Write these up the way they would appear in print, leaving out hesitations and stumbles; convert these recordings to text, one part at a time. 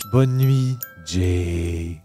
Bonne nuit, Jay.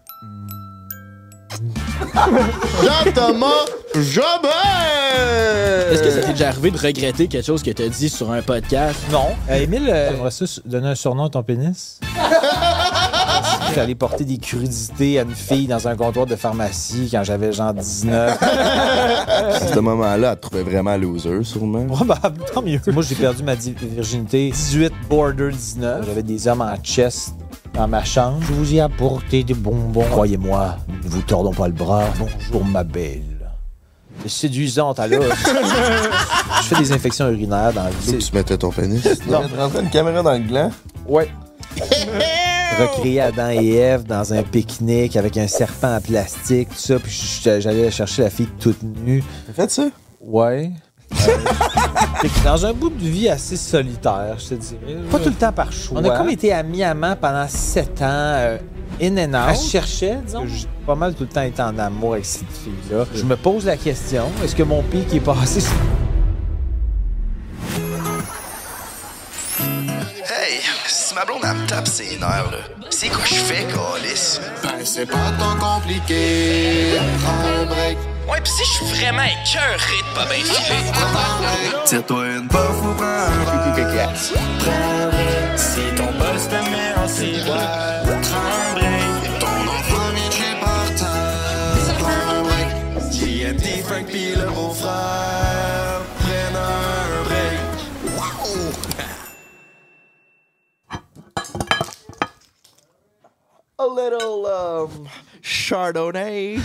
Jean-Thomas Jobin! Est-ce que ça t'est déjà arrivé de regretter quelque chose que t'as dit sur un podcast? Non. Émile, t'aimerais ça donner un surnom à ton pénis? J'allais porter des crudités à une fille dans un comptoir de pharmacie quand j'avais genre 19. À ce moment-là, elle te trouvait vraiment loser, sûrement. Probable, tant mieux. Moi, j'ai perdu ma virginité 18 border 19. J'avais des hommes en chest dans ma chambre. Je vous ai apporté des bonbons. Croyez-moi, ne vous tordons pas le bras. Bonjour, ma belle. Séduisante, alors. Je fais des infections urinaires dans le Où tu mettais ton pénis? Non. Tu rentrais une caméra dans le gland? Ouais. Recréer Adam et Ève dans un pique-nique avec un serpent en plastique, tout ça. Puis j'allais chercher la fille toute nue. T'as fait ça? Ouais. Dans un bout de vie assez solitaire, je te dirais. Pas tout le temps par choix. On a comme été amis amants pendant 7 ans, in and out. Elle cherchait, disons. J'ai pas mal tout le temps été en amour avec cette fille-là. Je me pose la question, est-ce que mon pic est passé? Hey, si ma blonde elle me tape ses nerfs, là, c'est quoi je fais, câlisse? Ben c'est pas tant compliqué. Prends un break. Ouais, pis si je suis vraiment écœuré de pas bien filer. Tire-toi une puff ou prends un break. Si ton boss te met en ciboire, prends un break. Ton enfant vient de chez par terre. Prends un break. JMD, Frank pis le beau-frère prennent un break. A little, Chardonnay.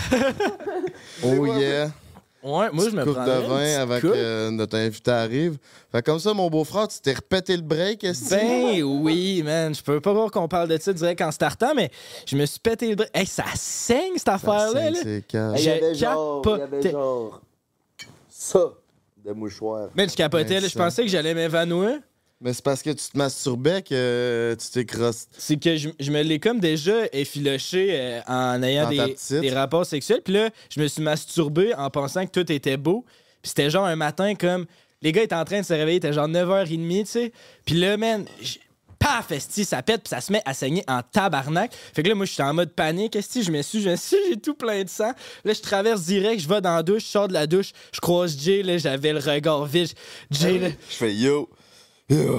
Oh yeah. Ouais, moi, je me Coupe prendrais de vin avant que notre invité arrive. Fait comme ça, mon beau-frère, tu t'es repété le break, est-ce que Ben oui, man. Je peux pas croire qu'on parle de ça direct en startant, mais je me suis pété le bras. Hey, ça saigne, cette affaire-là. Là. C'est calme. Il y avait genre ça de mouchoir. Man, je capotais. Là, je pensais que j'allais m'évanouir. Mais c'est parce que tu te masturbais que tu t'es crossé. C'est que je me l'ai comme déjà effiloché en ayant Dans ta petite. des rapports sexuels. Puis là, je me suis masturbé en pensant que tout était beau. Puis c'était genre un matin comme... Les gars étaient en train de se réveiller, c'était genre 9h30, tu sais. Puis là, man... Paf, esti, ça pète, puis ça se met à saigner en tabarnak. Fait que là, moi, j'étais en mode panique, esti, je me suis, j'ai tout plein de sang. Là, je traverse direct, je vais dans la douche, je sors de la douche, je croise Jay, là, j'avais le regard vide. Jay, là... Je fais yo. Yo.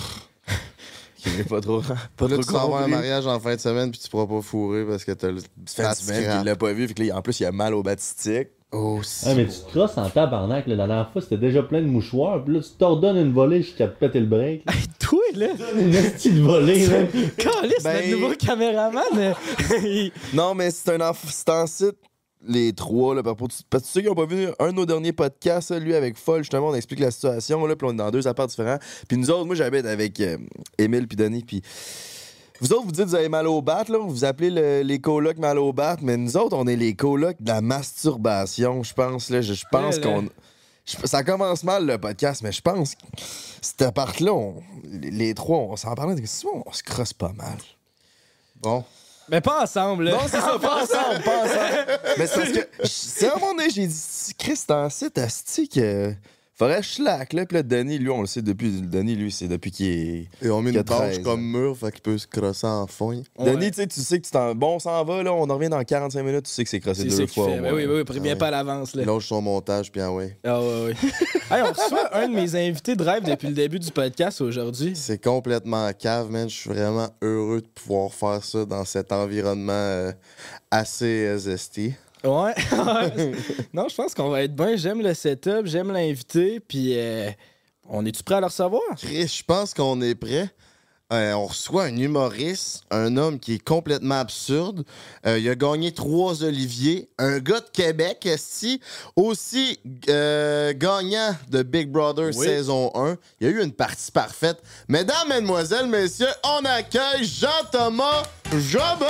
Il est pas trop. Là, tu t'en vas à un mariage en fin de semaine puis tu pourras pas fourrer parce que t'as le. Ça fait une semaine qu'il l'a pas vu, fait que là, en plus, il a mal au batistique. Oh, si. Ah, mais tu te crosses en tabarnak. Là. La dernière fois, c'était déjà plein de mouchoirs. Puis là, tu t'ordonnes une volée jusqu'à te péter le break. Hey, toi, là... Une petite volée, là. Calisse, Ben- notre nouveau caméraman, Non, mais c'est en site, les trois, là, parce que ceux qui n'ont pas vu un de nos derniers podcasts, là, lui avec Foll, justement, on explique la situation, là, puis on est dans 2 apparts différents. Puis nous autres, moi, j'habite avec Émile puis Denis, puis vous autres, vous dites que vous avez mal au bat, là, vous appelez les colocs mal au bat, mais nous autres, on est les colocs de la masturbation, je pense, là. Je pense qu'on... Ça commence mal, le podcast, mais je pense que cette appart-là, les trois, on s'en parlait, on se crosse pas mal. Bon. Mais pas ensemble, là. Non, c'est ça, pas ensemble, pas ensemble. Mais c'est parce que, c'est à un moment donné, j'ai dit, Chris, t'en site, asti, que faudrait que je slack, là. Puis là, Denis, lui, on le sait depuis. Denis, lui, c'est depuis qu'il est. Et on met qu'il a une bâche 13 comme ans. mur, fait qu'il peut se crosser en fond. Denis, tu sais que tu t'en. Bon, on s'en va, là, on en revient dans 45 minutes, tu sais que c'est crossé C'est 2 ça fois. qu'il fait. au Ben moins. oui, oui, préviens Ouais. pas à l'avance, là. Lâche son montage, puis ah ouais. Ah ouais, ouais. Hey, on reçoit un de mes invités de rêve depuis le début du podcast aujourd'hui. C'est complètement cave, man. Je suis vraiment heureux de pouvoir faire ça dans cet environnement assez zesty. Ouais. Non, je pense qu'on va être bien. J'aime le setup, j'aime l'invité, puis on est-tu prêt à le recevoir? Chris, je pense qu'on est prêt. On reçoit un humoriste, un homme qui est complètement absurde. Il a gagné 3 Oliviers. Un gars de Québec, esti. Aussi gagnant de Big Brother Oui. saison 1. Il y a eu une partie parfaite. Mesdames, mesdemoiselles, messieurs, on accueille Jean-Thomas Jobin!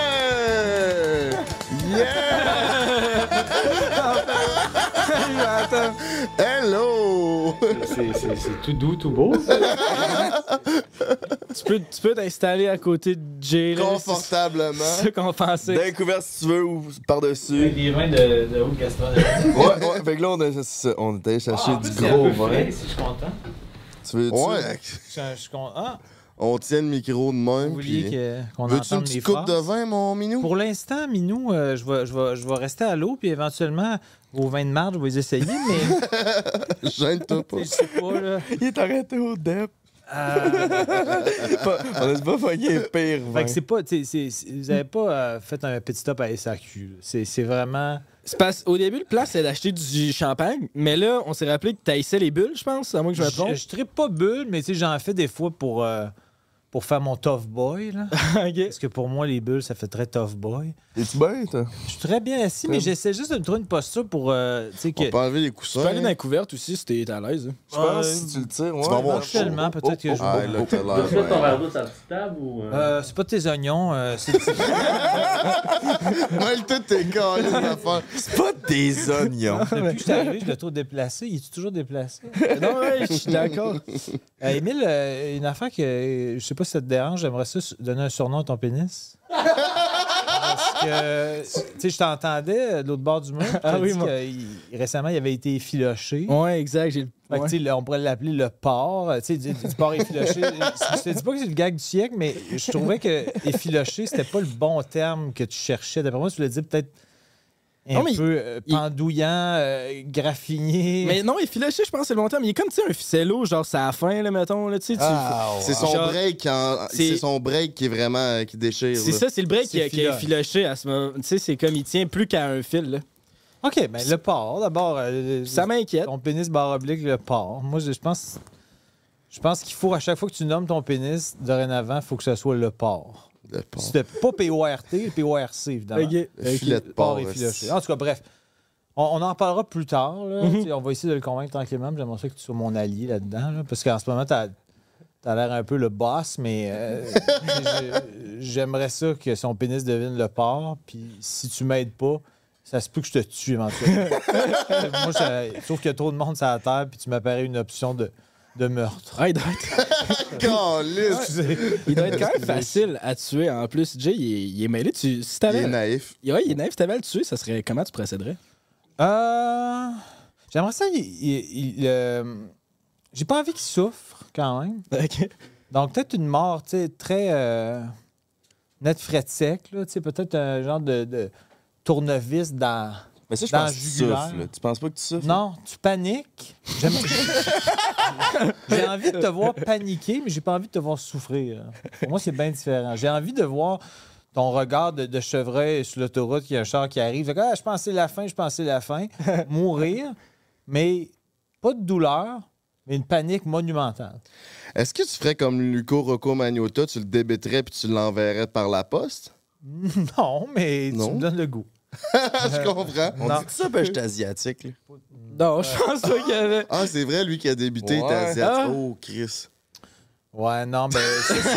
Yeah! Hello! C'est tout doux, tout beau. Tu peux t'installer à côté de Jay, là. Confortablement. C'est ça qu'on pensait. D'un couvert si tu veux ou par-dessus. Des vins de haute gastronomie. Ouais, fait que là, on est allé chercher du gros vin. Si je suis content. Tu veux Ouais. Je suis content. Ah! On tient le micro de même. Vous vouliez puis- qu'on Veux-tu entende une mes petite coupe phrases? de vin, mon minou? Pour l'instant, Minou, je vais rester à l'eau, puis éventuellement, au vin de marge, je vais les essayer, mais Gêne-toi pas. je sais pas, là. Il est arrêté au dep. Euh, On a pas pogné pire. Fait vin. que c'est pas, vous avez pas fait un petit stop à SAQ. Là. C'est vraiment. C'est parce au début, le plan, c'était d'acheter du champagne, mais là, on s'est rappelé que t'haïssais les bulles, je pense, à moins que je me trompe. Je trippe pas bulle, mais j'en fais des fois pour faire mon tough boy. Là. Ok. Parce que pour moi, les bulles, ça fait très tough boy. Es-tu bien, toi? Je suis très bien assis, mais j'essaie juste de me trouver une posture pour. Tu sais, On que. peut enlever les Tu coussins. peux aller dans la couverte aussi si t'es à l'aise. hein. Je pense que si tu le tires, ouais. vas avoir Éventuellement, peut-être que je Ah, vais. là, t'as Tu as fait ton l'air. verre d'eau sur la petite table ou. C'est pas tes oignons, c'est. Mêle toutes tes calés, les affaires. C'est pas des oignons. Depuis que je suis arrivé, je le trouve déplacé. Il est toujours déplacé? Non, ouais, je suis d'accord. Émile, une affaire que je sais pas si ça te dérange, j'aimerais ça donner un surnom à ton pénis. Parce que, tu sais, je t'entendais de l'autre bord du mur. Ah oui, dit moi. que récemment, il avait été effiloché. Ouais, exact. J'ai... Fait que, ouais. tu sais, on pourrait l'appeler le porc. Tu sais, du porc effiloché. Je te dis pas que c'est le gag du siècle, mais je trouvais que effiloché, c'était pas le bon terme que tu cherchais. D'après moi, tu voulais dire peut-être un Non, mais peu pendouillant, graffiné. Mais non, il filoché, je pense que c'est le bon terme. Il est comme, tu sais, un ficello, genre, c'est à la fin, là, mettons. Là, tu sais, C'est son Genre, break c'est son break qui est vraiment qui déchire. C'est là. ça, c'est le break qui C'est a filoche. effiloché à ce moment. Tu sais, c'est comme il tient plus qu'à un fil, là. OK, ben le porc, d'abord. Ça m'inquiète. Ton pénis barre oblique, le porc. Moi, je pense qu'il faut, à chaque fois que tu nommes ton pénis, dorénavant, il faut que ce soit le porc. Le porc. C'était pas PORT, le PORC, évidemment. Ok. Le filet de Le porc porc. effiloché. En tout cas, bref. On en reparlera plus tard. Là. Tu sais, on va essayer de le convaincre tranquillement. puis J'aimerais ça que tu sois mon allié là-dedans. Là, parce qu'en ce moment, t'as l'air un peu le boss, mais j'aimerais ça que son pénis devienne le porc. Puis si tu m'aides pas, ça se peut que je te tue éventuellement. Moi, sauf qu'il y a trop de monde sur la terre, puis tu m'apparais une option de meurtre. Ah, il doit être, Calisse! il doit être quand même facile à tuer. En plus, Jay, il est mêlé. Si Il t'avais... est naïf. Ouais, il est naïf. Si t'avais à le tuer, ça serait... Comment tu procéderais? J'aimerais ça. J'ai pas envie qu'il souffre, quand même. OK. Donc, peut-être une mort, tu sais, très net fret sec, là, tu sais, peut-être un genre de tournevis dans. Mais ça, je Dans pense le que tu jugulaire. souffles. là. Tu penses pas que tu souffles? Non, tu paniques. J'ai envie de te voir paniquer, mais j'ai pas envie de te voir souffrir. Pour moi, c'est bien différent. J'ai envie de voir ton regard de chevreuil sur l'autoroute, qu'il y a un char qui arrive. Fait que, je pensais la fin. Mourir, mais pas de douleur, mais une panique monumentale. Est-ce que tu ferais comme Luco Rocco Magnotta, tu le débêterais puis tu l'enverrais par la poste? Non, mais Non. tu me donnes le goût. Je comprends. On Non. dit que ça, ben, j'étais asiatique. Là. Non, je pense pas qu'il y avait... Ah, c'est vrai, lui qui a débuté, il était Ouais. asiatique. Ah. Oh, Chris. Ouais, non, ben.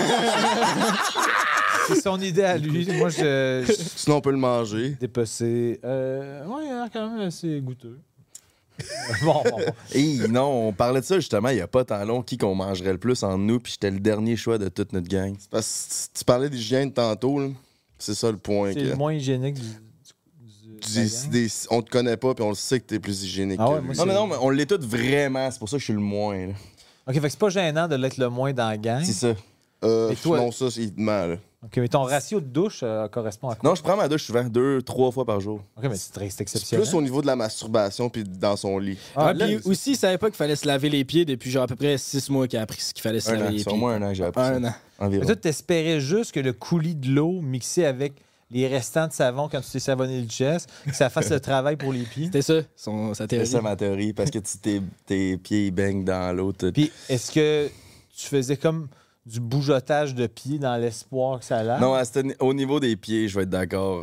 C'est son idée à lui. Moi, je Sinon, on peut le manger. dépecé. Ouais, quand même assez goûteux. Bon. Hey, non, on parlait de ça justement il y a pas tant long, qui qu'on mangerait le plus entre nous, puis j'étais le dernier choix de toute notre gang. Parce que tu parlais d'hygiène tantôt, là. C'est ça le point. C'est que- le moins hygiénique du On te connaît pas, puis on le sait que t'es plus hygiénique Ah que ouais, lui. moi, Non, mais on l'est tous vraiment, c'est pour ça que je suis le moins. là. OK, fait que c'est pas gênant de l'être le moins dans la gang. C'est ça. Et toi? Non, ça, c'est il te ment, là. OK, mais ton ratio de douche correspond à quoi? Non, je prends ma douche souvent, 2-3 fois par jour. OK, mais c'est C'est exceptionnel. plus au niveau de la masturbation, puis dans son lit. Ah, puis là, aussi, il savait pas qu'il fallait se laver les pieds depuis genre à peu près 6 mois qu'il a appris qu'il fallait se Un laver an, les c'est au pieds. moins un an que j'ai appris Un ça. an. Environ. Mais toi, t'espérais juste que le coulis de l'eau mixé avec les restants de savon quand tu t'es savonné le chest, que ça fasse le travail pour les pieds. C'était ça, sa C'est théorie. ça ma théorie, parce que tes pieds ils baignent dans l'eau. Puis, est-ce que tu faisais comme du bougeotage de pieds dans l'espoir que ça lave? Non, au niveau des pieds, je vais être d'accord.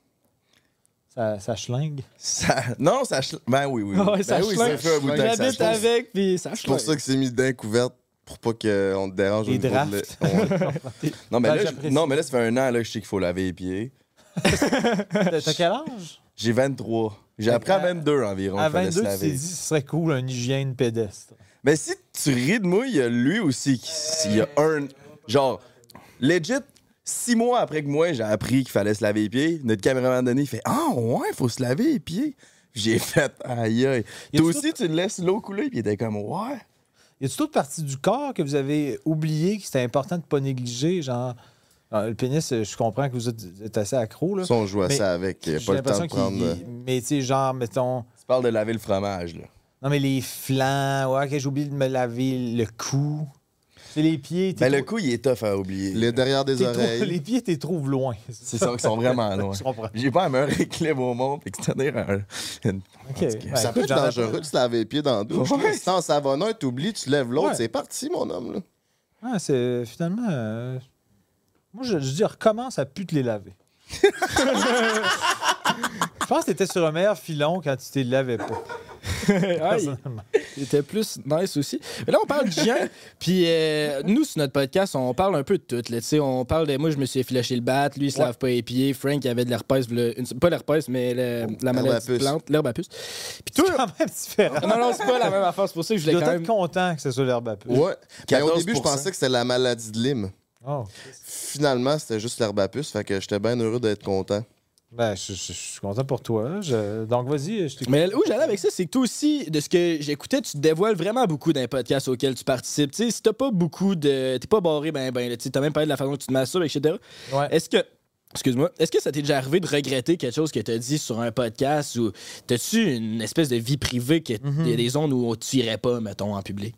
Ça schlingue? Non, ça... Ben oui, oui. Ouais, ça ben oui, schlingue. ça fait un bout de temps que ça J'habite schlingue. avec, puis ça C'est pour ça que c'est mis d'un couverte, pour pas qu'on te dérange au Les niveau de drafts. Ouais. Non, mais Ben, là, j'apprécie. non, mais là, ça fait un an là, que je sais qu'il faut laver les pieds. T'as quel âge? J'ai 23. J'ai appris à 22 environ. À qu'il fallait se 22, tu t'es laver. dit ce serait cool, une hygiène pédestre. Mais si tu ris de moi, il y a lui aussi. Il y a un. Genre, legit, 6 mois après que moi, j'ai appris qu'il fallait se laver les pieds, notre caméraman Denis, il fait ah, ouais, faut se laver les pieds. J'ai fait aïe aïe. Y Toi a-tu aussi, tu laisses l'eau couler, puis il était comme ouais. Y a-t-il d'autres parties du corps que vous avez oublié que c'était important de ne pas négliger? Genre, le pénis, je comprends que vous êtes assez accro. Là. Ça, on joue à Mais ça avec. j'ai Pas le temps de l'impression prendre. Mais tu sais, genre, mettons. Tu parles de laver le fromage, là. Non, mais les flancs, ouais, ok, j'ai oublié de me laver le cou. C'est les pieds. Ben, le coup, il est tough à oublier. Les derrière des oreilles. Les pieds, t'es trouves loin. C'est ça, qu'ils sont vraiment loin. Je comprends. J'ai pas un meilleur équilibre au monde, puis que c'est-à-dire OK. Ben, Ça peut écoute, être j'en ai dangereux de se laver les pieds dans le douche. Ouais. Si t'es en savonnant, t'oublies, tu lèves l'autre, Ouais. c'est parti, mon homme. Là. Ah, c'est finalement. Moi, je dis, recommence à plus te les laver. Je pense que t'étais sur un meilleur filon quand tu te les lavais pas. Ah, il était plus nice aussi. Mais là, on parle de Gian. Puis nous, sur notre podcast, on parle un peu de tout. Là, on parle de moi, je me suis fléché le bat. Lui, il se lave pas les pieds. Frank, il avait de l'herpès. Pas l'herpès, mais la maladie de plante, l'herbe à puce. Puis C'est toi. quand même différent. Non, non, c'est pas la même affaire. C'est pour ça que je Je voulais dois quand être même. content que ce soit l'herbe à puce. Ouais. Ben, au 14%. début, je pensais que c'était la maladie de Lyme. Oh. Finalement, c'était juste l'herbe à puce. Fait que j'étais bien heureux d'être content. Ben, je suis content pour toi. Donc, vas-y, je t'écoute. Mais où j'allais avec ça, c'est que toi aussi, de ce que j'écoutais, tu te dévoiles vraiment beaucoup dans les podcasts auxquels tu participes. Tu sais, si t'as pas beaucoup de. T'es pas barré, tu sais, t'as même parlé de la façon que tu te masturbes, etc. Ouais. Est-ce que. Excuse-moi. Est-ce que ça t'est déjà arrivé de regretter quelque chose que t'as dit sur un podcast ou t'as-tu une espèce de vie privée que y a des zones où tu irais pas, mettons, en public?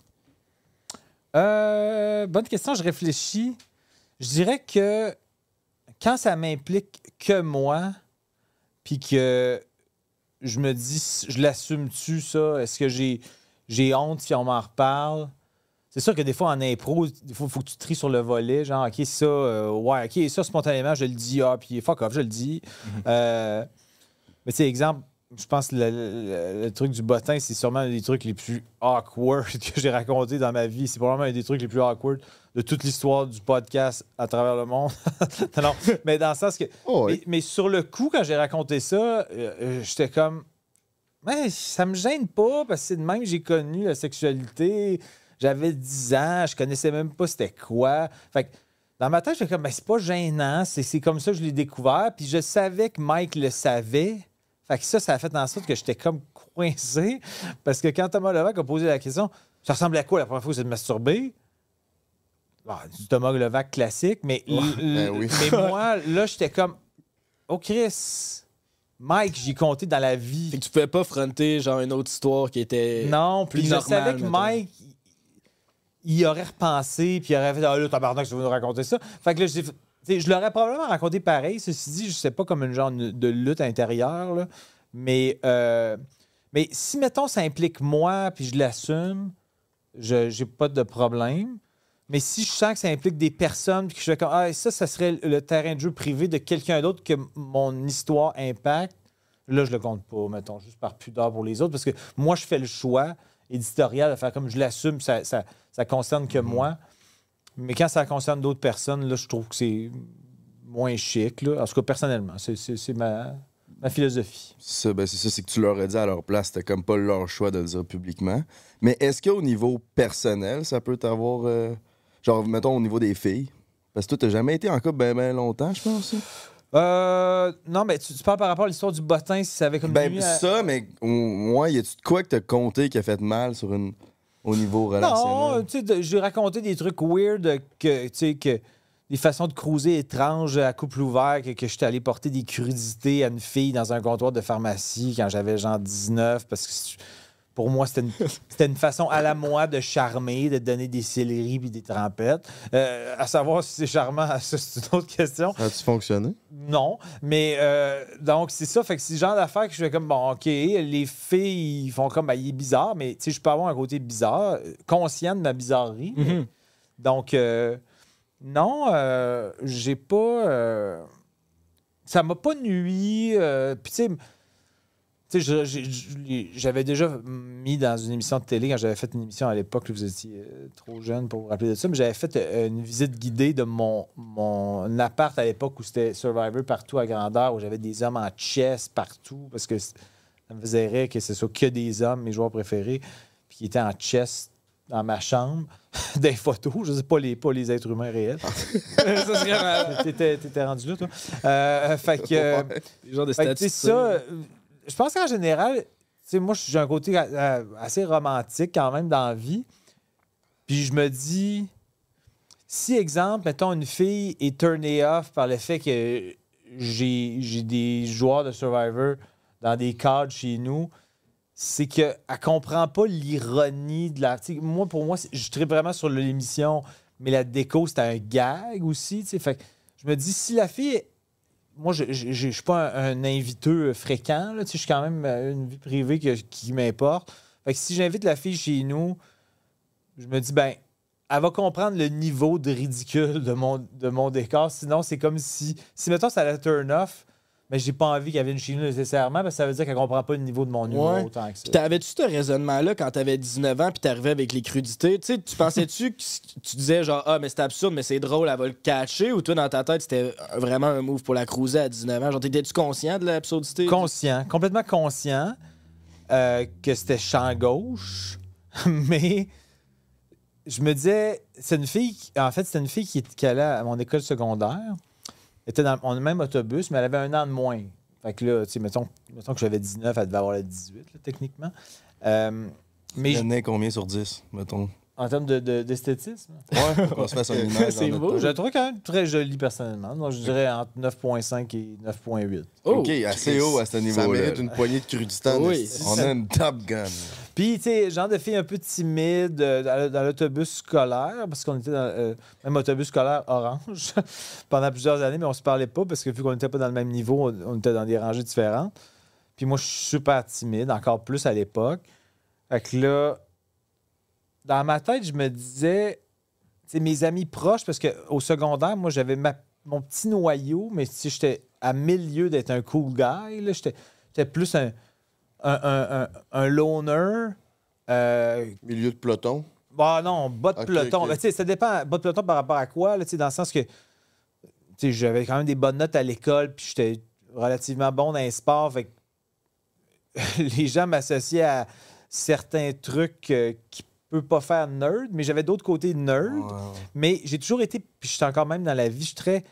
Bonne question, je réfléchis. Je dirais que quand ça m'implique que moi, puis que je me dis, je l'assume-tu, ça? Est-ce que j'ai honte si on m'en reparle? C'est sûr que des fois, en impro, il faut que tu tries sur le volet, genre, OK, ça, ouais, OK, ça, spontanément, je le dis, puis fuck off, je le dis. Mais tu sais, exemple, je pense que le truc du bottin, c'est sûrement un des trucs les plus awkward que j'ai raconté dans ma vie. C'est probablement un des trucs les plus awkward de toute l'histoire du podcast à travers le monde. Non, mais dans le sens que... Oh, oui. mais sur le coup, quand j'ai raconté ça, j'étais comme... Mais ça me gêne pas, parce que c'est de même que j'ai connu la sexualité. J'avais 10 ans, je connaissais même pas c'était quoi. Fait que dans ma tête, j'étais comme, c'est pas gênant, c'est comme ça que je l'ai découvert. Puis je savais que Mike le savait. Fait que ça a fait en sorte que j'étais comme coincé. Parce que quand Thomas Levac a posé la question, ça ressemble à quoi la première fois que vous êtes masturbé? Bon, du Thomas Levac classique, mais, ben oui. mais moi, là, j'étais comme, oh Chris, Mike, j'y compté dans la vie. Fait que tu pouvais pas fronter, genre, une autre histoire qui était. Non, puis plus je normal, savais que mettons. Mike, il aurait repensé, puis il aurait fait, ah là, tabarnak, tu veux nous raconter ça. Fait que là, je l'aurais probablement raconté pareil. Ceci dit, je sais pas comme une genre de lutte intérieure, là. Mais si, mettons, ça implique moi, puis je l'assume, j'ai pas de problème. Mais si je sens que ça implique des personnes, puis que je fais comme, ça serait le terrain de jeu privé de quelqu'un d'autre que mon histoire impacte, là, je le compte pas, mettons, juste par pudeur pour les autres, parce que moi, je fais le choix éditorial de faire comme je l'assume, ça concerne que moi. Mais quand ça concerne d'autres personnes, là, je trouve que c'est moins chic, là. En tout cas, personnellement, c'est ma philosophie. C'est ça, c'est que tu leur as dit à leur place, c'était comme pas leur choix de le dire publiquement. Mais est-ce qu'au niveau personnel, ça peut t'avoir. Genre, mettons, au niveau des filles? Parce que toi, t'as jamais été en couple bien longtemps, je pense. Non, mais tu parles par rapport à l'histoire du bottin, si ça avait comme Ben, nuit à- ça, mais moi, y a-tu de quoi que t'as compté qui a fait mal au niveau relationnel? Non, tu sais, j'ai raconté des trucs weird que, tu sais, que des façons de cruiser étranges à couple ouvert, que j'étais allé porter des crudités à une fille dans un comptoir de pharmacie quand j'avais genre 19, parce que pour moi, c'était une façon à la moi de charmer, de donner des céleris puis des trempettes. À savoir si c'est charmant, ça, c'est une autre question. Ça a-tu fonctionné? Non, mais donc c'est ça. Fait que c'est le genre d'affaires que je fais comme, bon, OK, les filles, ils font comme, il est bizarre, mais tu sais, je peux avoir un côté bizarre, conscient de ma bizarrerie. Mhm. Donc, non, j'ai pas. Ça m'a pas nui. Puis, tu sais, j'avais déjà mis dans une émission de télé, quand j'avais fait une émission à l'époque, là, vous étiez trop jeune pour vous rappeler de ça, mais j'avais fait une visite guidée de mon appart à l'époque où c'était Survivor partout à grandeur, où j'avais des hommes en chess partout, parce que ça me faisait rire que ce soit que des hommes, mes joueurs préférés, puis qui étaient en chess dans ma chambre, des photos, je sais pas les êtres humains réels. Ça serait mal. T'étais rendu là, toi? Fait que... Les genres de Fait que, tu sais, statistiques. ça, je pense qu'en général, tu sais, moi, j'ai un côté assez romantique quand même dans la vie. Puis je me dis, si, exemple, mettons, une fille est turnée off par le fait que j'ai des joueurs de Survivor dans des cadres chez nous, c'est qu'elle comprend pas l'ironie de la... T'sais, moi, pour moi, je tripe vraiment sur l'émission, mais la déco, c'était un gag aussi. Fait que je me dis, si la fille... Moi, je suis pas un inviteux fréquent. Je suis quand même une vie privée qui m'importe. Fait que si j'invite la fille chez nous, je me dis, ben, elle va comprendre le niveau de ridicule de mon décor. Sinon, c'est comme si mettons, ça la turn off, mais j'ai pas envie qu'elle vienne chez nous nécessairement, parce que ça veut dire qu'elle comprend pas le niveau de mon humour Ouais. autant que ça. Puis t'avais-tu ce raisonnement-là quand t'avais 19 ans puis t'arrivais avec les crudités? Tu sais, tu pensais-tu que tu disais genre, ah, mais c'est absurde, mais c'est drôle, elle va le catcher? Ou toi, dans ta tête, c'était vraiment un move pour la cruiser à 19 ans? Genre, t'étais-tu conscient de l'absurdité? Conscient, complètement conscient que c'était champ gauche, mais je me disais, c'est une fille, c'était une fille qui allait à mon école secondaire. Elle était dans le même autobus, mais elle avait un an de moins. Fait que là, tu sais, mettons que j'avais 19, elle devait avoir le 18, là, techniquement. Mais Il y en a combien sur 10, mettons? en termes d'esthétisme, Ouais, qu'on se fasse une image. C'est dans beau. notre je la tête. trouve quand même très jolie personnellement. Donc, je dirais entre 9.5 et 9.8. Oh! OK, assez haut à ce Ça niveau-là. mérite une poignée de crudité. en Oui. esti. On a une Top Gun. Puis, tu sais, genre de fille un peu timide dans l'autobus scolaire, parce qu'on était dans même autobus scolaire orange pendant plusieurs années, mais on se parlait pas parce que vu qu'on n'était pas dans le même niveau, on était dans des rangées différentes. Puis moi, je suis super timide, encore plus à l'époque. Fait que là, dans ma tête, je me disais, tu sais, mes amis proches, parce qu'au secondaire, moi, j'avais mon petit noyau, mais si j'étais à milieu d'être un cool guy, là, j'étais plus un loner. Milieu de peloton. Bah non, bas de Ok, peloton. ok. Mais tu sais, ça dépend. Bas de peloton par rapport à quoi? Là, tu sais, dans le sens que tu sais, j'avais quand même des bonnes notes à l'école, puis j'étais relativement bon dans les sports. Fait que les gens m'associaient à certains trucs qui ne peuvent pas faire nerd, mais j'avais d'autres côtés de nerd. Mais j'ai toujours été, puis je suis encore même dans la vie, je suis très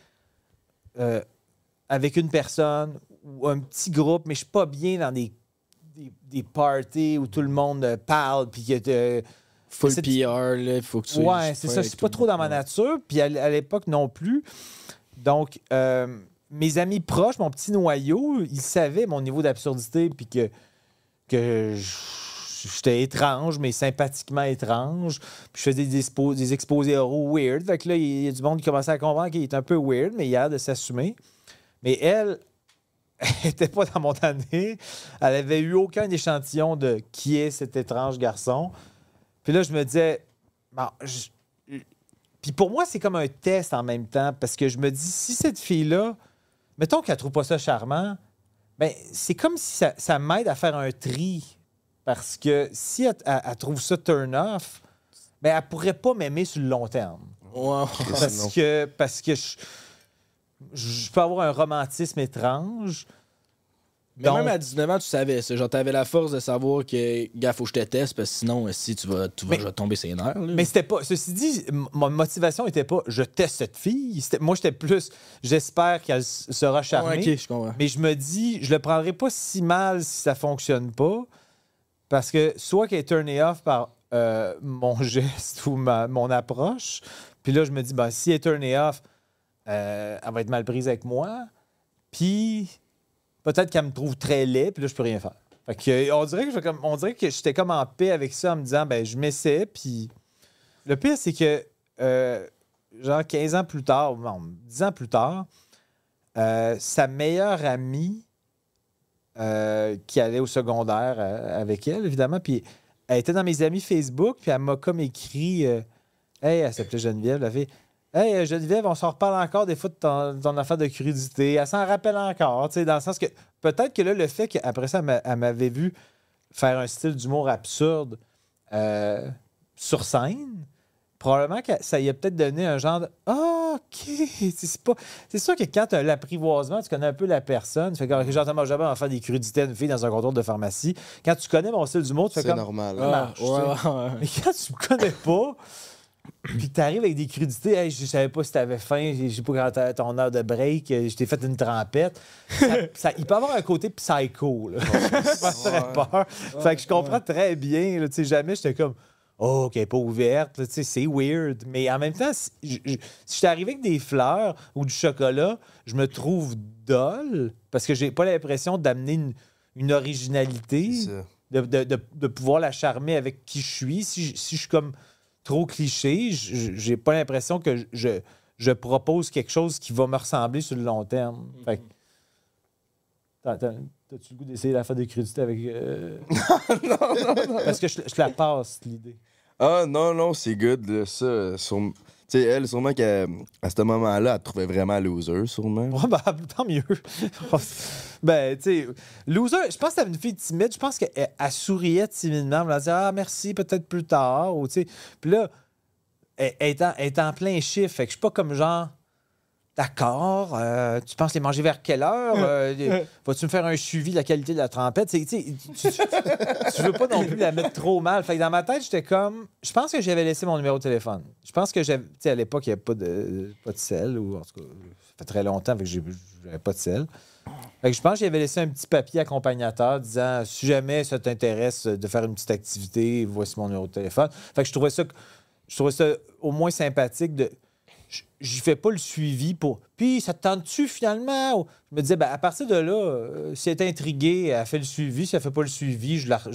avec une personne ou un petit groupe, mais je suis pas bien dans des parties où tout le monde parle, puis que Full c'est- PR, là, il faut que tu... ouais, c'est ça. C'est pas trop dans ma nature. Puis à l'époque non plus. Donc, mes amis proches, mon petit noyau, ils savaient mon niveau d'absurdité, puis que j'étais étrange, mais sympathiquement étrange. Puis je faisais des exposés oraux weird. Fait que là, il y a du monde qui commençait à comprendre qu'il est un peu weird, mais il a hâte de s'assumer. Mais elle était pas dans mon année. Elle avait eu aucun échantillon de qui est cet étrange garçon. Puis là, je me disais... Bon, puis pour moi, c'est comme un test en même temps, parce que je me dis, si cette fille-là, mettons qu'elle trouve pas ça charmant, ben c'est comme si ça m'aide à faire un tri. Parce que si elle trouve ça turn-off, ben elle pourrait pas m'aimer sur le long terme. Ouais. Parce que je peux avoir un romantisme étrange. Mais Donc- même à 19 ans, tu savais ça. Genre, t'avais la force de savoir que, gars, faut que je te teste, parce que sinon, si tu vas je vais tomber ses nerfs. Là. Mais c'était pas. Ceci dit, ma motivation était pas je teste cette fille. Moi, j'étais plus j'espère qu'elle sera charmée. Ouais, ok, je comprends. Mais je me dis, je le prendrais pas si mal si ça fonctionne pas. Parce que soit qu'elle est turnée off par mon geste ou mon approche. Puis là, je me dis, ben, si elle est turnée off, elle va être mal prise avec moi. Puis peut-être qu'elle me trouve très laid, puis là, je peux rien faire. Fait que, on dirait que j'étais comme en paix avec ça en me disant, ben, je m'essaie, puis le pire, c'est que, genre 15 ans plus tard, non, 10 ans plus tard, sa meilleure amie, qui allait au secondaire avec elle, évidemment, puis elle était dans mes amis Facebook, puis elle m'a comme écrit, hey, elle s'appelait Geneviève, elle fait, hey, Geneviève, on s'en reparle encore des fois de ton affaire de crudité. Elle s'en rappelle encore, tu sais, dans le sens que peut-être que là, le fait qu'après ça, elle m'avait vu faire un style d'humour absurde sur scène, probablement que ça y a peut-être donné un genre de ah, OK. C'est sûr que quand tu as l'apprivoisement, tu connais un peu la personne. Tu fais comme Jean-Thomas Jobin va faire des crudités à une fille dans un comptoir de pharmacie. Quand tu connais mon style d'humour, tu fais C'est comme. normal. Ça marche, tu sais. ouais. Mais quand tu me connais pas, puis que t'arrives avec des crudités, hey, je savais pas si t'avais faim, je sais pas quand t'avais ton heure de break, je t'ai fait une trempette. Il peut avoir un côté psycho, là. Ça me ferait peur. Fait que je comprends très bien, là, tu sais, jamais j'étais comme, oh, qu'elle n'est pas ouverte, là, tu sais, c'est weird. Mais en même temps, si je suis arrivé avec des fleurs ou du chocolat, je me trouve dole parce que j'ai pas l'impression d'amener une originalité, C'est ça. de pouvoir la charmer avec qui je suis. Si je suis comme trop cliché, j'ai pas l'impression que je propose quelque chose qui va me ressembler sur le long terme. Fait que, t'as-tu le goût d'essayer la faire de crédité avec... non. Parce que je la passe, l'idée. Ah, non, c'est good, là, ça. Tu sais, elle, sûrement qu'à ce moment-là, elle te trouvait vraiment loser, sûrement. Ouais, ben, tant mieux. Ben, tu sais, loser, je pense que c'était une fille timide. Je pense qu'elle souriait timidement. Elle disait, ah, merci, peut-être plus tard. Ou, tu sais. Puis là, elle est en plein chiffre. Fait que je suis pas comme genre, d'accord, tu penses les manger vers quelle heure? Vas-tu me faire un suivi de la qualité de la trempette? Tu veux pas non plus la mettre trop mal. Fait que dans ma tête, j'étais comme, je pense que j'avais laissé mon numéro de téléphone. Je pense que j'avais, tu sais, à l'époque, il n'y avait pas de sel, ou en tout cas, ça fait très longtemps que j'avais pas de sel. Fait que je pense que j'avais laissé un petit papier accompagnateur disant, si jamais ça t'intéresse de faire une petite activité, voici mon numéro de téléphone. Fait que je trouvais ça au moins sympathique de... J'y fais pas le suivi pour... Puis, ça te tente-tu finalement? Je me disais, ben, à partir de là, si elle est intriguée, elle fait le suivi. Si elle fait pas le suivi,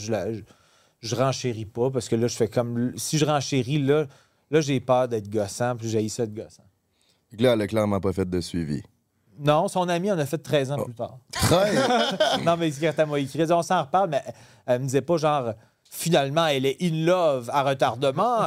je renchéris pas parce que là, je fais comme... Si je renchéris, là j'ai peur d'être gossant, puis j'haïs ça être gossant. Donc là, elle a clairement pas fait de suivi. Non, son ami en a fait 13 ans plus tard. 13? Non, mais quand elle m'a écrit, on s'en reparle, mais elle me disait pas genre... Finalement, elle est in love à retardement.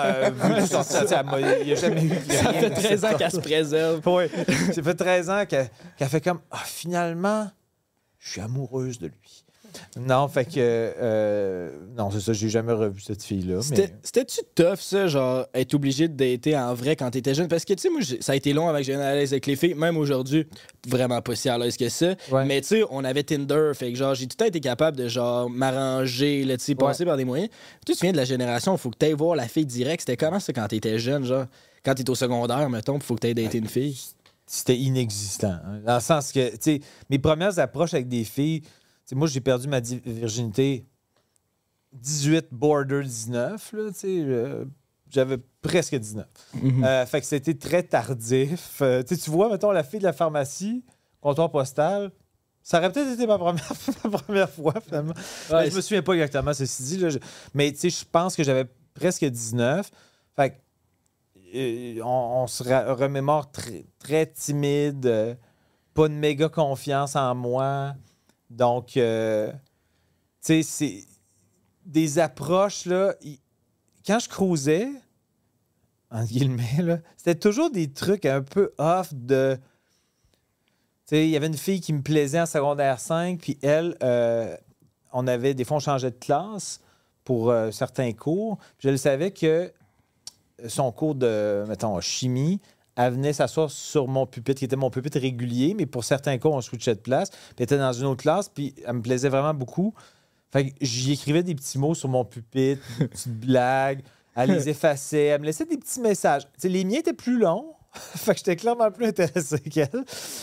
Il n'y a jamais eu... Ça fait 13 ans qu'elle se préserve. Oui, ça fait 13 ans qu'elle fait comme « Ah, finalement, je suis amoureuse de lui. » Non, fait que... non, c'est ça, j'ai jamais revu cette fille-là. C'était-tu tough, ça, genre, être obligé de dater en vrai quand t'étais jeune? Parce que, tu sais, moi, ça a été long avec que j'étais à l'aise avec les filles. Même aujourd'hui, vraiment pas si à l'aise que ça. Ouais. Mais, tu sais, on avait Tinder. Fait que, genre, j'ai tout le temps été capable de, genre, m'arranger, là, tu sais, passer par des moyens. Toi, tu viens de la génération, il faut que t'ailles voir la fille direct. C'était comment, ça, quand t'étais jeune, genre? Quand t'es au secondaire, mettons, il faut que t'ailles dater une fille. C'était inexistant. Hein, dans le sens que, tu sais, mes premières approches avec des filles... moi, j'ai perdu ma virginité 18, border 19. Là, j'avais presque 19. Fait que c'était très tardif. Tu vois, mettons, la fille de la pharmacie, comptoir postal, ça aurait peut-être été ma première fois, finalement. Ouais, je me souviens pas exactement, ceci dit. Là, mais je pense que j'avais presque 19. Fait que, on se remémore très timide, pas de méga confiance en moi. Donc, tu sais, c'est des approches, là. Quand je cruisais, en guillemets, là, c'était toujours des trucs un peu off de... Tu sais, il y avait une fille qui me plaisait en secondaire 5, puis elle, on avait... Des fois, on changeait de classe pour certains cours. Puis je le savais que son cours de, mettons, chimie... Elle venait s'asseoir sur mon pupitre, qui était mon pupitre régulier, mais pour certains cours, on switchait de place. Puis elle était dans une autre classe, puis elle me plaisait vraiment beaucoup. Fait que j'y écrivais des petits mots sur mon pupitre, des petites blagues. Elle les effaçait. Elle me laissait des petits messages. T'sais, les miens étaient plus longs. Fait que j'étais clairement plus intéressé qu'elle.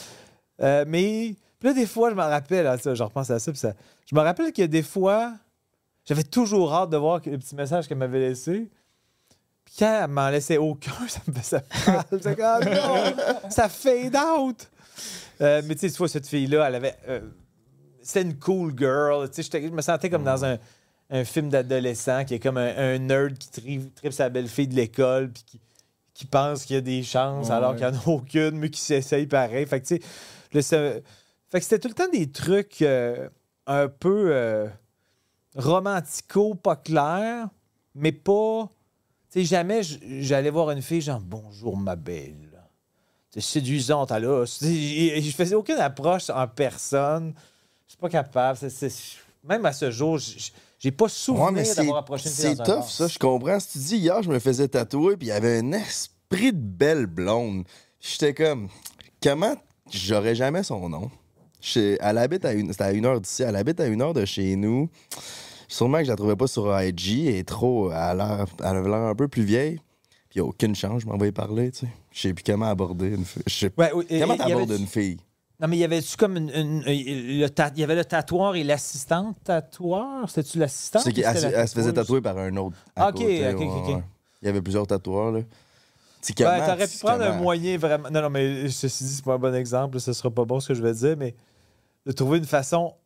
Mais puis là, des fois, je me rappelle, hein, je repense à ça, puis ça. Je me rappelle que des fois, j'avais toujours hâte de voir les petits messages qu'elle m'avait laissés. Puis quand elle m'en laissait aucun, ça me faisait mal. J'étais comme, non, ça fade out. Mais tu sais, tu vois, cette fille-là, elle avait... c'était une cool girl. Tu sais, je me sentais comme dans un film d'adolescent qui est comme un nerd qui tripe sa belle-fille de l'école puis qui pense qu'il y a des chances alors qu'il n'y en a aucune, mais qui s'essaye pareil. Fait que tu sais, fait que c'était tout le temps des trucs un peu romantico, pas clairs, mais pas... Tu sais, jamais j'allais voir une fille genre « Bonjour, ma belle. » C'est séduisante à l'os. Je faisais aucune approche en personne. Je suis pas capable. Même à ce jour, j'ai pas souvenir d'avoir approché une fille dans un C'est tough, bar. ça. Je comprends. Si tu dis, hier, je me faisais tatouer, puis il y avait un esprit de belle blonde. J'étais comme, comment j'aurais jamais son nom? Elle habite c'était à 1 heure d'ici. Elle habite à 1 heure de chez nous. Sûrement que je la trouvais pas sur IG. Elle est trop... Elle avait l'air un peu plus vieille. Puis il n'y a aucune chance, je m'en vais y parler, tu sais. Je sais plus comment aborder une fille. Comment t'abordes une fille? Non, mais il y avait-tu comme il y avait le tatoueur et l'assistante tatoueur? C'était-tu l'assistante? C'est qu'elle ou c'était la elle se faisait tatoueuse? tatouer par un autre. à Ok, côté, ok. Il y avait plusieurs tatoueurs, là. Ben, t'aurais pu prendre un moyen vraiment. Non, mais ceci dit, c'est pas un bon exemple, ce sera pas bon ce que je vais dire, mais de trouver une façon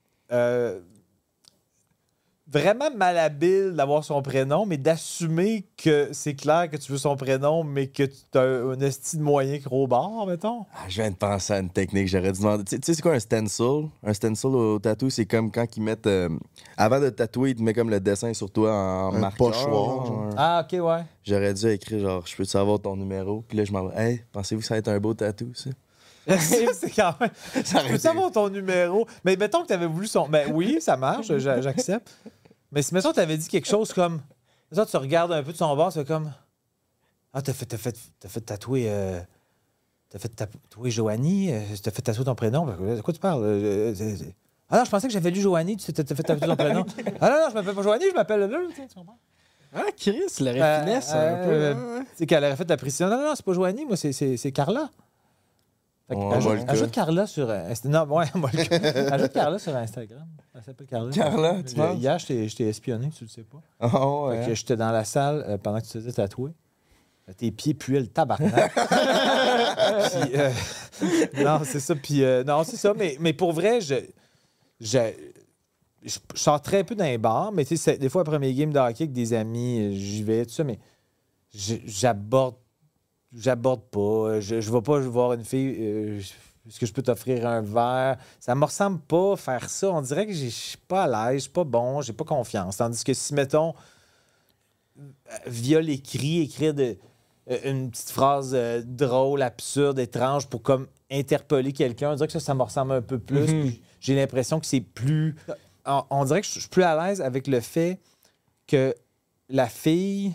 vraiment malhabile d'avoir son prénom, mais d'assumer que c'est clair que tu veux son prénom, mais que tu as un esti de moyen gros bord, mettons. Ah, je viens de penser à une technique, j'aurais dû demander. Tu sais, c'est quoi un stencil? Un stencil au tatou, c'est comme quand ils mettent. Avant de tatouer, ils te mettent comme le dessin sur toi en Un marqueur. pochoir, genre. Ah, ok, ouais. J'aurais dû écrire genre, je peux savoir ton numéro? Puis là, je m'en vais, hey, pensez-vous que ça va être un beau tatou, ça? C'est quand même. Ça Je peux savoir ton numéro. Mais mettons que tu avais voulu son. Ben oui, ça marche, j'accepte. Mais si mettons que tu avais dit quelque chose comme. Ça, tu regardes un peu de son bord, c'est comme. Ah, t'as fait tatouer. T'as fait tatouer Joanie. T'as fait tatouer ton prénom. De quoi tu parles? Ah non, je pensais que j'avais lu Joanie. Tu t'as fait tatouer ton prénom. Ah non, je m'appelle pas Joanie, je m'appelle le. Tu comprends? Ah, Chris, la raffinesse un peu. C'est qu'elle aurait fait la précision. Non, c'est pas Joanie, moi, c'est Carla. Fait que On va le ajoute Carla sur non, ouais, ajoute Carla sur Instagram. Elle s'appelle Carla. Carla, tu penses? Hier, je t'ai espionné, tu le sais pas. Oh, ouais. Fait que j'étais dans la salle pendant que tu te faisais tatouer. Tes pieds puaient le tabarnak. Puis, non, c'est ça. Puis, non, c'est ça. Mais pour vrai, je sors très peu dans les bars. Mais tu sais, des fois, après mes games de hockey avec des amis, j'y vais, tout ça. Mais j'aborde pas. Je vais pas voir une fille. Est-ce que je peux t'offrir un verre? Ça me ressemble pas faire ça. On dirait que je suis pas à l'aise, je suis pas bon, j'ai pas confiance. Tandis que si, mettons, via l'écrit, écrire une petite phrase drôle, absurde, étrange pour comme interpeller quelqu'un, on dirait que ça me ressemble un peu plus. Puis j'ai l'impression que c'est plus. On dirait que je suis plus à l'aise avec le fait que la fille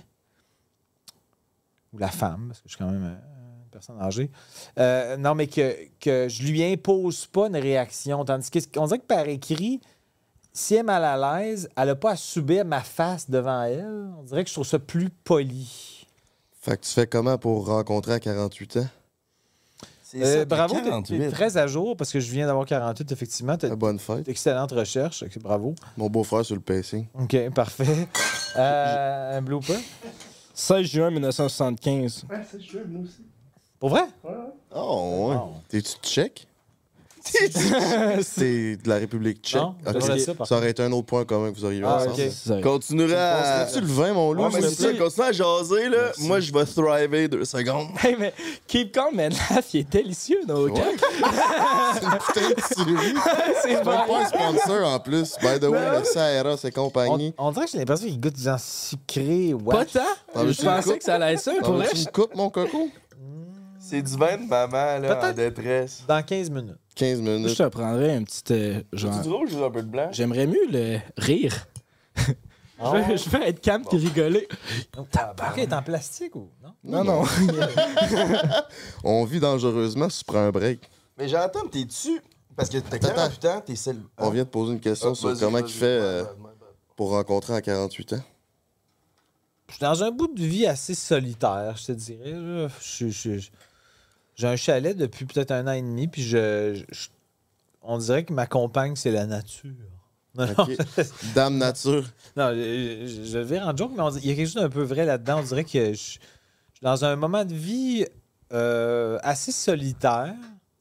ou la femme, parce que je suis quand même une personne âgée, non, mais que je lui impose pas une réaction. Tandis qu'on dirait que par écrit, si elle est mal à l'aise, elle n'a pas à subir ma face devant elle. On dirait que je trouve ça plus poli. Fait que tu fais comment pour rencontrer à 48 ans? Bravo, t'es très à jour parce que je viens d'avoir 48, effectivement. T'as Bonne fête. d'excellentes recherches. Bravo. Mon beau-frère sur le pacing. OK, parfait. Un blooper? 16 juin 1975. Ouais, ça, je suis moi aussi. Pour vrai? Oh, ouais. Wow. T'es-tu tchèque? C'est de la République tchèque. Non, Ok. j'aimerais ça, par Ça aurait été un autre point commun que vous auriez eu ensemble. OK. Continuera à. Tu le vin, mon loup? Ouais, mais s'il c'est te ça, plaît? continue à jaser, là. Merci. Moi, je vais thriver 2 secondes. Hey, mais keep calm, man. Laf, il est délicieux, nos gars. Ouais. C'est une putain de tuerie. C'est C'est même pas un sponsor en plus. By the way, merci à Eros et compagnie. On dirait que j'ai l'impression qu'il goûte du genre sucré. Pas Ouais. tant. Ah, Je mais tu pensais me que ça allait être ça. Pour vrai, Tu me coupes mon coco? C'est du vin de maman, là, en Peut-être. détresse. Dans 15 minutes. 15 je minutes. te prendrais un petit genre. Tu rouge ou un peu de blanc? J'aimerais mieux le rire. Je veux être calme puis rigoler. OK, t'es en plastique ou non? Non. On vit dangereusement si tu prends un break. Mais j'entends, t'es dessus. Parce que t'as Attends. 48 ans, t'es seul. On vient de poser une question sur comment il fait pour rencontrer à 48 ans. Je suis dans un bout de vie assez solitaire, je te dirais. Là. J'ai un chalet depuis peut-être 1 an et demi, puis on dirait que ma compagne, c'est la nature. Non, OK. Dame nature. non, je le vire en joke, mais il y a quelque chose d'un peu vrai là-dedans. On dirait que je suis dans un moment de vie assez solitaire.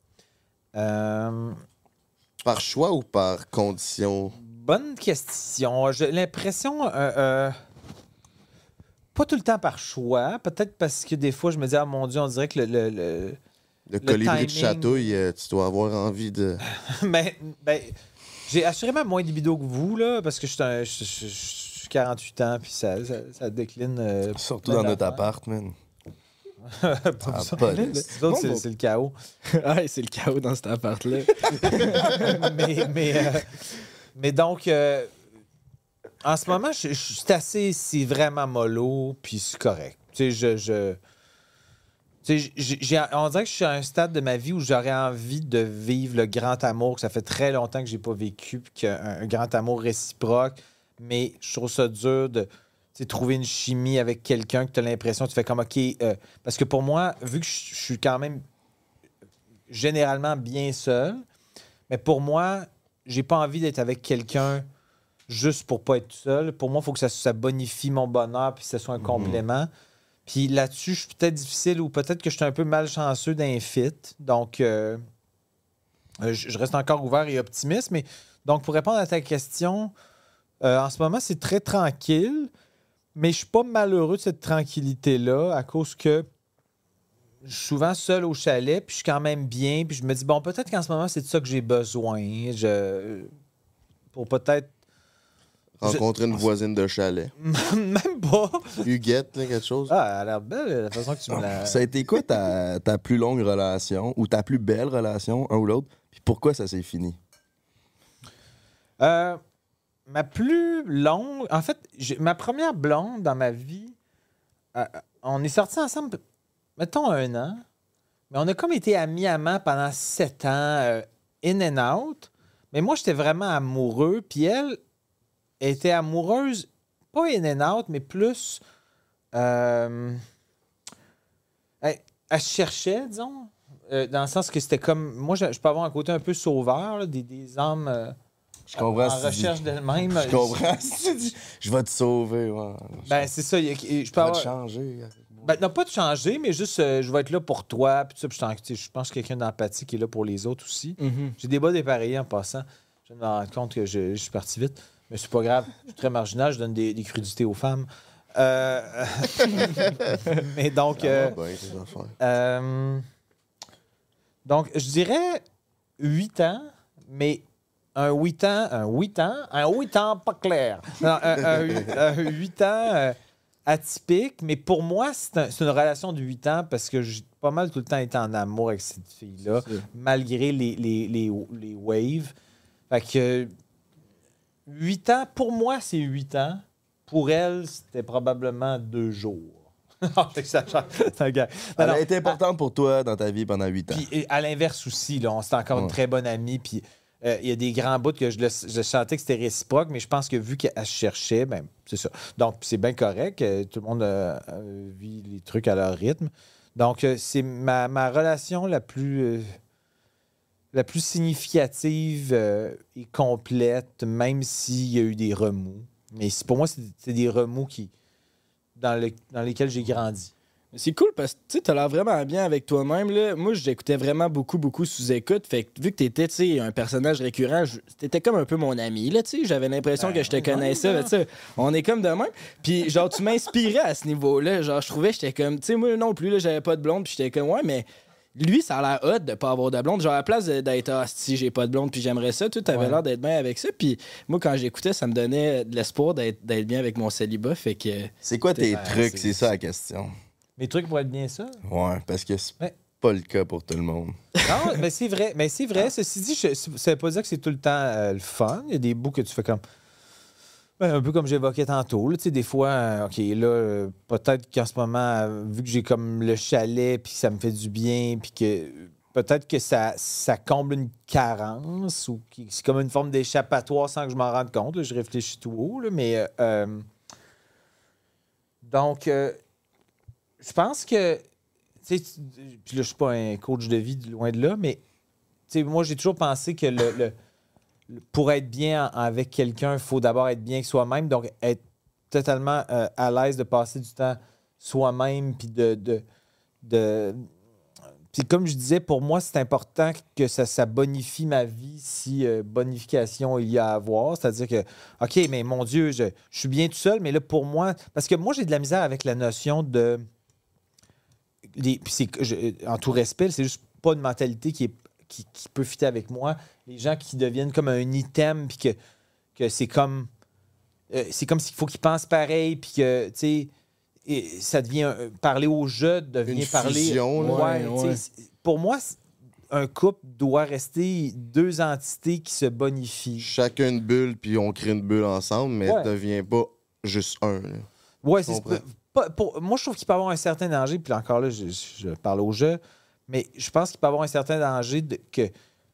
Par choix ou par condition? Bonne question. J'ai l'impression... pas tout le temps par choix. Peut-être parce que des fois, je me dis, ah mon Dieu, on dirait que Le colibri de timing. chatouille, tu dois avoir envie de... ben, j'ai assurément moins de libido que vous, là, parce que je suis 48 ans, puis ça décline. Surtout plein dans notre d'affaires. appart, man. Pas ça. pas Les autres, c'est le chaos. Ouais, c'est le chaos dans cet appart-là. mais donc, en ce moment, je suis assez... C'est vraiment mollo, puis c'est correct. Tu sais, on dirait que je suis à un stade de ma vie où j'aurais envie de vivre le grand amour, que ça fait très longtemps que j'ai pas vécu, puis qu'un grand amour réciproque. Mais je trouve ça dur de trouver une chimie avec quelqu'un que tu as l'impression, tu fais comme OK. Parce que pour moi, vu que je suis quand même. généralement bien seul. Mais pour moi, j'ai pas envie d'être avec quelqu'un juste pour pas être tout seul. Pour moi, il faut que ça bonifie mon bonheur puis que ce soit un complément. Puis là-dessus, je suis peut-être difficile ou peut-être que je suis un peu malchanceux d'un fit. Donc, je reste encore ouvert et optimiste. Mais donc, pour répondre à ta question, en ce moment, c'est très tranquille. Mais je suis pas malheureux de cette tranquillité-là à cause que je suis souvent seul au chalet, puis je suis quand même bien, puis je me dis, bon, peut-être qu'en ce moment, c'est de ça que j'ai besoin. Pour peut-être... Rencontrer une voisine de chalet. Même pas. Huguette, là, quelque chose. Ah, elle a l'air belle, la façon que tu me l'as... Ça a été quoi ta plus longue relation ou ta plus belle relation, un ou l'autre? Puis pourquoi ça s'est fini? Ma plus longue... En fait, ma première blonde dans ma vie, on est sortis ensemble... Mettons 1 an, mais on a comme été amis amants pendant 7 ans, in and out. Mais moi, j'étais vraiment amoureux, puis elle était amoureuse, pas in and out, mais plus... elle se cherchait, disons, dans le sens que c'était comme... Moi, je peux avoir un côté un peu sauveur, là, des âmes Je comprends en ce que tu recherche dis. d'elles-mêmes. Je comprends ce que tu dis. Je vais te sauver. Ouais. Ben, c'est ça. Je peux Je vais te avoir... changer. Ben, non, pas de changer, mais juste, je vais être là pour toi. Puis ça, puis je pense que quelqu'un d'empathique qui est là pour les autres aussi. J'ai des bas dépareillés en passant. Je viens de me rendre compte que je suis parti vite. Mais c'est pas grave. Je suis très marginal. Je donne des crudités aux femmes. Mais donc... donc, je dirais 8 ans, mais un 8 ans pas clair. Non, un 8 ans... atypique, mais pour moi, c'est une relation de 8 ans parce que j'ai pas mal tout le temps été en amour avec cette fille-là, malgré les waves. Fait que 8 ans, pour moi, c'est 8 ans. Pour elle, c'était probablement 2 jours. Elle a été importante pour toi dans ta vie pendant 8 ans. Puis à l'inverse aussi, là, on s'était encore une très bonne amie, puis il y a des grands bouts que je sentais que c'était réciproque, mais je pense que vu qu'elle se cherchait, ben, c'est ça. Donc, c'est bien correct. Tout le monde vit les trucs à leur rythme. Donc, c'est ma relation la plus significative et complète, même s'il y a eu des remous. Mais pour moi, c'est des remous dans lesquels j'ai grandi. C'est cool parce que tu t'as l'air vraiment bien avec toi-même. Là. Moi, j'écoutais vraiment beaucoup sous-écoute. Fait que vu que t'étais un personnage récurrent, t'étais comme un peu mon ami. Là, j'avais l'impression que je te connaissais. Ouais, on est comme de même. Puis genre, tu m'inspirais à ce niveau-là. Genre, je trouvais, j'étais comme, tu sais, moi non plus, là, j'avais pas de blonde. Puis j'étais comme, ouais, mais lui, ça a l'air hot de pas avoir de blonde. Genre, à la place d'être, si j'ai pas de blonde, puis j'aimerais ça, tu avais l'air d'être bien avec ça. Puis moi, quand j'écoutais, ça me donnait de l'espoir d'être bien avec mon célibat. Fait que. C'est quoi tes trucs? C'est ça la question. Mes trucs pour être bien ça? Ouais, parce que c'est pas le cas pour tout le monde. Non, mais c'est vrai. Mais c'est vrai. Ceci dit, ça veut pas dire que c'est tout le temps le fun. Il y a des bouts que tu fais comme... un peu comme j'évoquais tantôt. Là, des fois, OK, là, peut-être qu'en ce moment, vu que j'ai comme le chalet, puis que ça me fait du bien, puis que peut-être que ça comble une carence, ou c'est comme une forme d'échappatoire sans que je m'en rende compte. Là, je réfléchis tout haut, là, mais... donc... je pense que, puis là, je suis pas un coach de vie, loin de là, mais moi, j'ai toujours pensé que pour être bien avec quelqu'un, il faut d'abord être bien avec soi-même, donc être totalement à l'aise de passer du temps soi-même, puis puis comme je disais, pour moi, c'est important que ça bonifie ma vie si bonification il y a à avoir. C'est-à-dire que, OK, mais mon Dieu, je suis bien tout seul, mais là, pour moi... Parce que moi, j'ai de la misère avec la notion de... en tout respect, c'est juste pas une mentalité qui peut fitter avec moi. Les gens qui deviennent comme un item, puis que c'est comme s'il faut qu'ils pensent pareil, puis que, tu sais... Et ça devient parler au jeu, devient une parler. fusion, ouais. Pour moi, un couple doit rester 2 entités qui se bonifient. Chacun une bulle, puis on crée une bulle ensemble, mais ne devient pas juste un. Là. Ouais, c'est moi, je trouve qu'il peut y avoir un certain danger, puis encore là, je parle au jeu, mais je pense qu'il peut y avoir un certain danger que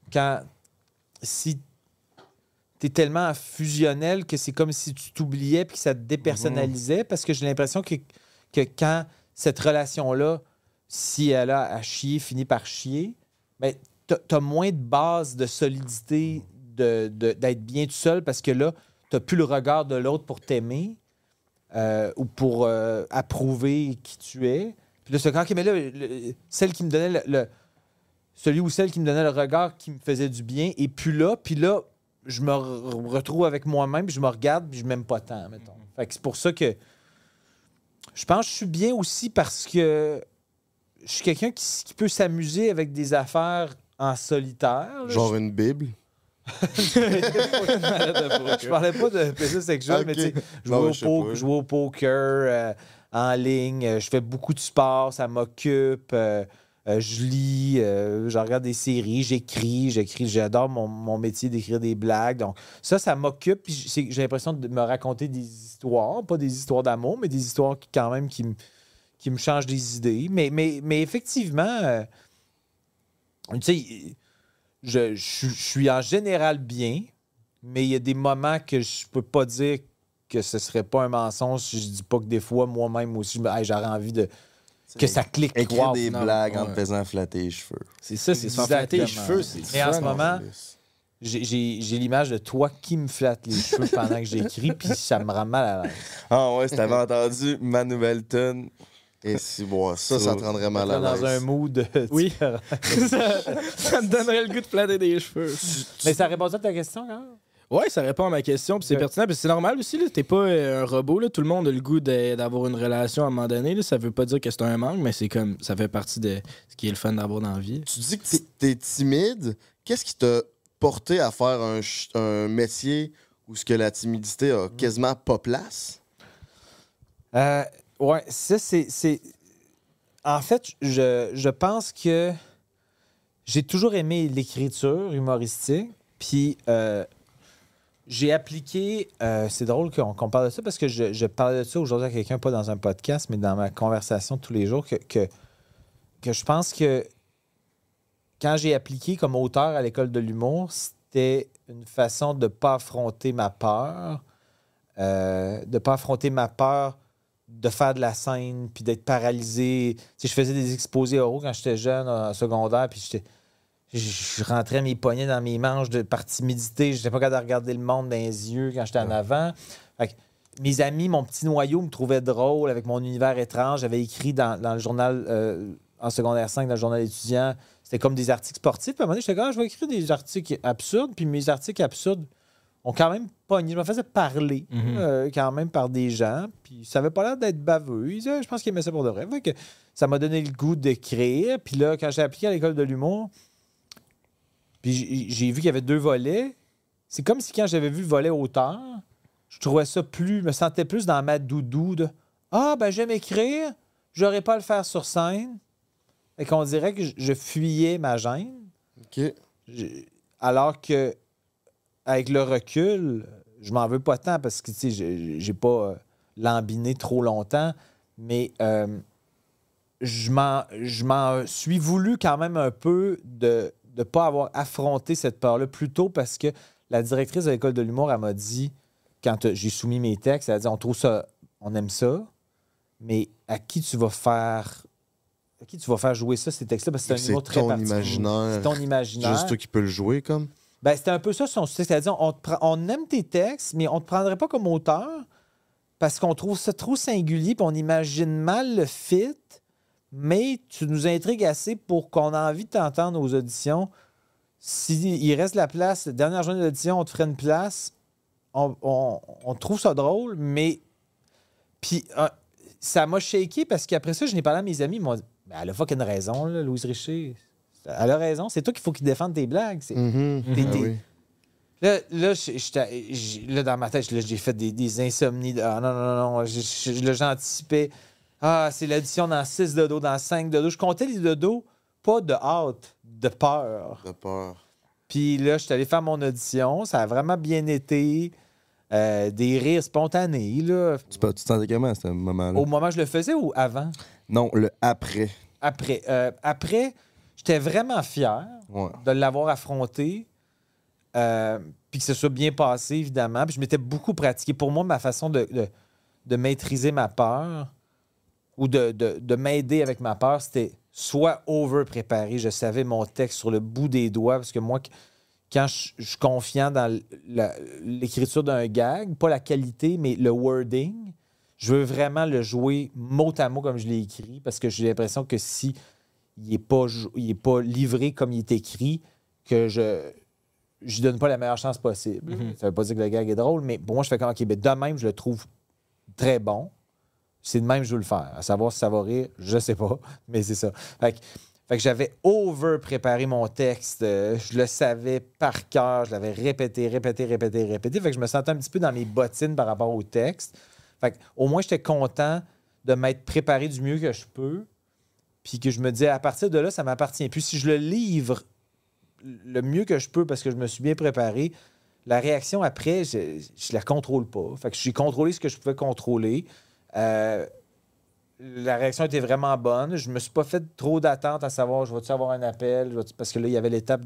si tu es tellement fusionnel que c'est comme si tu t'oubliais puis que ça te dépersonnalisait, parce que j'ai l'impression que quand cette relation-là, si elle a à chier, finit par chier, ben, t'as moins de base de solidité d'être bien tout seul parce que là, t'as plus le regard de l'autre pour t'aimer ou pour approuver qui tu es. Puis là, c'est quand mais là, celle qui me donnait celui ou celle qui me donnait le regard qui me faisait du bien et puis là, je me retrouve avec moi-même, puis je me regarde, puis je m'aime pas tant, mettons. Fait que c'est pour ça que je pense que je suis bien aussi parce que je suis quelqu'un qui peut s'amuser avec des affaires en solitaire. Là. Genre une Bible. Je parlais pas de plaisir sexuel, mais tu sais, jouer au poker en ligne, je fais beaucoup de sport, ça m'occupe. Je lis, je regarde des séries, j'écris, j'adore mon métier d'écrire des blagues. Donc, ça m'occupe. Puis j'ai l'impression de me raconter des histoires, pas des histoires d'amour, mais des histoires qui me changent des idées. Mais effectivement, tu sais, je suis en général bien, mais il y a des moments que je peux pas dire que ce serait pas un mensonge si je dis pas que des fois, moi-même aussi, j'aurais envie de. Que ça clique. Écrire des non, blagues en ouais. te faisant flatter les cheveux. C'est ça, c'est se faire flatter les cheveux. Mais en ce moment, j'ai l'image de toi qui me flatte les cheveux pendant que j'écris, puis ça me rend mal à l'aise. Ah ouais, si t'avais entendu ma nouvelle tune. Et si, bon, ça te rendrait mal à Dans un l'aise. mood. Oui. ça me donnerait le goût de flatter des cheveux. Mais ça répond à ta question, quand même? Ouais, ça répond à ma question, puis c'est pertinent, puis c'est normal aussi, là, t'es pas un robot, là, tout le monde a le goût d'avoir une relation à un moment donné, là, ça veut pas dire que c'est un manque, mais c'est comme, ça fait partie de ce qui est le fun d'avoir dans la vie. Tu dis que t'es timide. Qu'est-ce qui t'a porté à faire un métier où ce que la timidité a quasiment pas place? Ouais, ça, c'est... En fait, je pense que j'ai toujours aimé l'écriture humoristique, puis... j'ai appliqué, c'est drôle qu'on parle de ça parce que je parlais de ça aujourd'hui à quelqu'un, pas dans un podcast, mais dans ma conversation de tous les jours, que je pense que quand j'ai appliqué comme auteur à l'école de l'humour, c'était une façon de ne pas affronter ma peur, de faire de la scène, puis d'être paralysé. Tu sais, je faisais des exposés oraux quand j'étais jeune, en secondaire, puis je rentrais mes poignets dans mes manches par timidité. Je n'étais pas capable de regarder le monde dans les yeux quand j'étais en avant. Fait que mes amis, mon petit noyau me trouvaient drôle avec mon univers étrange. J'avais écrit dans le journal, en secondaire 5, dans le journal étudiant, c'était comme des articles sportifs. Puis à un moment donné, j'étais comme, je vais écrire des articles absurdes. Puis mes articles absurdes ont quand même pogné. Je me faisais parler quand même par des gens. Puis ça avait pas l'air d'être baveux. Je pense qu'ils aimaient ça pour de vrai. Fait que ça m'a donné le goût d'écrire. Puis là, quand j'ai appliqué à l'école de l'humour, puis j'ai vu qu'il y avait 2 volets. C'est comme si quand j'avais vu le volet auteur, je trouvais ça plus... Je me sentais plus dans ma doudou de « Ah, ben j'aime écrire, j'aurais pas à le faire sur scène. » Fait qu'on dirait que je fuyais ma gêne. OK. Alors que avec le recul, je m'en veux pas tant parce que, tu sais, j'ai pas lambiné trop longtemps, mais je m'en suis voulu quand même un peu de ne pas avoir affronté cette peur-là plus tôt parce que la directrice de l'école de l'humour, elle m'a dit, quand j'ai soumis mes textes, elle a dit, on trouve ça, on aime ça, mais à qui tu vas faire jouer ça, ces textes-là? Parce que c'est un humour très particulier. C'est ton imaginaire. C'est juste toi qui peux le jouer, comme? Ben, c'était un peu ça son succès. C'est-à-dire, on aime tes textes, mais on ne te prendrait pas comme auteur parce qu'on trouve ça trop singulier puis on imagine mal le fit, mais tu nous intrigues assez pour qu'on ait envie de t'entendre aux auditions. S'il reste la place, dernière journée d'audition, on te ferait une place. On trouve ça drôle, mais... Puis ça m'a shaké parce qu'après ça, je n'ai parlé à mes amis. Ils m'ont dit, ben, elle a fucking raison, là, Louise Richer. Elle a raison. C'est toi qu'il faut qu'il défende tes blagues. Oui. Là, dans ma tête, là, j'ai fait des insomnies. Ah non. Là, j'anticipais. Ah, c'est l'audition dans 6 dodos, dans 5 dodos. Je comptais les dodos, pas de hâte, de peur. De peur. Puis là, je suis allé faire mon audition. Ça a vraiment bien été. Des rires spontanés. Là. Tu te sentais comment à ce moment-là? Au moment où je le faisais ou avant? Non, le après. Après, j'étais vraiment fier de l'avoir affronté. Puis que ce soit bien passé, évidemment. Puis je m'étais beaucoup pratiqué. Pour moi, ma façon de maîtriser ma peur ou de m'aider avec ma peur, c'était soit over-préparé. Je savais mon texte sur le bout des doigts parce que moi, quand je suis confiant dans l'écriture d'un gag, pas la qualité, mais le wording, je veux vraiment le jouer mot à mot comme je l'ai écrit parce que j'ai l'impression que si il est pas livré comme il est écrit, que je lui donne pas la meilleure chance possible. Ça veut pas dire que le gag est drôle, mais pour moi, je fais comme, OK, ben de même, je le trouve très bon. C'est de même que je veux le faire. À savoir si ça va rire, je sais pas, mais c'est ça. Fait que j'avais over-préparé mon texte. Je le savais par cœur. Je l'avais répété. Fait que je me sentais un petit peu dans mes bottines par rapport au texte. Fait que, au moins, j'étais content de m'être préparé du mieux que je peux. Puis que je me disais, à partir de là, ça m'appartient. Puis si je le livre le mieux que je peux parce que je me suis bien préparé, la réaction après, je la contrôle pas. Fait que j'ai contrôlé ce que je pouvais contrôler. La réaction était vraiment bonne. Je me suis pas fait trop d'attente à savoir, je vais-tu avoir un appel? Parce que là, il y avait l'étape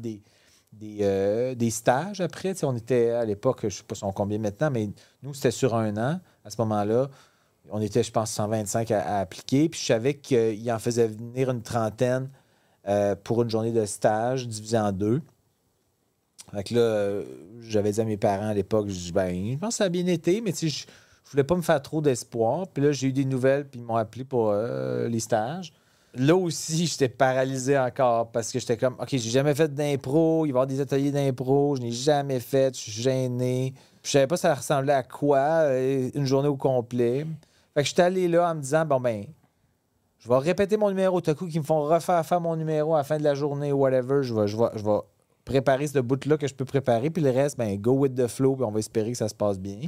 des stages après. T'sais, on était à l'époque, je sais pas combien maintenant, mais nous, c'était sur 1 an. À ce moment-là, on était, je pense, 125 à appliquer. Puis je savais qu'il en faisait venir une trentaine pour une journée de stage divisée en 2. Fait que là, j'avais dit à mes parents à l'époque, je pense que ça a bien été, mais tu sais, je voulais pas me faire trop d'espoir. Puis là, j'ai eu des nouvelles, puis ils m'ont appelé pour les stages. Là aussi, j'étais paralysé encore parce que j'étais comme, OK, j'ai jamais fait d'impro, il va y avoir des ateliers d'impro, je n'ai jamais fait, je suis gêné. Je savais pas ça ressemblait à quoi, une journée au complet. Fait que j'étais allé là en me disant, je vais répéter mon numéro. Tout à coup, qu'ils me font refaire mon numéro à la fin de la journée ou whatever, je vais préparer ce bout-là que je peux préparer, puis le reste, go with the flow, puis on va espérer que ça se passe bien.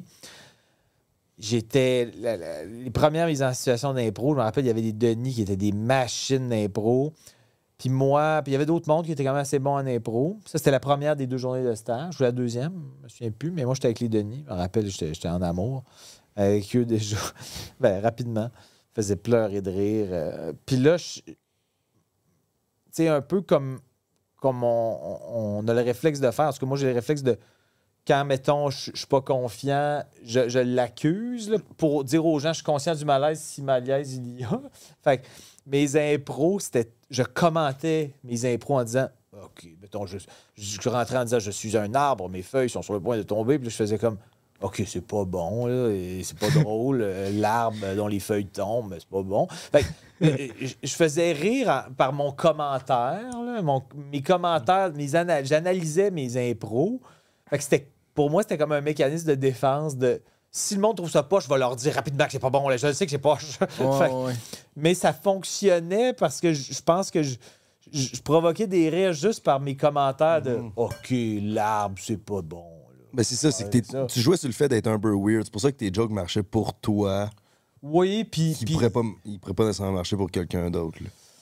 J'étais... les premières mises en situation d'impro, je me rappelle, il y avait des Denis qui étaient des machines d'impro. Puis moi, puis il y avait d'autres mondes qui étaient quand même assez bons en impro. Ça, c'était la première des 2 journées de stage. Ou la deuxième, je me souviens plus, mais moi, j'étais avec les Denis. Je me rappelle, j'étais en amour avec eux déjà. Rapidement. Je faisais pleurer de rire. Puis là, tu sais, un peu comme on a le réflexe de faire. Parce que moi, j'ai le réflexe de... Quand, mettons, je suis pas confiant, je l'accuse là, pour dire aux gens, je suis conscient du malaise si malaise il y a. Fait que mes impros, c'était... Je commentais mes impros en disant, OK, mettons, je rentrais en disant, je suis un arbre, mes feuilles sont sur le point de tomber. Puis là, je faisais comme, OK, c'est pas bon, là, et c'est pas drôle. L'arbre dont les feuilles tombent, c'est pas bon. Fait que, je faisais rire par mon commentaire, là, mes commentaires, j'analysais mes impros. Fait que pour moi, c'était comme un mécanisme de défense de si le monde trouve ça poche, je vais leur dire rapidement que c'est pas bon. Là. Je sais que c'est poche. Ouais. Mais ça fonctionnait parce que je pense que je provoquais des rires juste par mes commentaires de OK, l'arbre, c'est pas bon. Là. Ben c'est ça, c'est que tu jouais sur le fait d'être un peu weird. C'est pour ça que tes jokes marchaient pour toi. Oui, puis... Ils pourraient pas nécessairement marcher pour quelqu'un d'autre.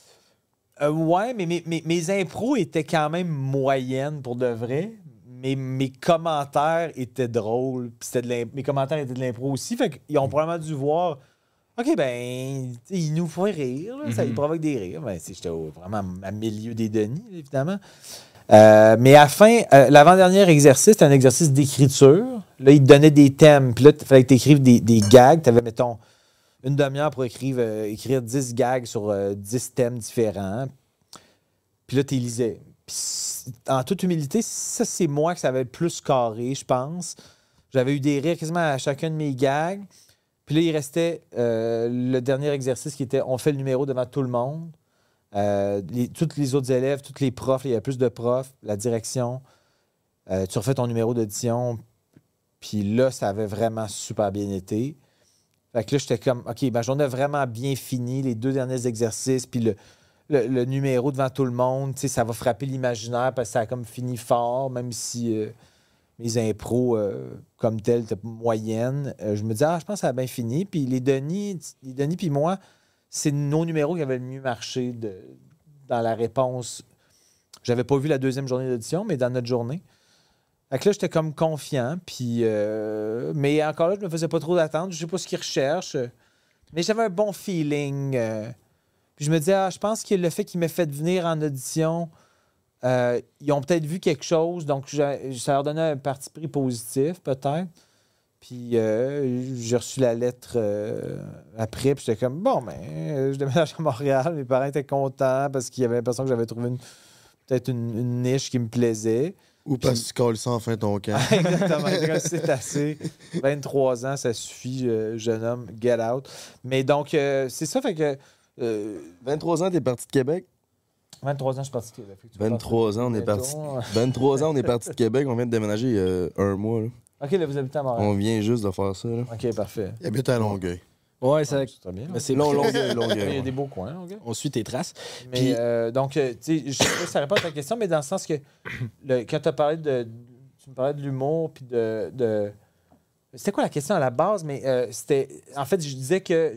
Ouais, mais mes impros étaient quand même moyennes pour de vrai. Mes commentaires étaient drôles. Mes commentaires étaient de l'impro aussi. Fait qu'ils ont probablement dû voir... OK, il nous fait rire. Là, ça, il provoque des rires. J'étais vraiment à milieu des Denis, évidemment. Mais à la fin, l'avant-dernier exercice, c'était un exercice d'écriture. Là, il te donnait des thèmes. Puis là, il fallait que tu écrives des gags. Tu avais, mettons, 1 demi-heure pour écrire 10 gags sur 10 thèmes différents. Puis là, tu les lisais. Puis, en toute humilité, ça, c'est moi que ça avait le plus carré, je pense. J'avais eu des rires quasiment à chacun de mes gags. Puis là, il restait le dernier exercice qui était on fait le numéro devant tout le monde. Tous les autres élèves, tous les profs, il y a plus de profs, la direction. Tu refais ton numéro d'audition. Puis là, ça avait vraiment super bien été. Fait que là, j'étais comme, OK, ma journée a vraiment bien fini, les 2 derniers exercices, puis le numéro devant tout le monde, ça va frapper l'imaginaire parce que ça a comme fini fort, même si mes impros comme telles étaient moyennes. Je me dis, je pense que ça a bien fini. Puis les Denis puis moi, c'est nos numéros qui avaient le mieux marché dans la réponse. J'avais pas vu la 2e journée d'audition, mais dans notre journée. Fait que là, j'étais comme confiant. Puis, mais encore là, je me faisais pas trop d'attente. Je sais pas ce qu'ils recherchent. Mais j'avais un bon feeling. Puis je me disais, je pense que le fait qu'ils m'aient fait venir en audition, ils ont peut-être vu quelque chose. Donc, ça leur donnait un parti pris positif, peut-être. Puis j'ai reçu la lettre après, puis j'étais comme, bon, je déménage à Montréal. Mes parents étaient contents parce qu'ils avaient l'impression que j'avais trouvé peut-être une niche qui me plaisait. Ou parce que tu colles ça enfin ton camp. Exactement. C'est assez. 23 ans, ça suffit, jeune homme, get out. Mais donc, c'est ça, fait que... 23 ans, t'es parti de Québec? 23 ans, je suis parti de Québec. 23 ans, on est parti. 23 ans, on est parti de Québec. On vient de déménager il y a un mois. Là. OK, là, vous habitez à Montréal. On vient juste de faire ça. Là. OK, parfait. Il habite à Longueuil. Ouais, ça. C'est très bien. Mais c'est Longueuil. Il y a des beaux coins, OK. On suit tes traces. Mais donc, tu sais, je sais pas si ça répond à ta question, mais dans le sens que quand tu as parlé tu me parlais de l'humour, puis de... C'était quoi la question à la base? Mais c'était... En fait, je disais que...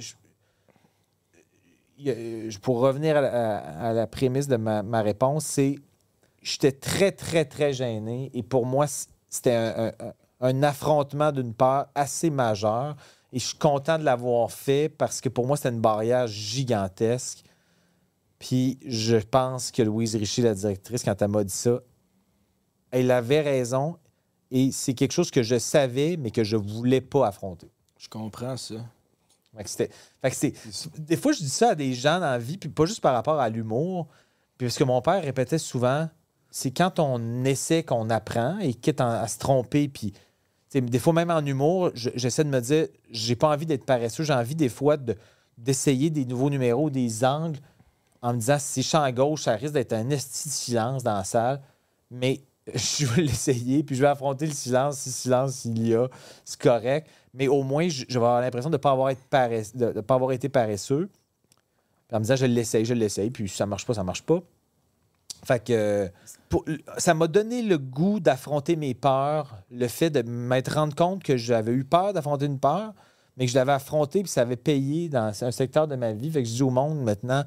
Pour revenir à la prémisse de ma réponse, c'est... J'étais très, très, très gêné. Et pour moi, c'était un affrontement d'une part assez majeur. Et je suis content de l'avoir fait parce que pour moi, c'était une barrière gigantesque. Puis je pense que Louise Richer, la directrice, quand elle m'a dit ça, elle avait raison. Et c'est quelque chose que je savais, mais que je ne voulais pas affronter. Je comprends ça. Fait que des fois, je dis ça à des gens dans la vie, puis pas juste par rapport à l'humour. Puis parce que mon père répétait souvent, c'est quand on essaie qu'on apprend et quitte à se tromper. Puis des fois, même en humour, j'essaie de me dire, j'ai pas envie d'être paresseux. J'ai envie des fois d'essayer des nouveaux numéros, des angles, en me disant, si je suis à gauche, ça risque d'être un esti de silence dans la salle. Mais je vais l'essayer, puis je vais affronter le silence. Si silence il y a, c'est correct. Mais au moins, je vais avoir l'impression de ne pas avoir été paresseux. Puis en me disant, je l'essaye, puis si ça marche pas, ça marche pas. Fait que ça m'a donné le goût d'affronter mes peurs, le fait de m'être rendu compte que j'avais eu peur d'affronter une peur, mais que je l'avais affronté, puis ça avait payé dans un secteur de ma vie. Fait que je dis au monde maintenant,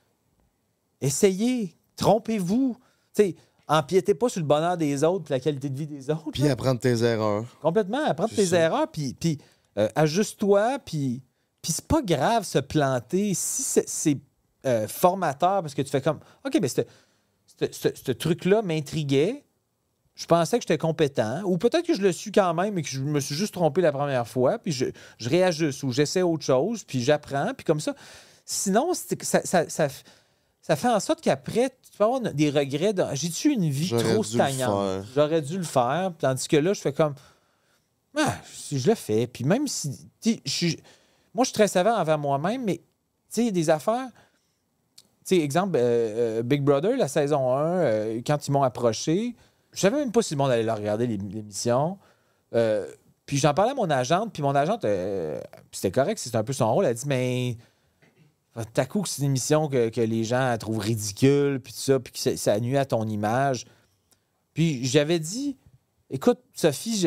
essayez, trompez-vous. Tu sais, empiétez pas sur le bonheur des autres et la qualité de vie des autres. Puis apprendre tes erreurs. Complètement, apprendre tes erreurs, puis ajuste-toi, puis c'est pas grave se planter. Si c'est formateur, parce que tu fais comme, OK, mais ce truc-là m'intriguait, je pensais que j'étais compétent, ou peut-être que je le suis quand même et que je me suis juste trompé la première fois, puis je réajuste, ou j'essaie autre chose, puis j'apprends, puis comme ça. Sinon, ça fait en sorte qu'après, tu peux avoir des regrets. J'ai-tu une vie trop stagnante? J'aurais dû le faire. Tandis que là, je fais comme, si je le fais. Puis même si, moi, je suis très sévère envers moi-même, mais il y a des affaires. Tu sais, exemple, Big Brother, la saison 1, quand ils m'ont approché, je savais même pas si le monde allait regarder l'émission. Puis j'en parlais à mon agente, puis mon agente, c'était correct, c'était un peu son rôle, elle a dit, mais... Tout à coup, c'est une émission que les gens trouvent ridicule, puis tout ça, puis que ça nuit à ton image. Puis j'avais dit, écoute, Sophie,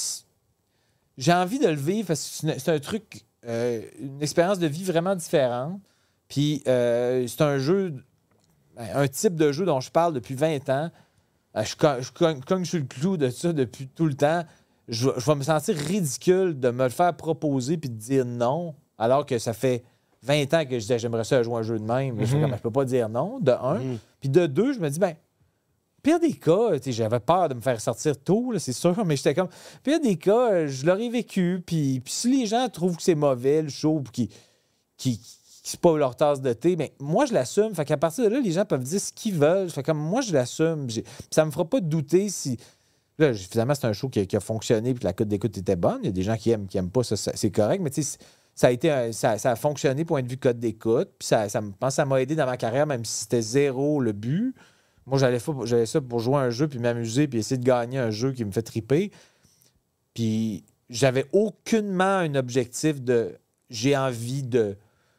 j'ai envie de le vivre parce que c'est un truc, une expérience de vie vraiment différente. Puis c'est un jeu, un type de jeu dont je parle depuis 20 ans. Je cogne sur le clou de ça depuis tout le temps. Je vais me sentir ridicule de me le faire proposer puis de dire non, alors que ça fait 20 ans que je disais j'aimerais ça jouer un jeu de même. Je peux pas dire non, de un. Puis de deux, je me dis, pire des cas, j'avais peur de me faire sortir tôt, là, c'est sûr, mais j'étais comme, pire des cas, je l'aurais vécu. Puis si les gens trouvent que c'est mauvais, le show, puis qui c'est pas leur tasse de thé, mais moi, je l'assume. Fait qu'à partir de là, les gens peuvent dire ce qu'ils veulent. Fait comme moi, je l'assume. Ça me fera pas douter si... Là, finalement, c'est un show qui a fonctionné puis la cote d'écoute était bonne. Il y a des gens qui aiment pas, ça c'est correct, mais tu sais, ça a fonctionné point de vue code d'écoute. Puis je pense que ça m'a aidé dans ma carrière, même si c'était zéro le but. Moi, j'avais ça pour jouer à un jeu puis m'amuser puis essayer de gagner un jeu qui me fait triper. Puis j'avais aucunement un objectif de... J'ai envie de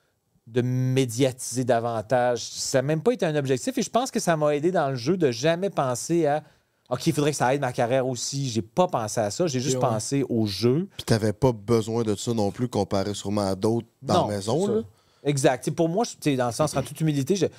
médiatiser davantage. Ça n'a même pas été un objectif et je pense que ça m'a aidé dans le jeu de jamais penser à OK, il faudrait que ça aide ma carrière aussi. J'ai pas pensé à ça. J'ai juste pensé au jeu. Puis t'avais pas besoin de ça non plus comparé sûrement à d'autres dans la maison. Là. Exact. T'sais, pour moi, dans le sens, en toute humilité, je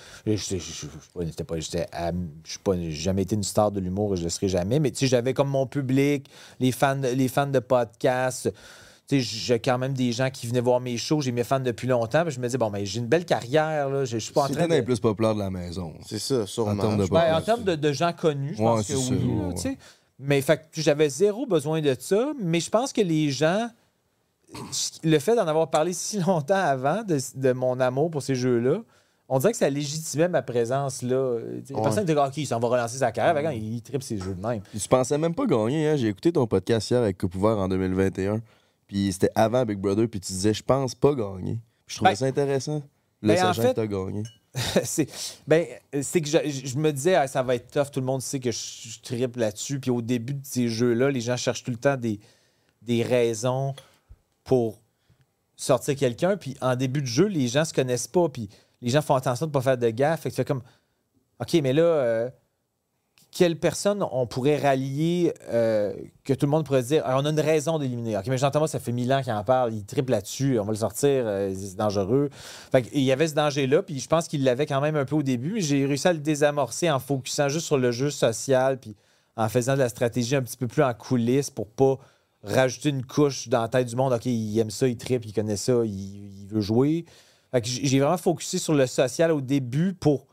n'ai jamais été une star de l'humour et je ne le serai jamais. Mais j'avais comme mon public, les fans de podcasts. J'ai quand même des gens qui venaient voir mes shows. J'ai mes fans depuis longtemps. Je me dis, j'ai une belle carrière. Là. Je suis pas en train de... les plus populaires de la maison. C'est ça, sûrement. En termes en termes de gens connus, je pense que oui. Mais fait que j'avais zéro besoin de ça, mais je pense que les gens, le fait d'en avoir parlé si longtemps avant de mon amour pour ces jeux-là, on dirait que ça légitimait ma présence là. Les personnes étaient OK, ça va relancer sa carrière, il tripe ces jeux de même. Puis tu pensais même pas gagner, hein? J'ai écouté ton podcast hier avec Coupe Ouvert en 2021. Puis c'était avant Big Brother, puis tu disais, je pense pas gagner. Puis je trouvais ça intéressant. Le sachant que t'as gagné. c'est que je me disais, ah, ça va être tough, tout le monde sait que je tripe là-dessus. Puis au début de ces jeux-là, les gens cherchent tout le temps des raisons pour sortir quelqu'un. Puis en début de jeu, les gens se connaissent pas. Puis les gens font attention de ne pas faire de gaffe. Fait que tu fais comme, OK, mais là, quelle personne on pourrait rallier que tout le monde pourrait dire, on a une raison d'éliminer. OK, mais Jean-Thomas, ça fait 1000 ans qu'il en parle, il triple là-dessus, on va le sortir, c'est dangereux. Fait qu'il y avait ce danger-là, puis je pense qu'il l'avait quand même un peu au début, mais j'ai réussi à le désamorcer en focusant juste sur le jeu social, puis en faisant de la stratégie un petit peu plus en coulisses pour pas rajouter une couche dans la tête du monde. OK, il aime ça, il triple, il connaît ça, il veut jouer. Fait que j'ai vraiment focusé sur le social au début pour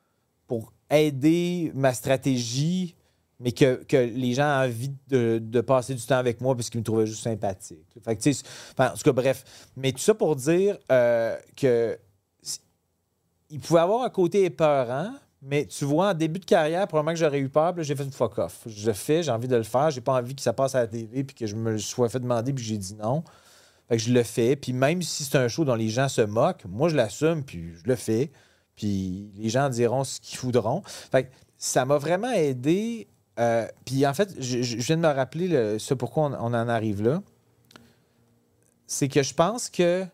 aider ma stratégie, mais que les gens ont envie de passer du temps avec moi parce qu'ils me trouvaient juste sympathique. Fait que, tu sais, en tout cas, bref. Mais tout ça pour dire que il pouvait avoir un côté épeurant, mais tu vois, en début de carrière, probablement que j'aurais eu peur, puis là, j'ai fait une fuck-off. Je le fais, j'ai envie de le faire, j'ai pas envie que ça passe à la TV puis que je me sois fait demander puis j'ai dit non. Fait que je le fais, puis même si c'est un show dont les gens se moquent, moi, je l'assume, puis je le fais. Puis les gens diront ce qu'ils voudront. Fait que ça m'a vraiment aidé. Puis en fait, je viens de me rappeler ce pourquoi on en arrive là. C'est que je pense que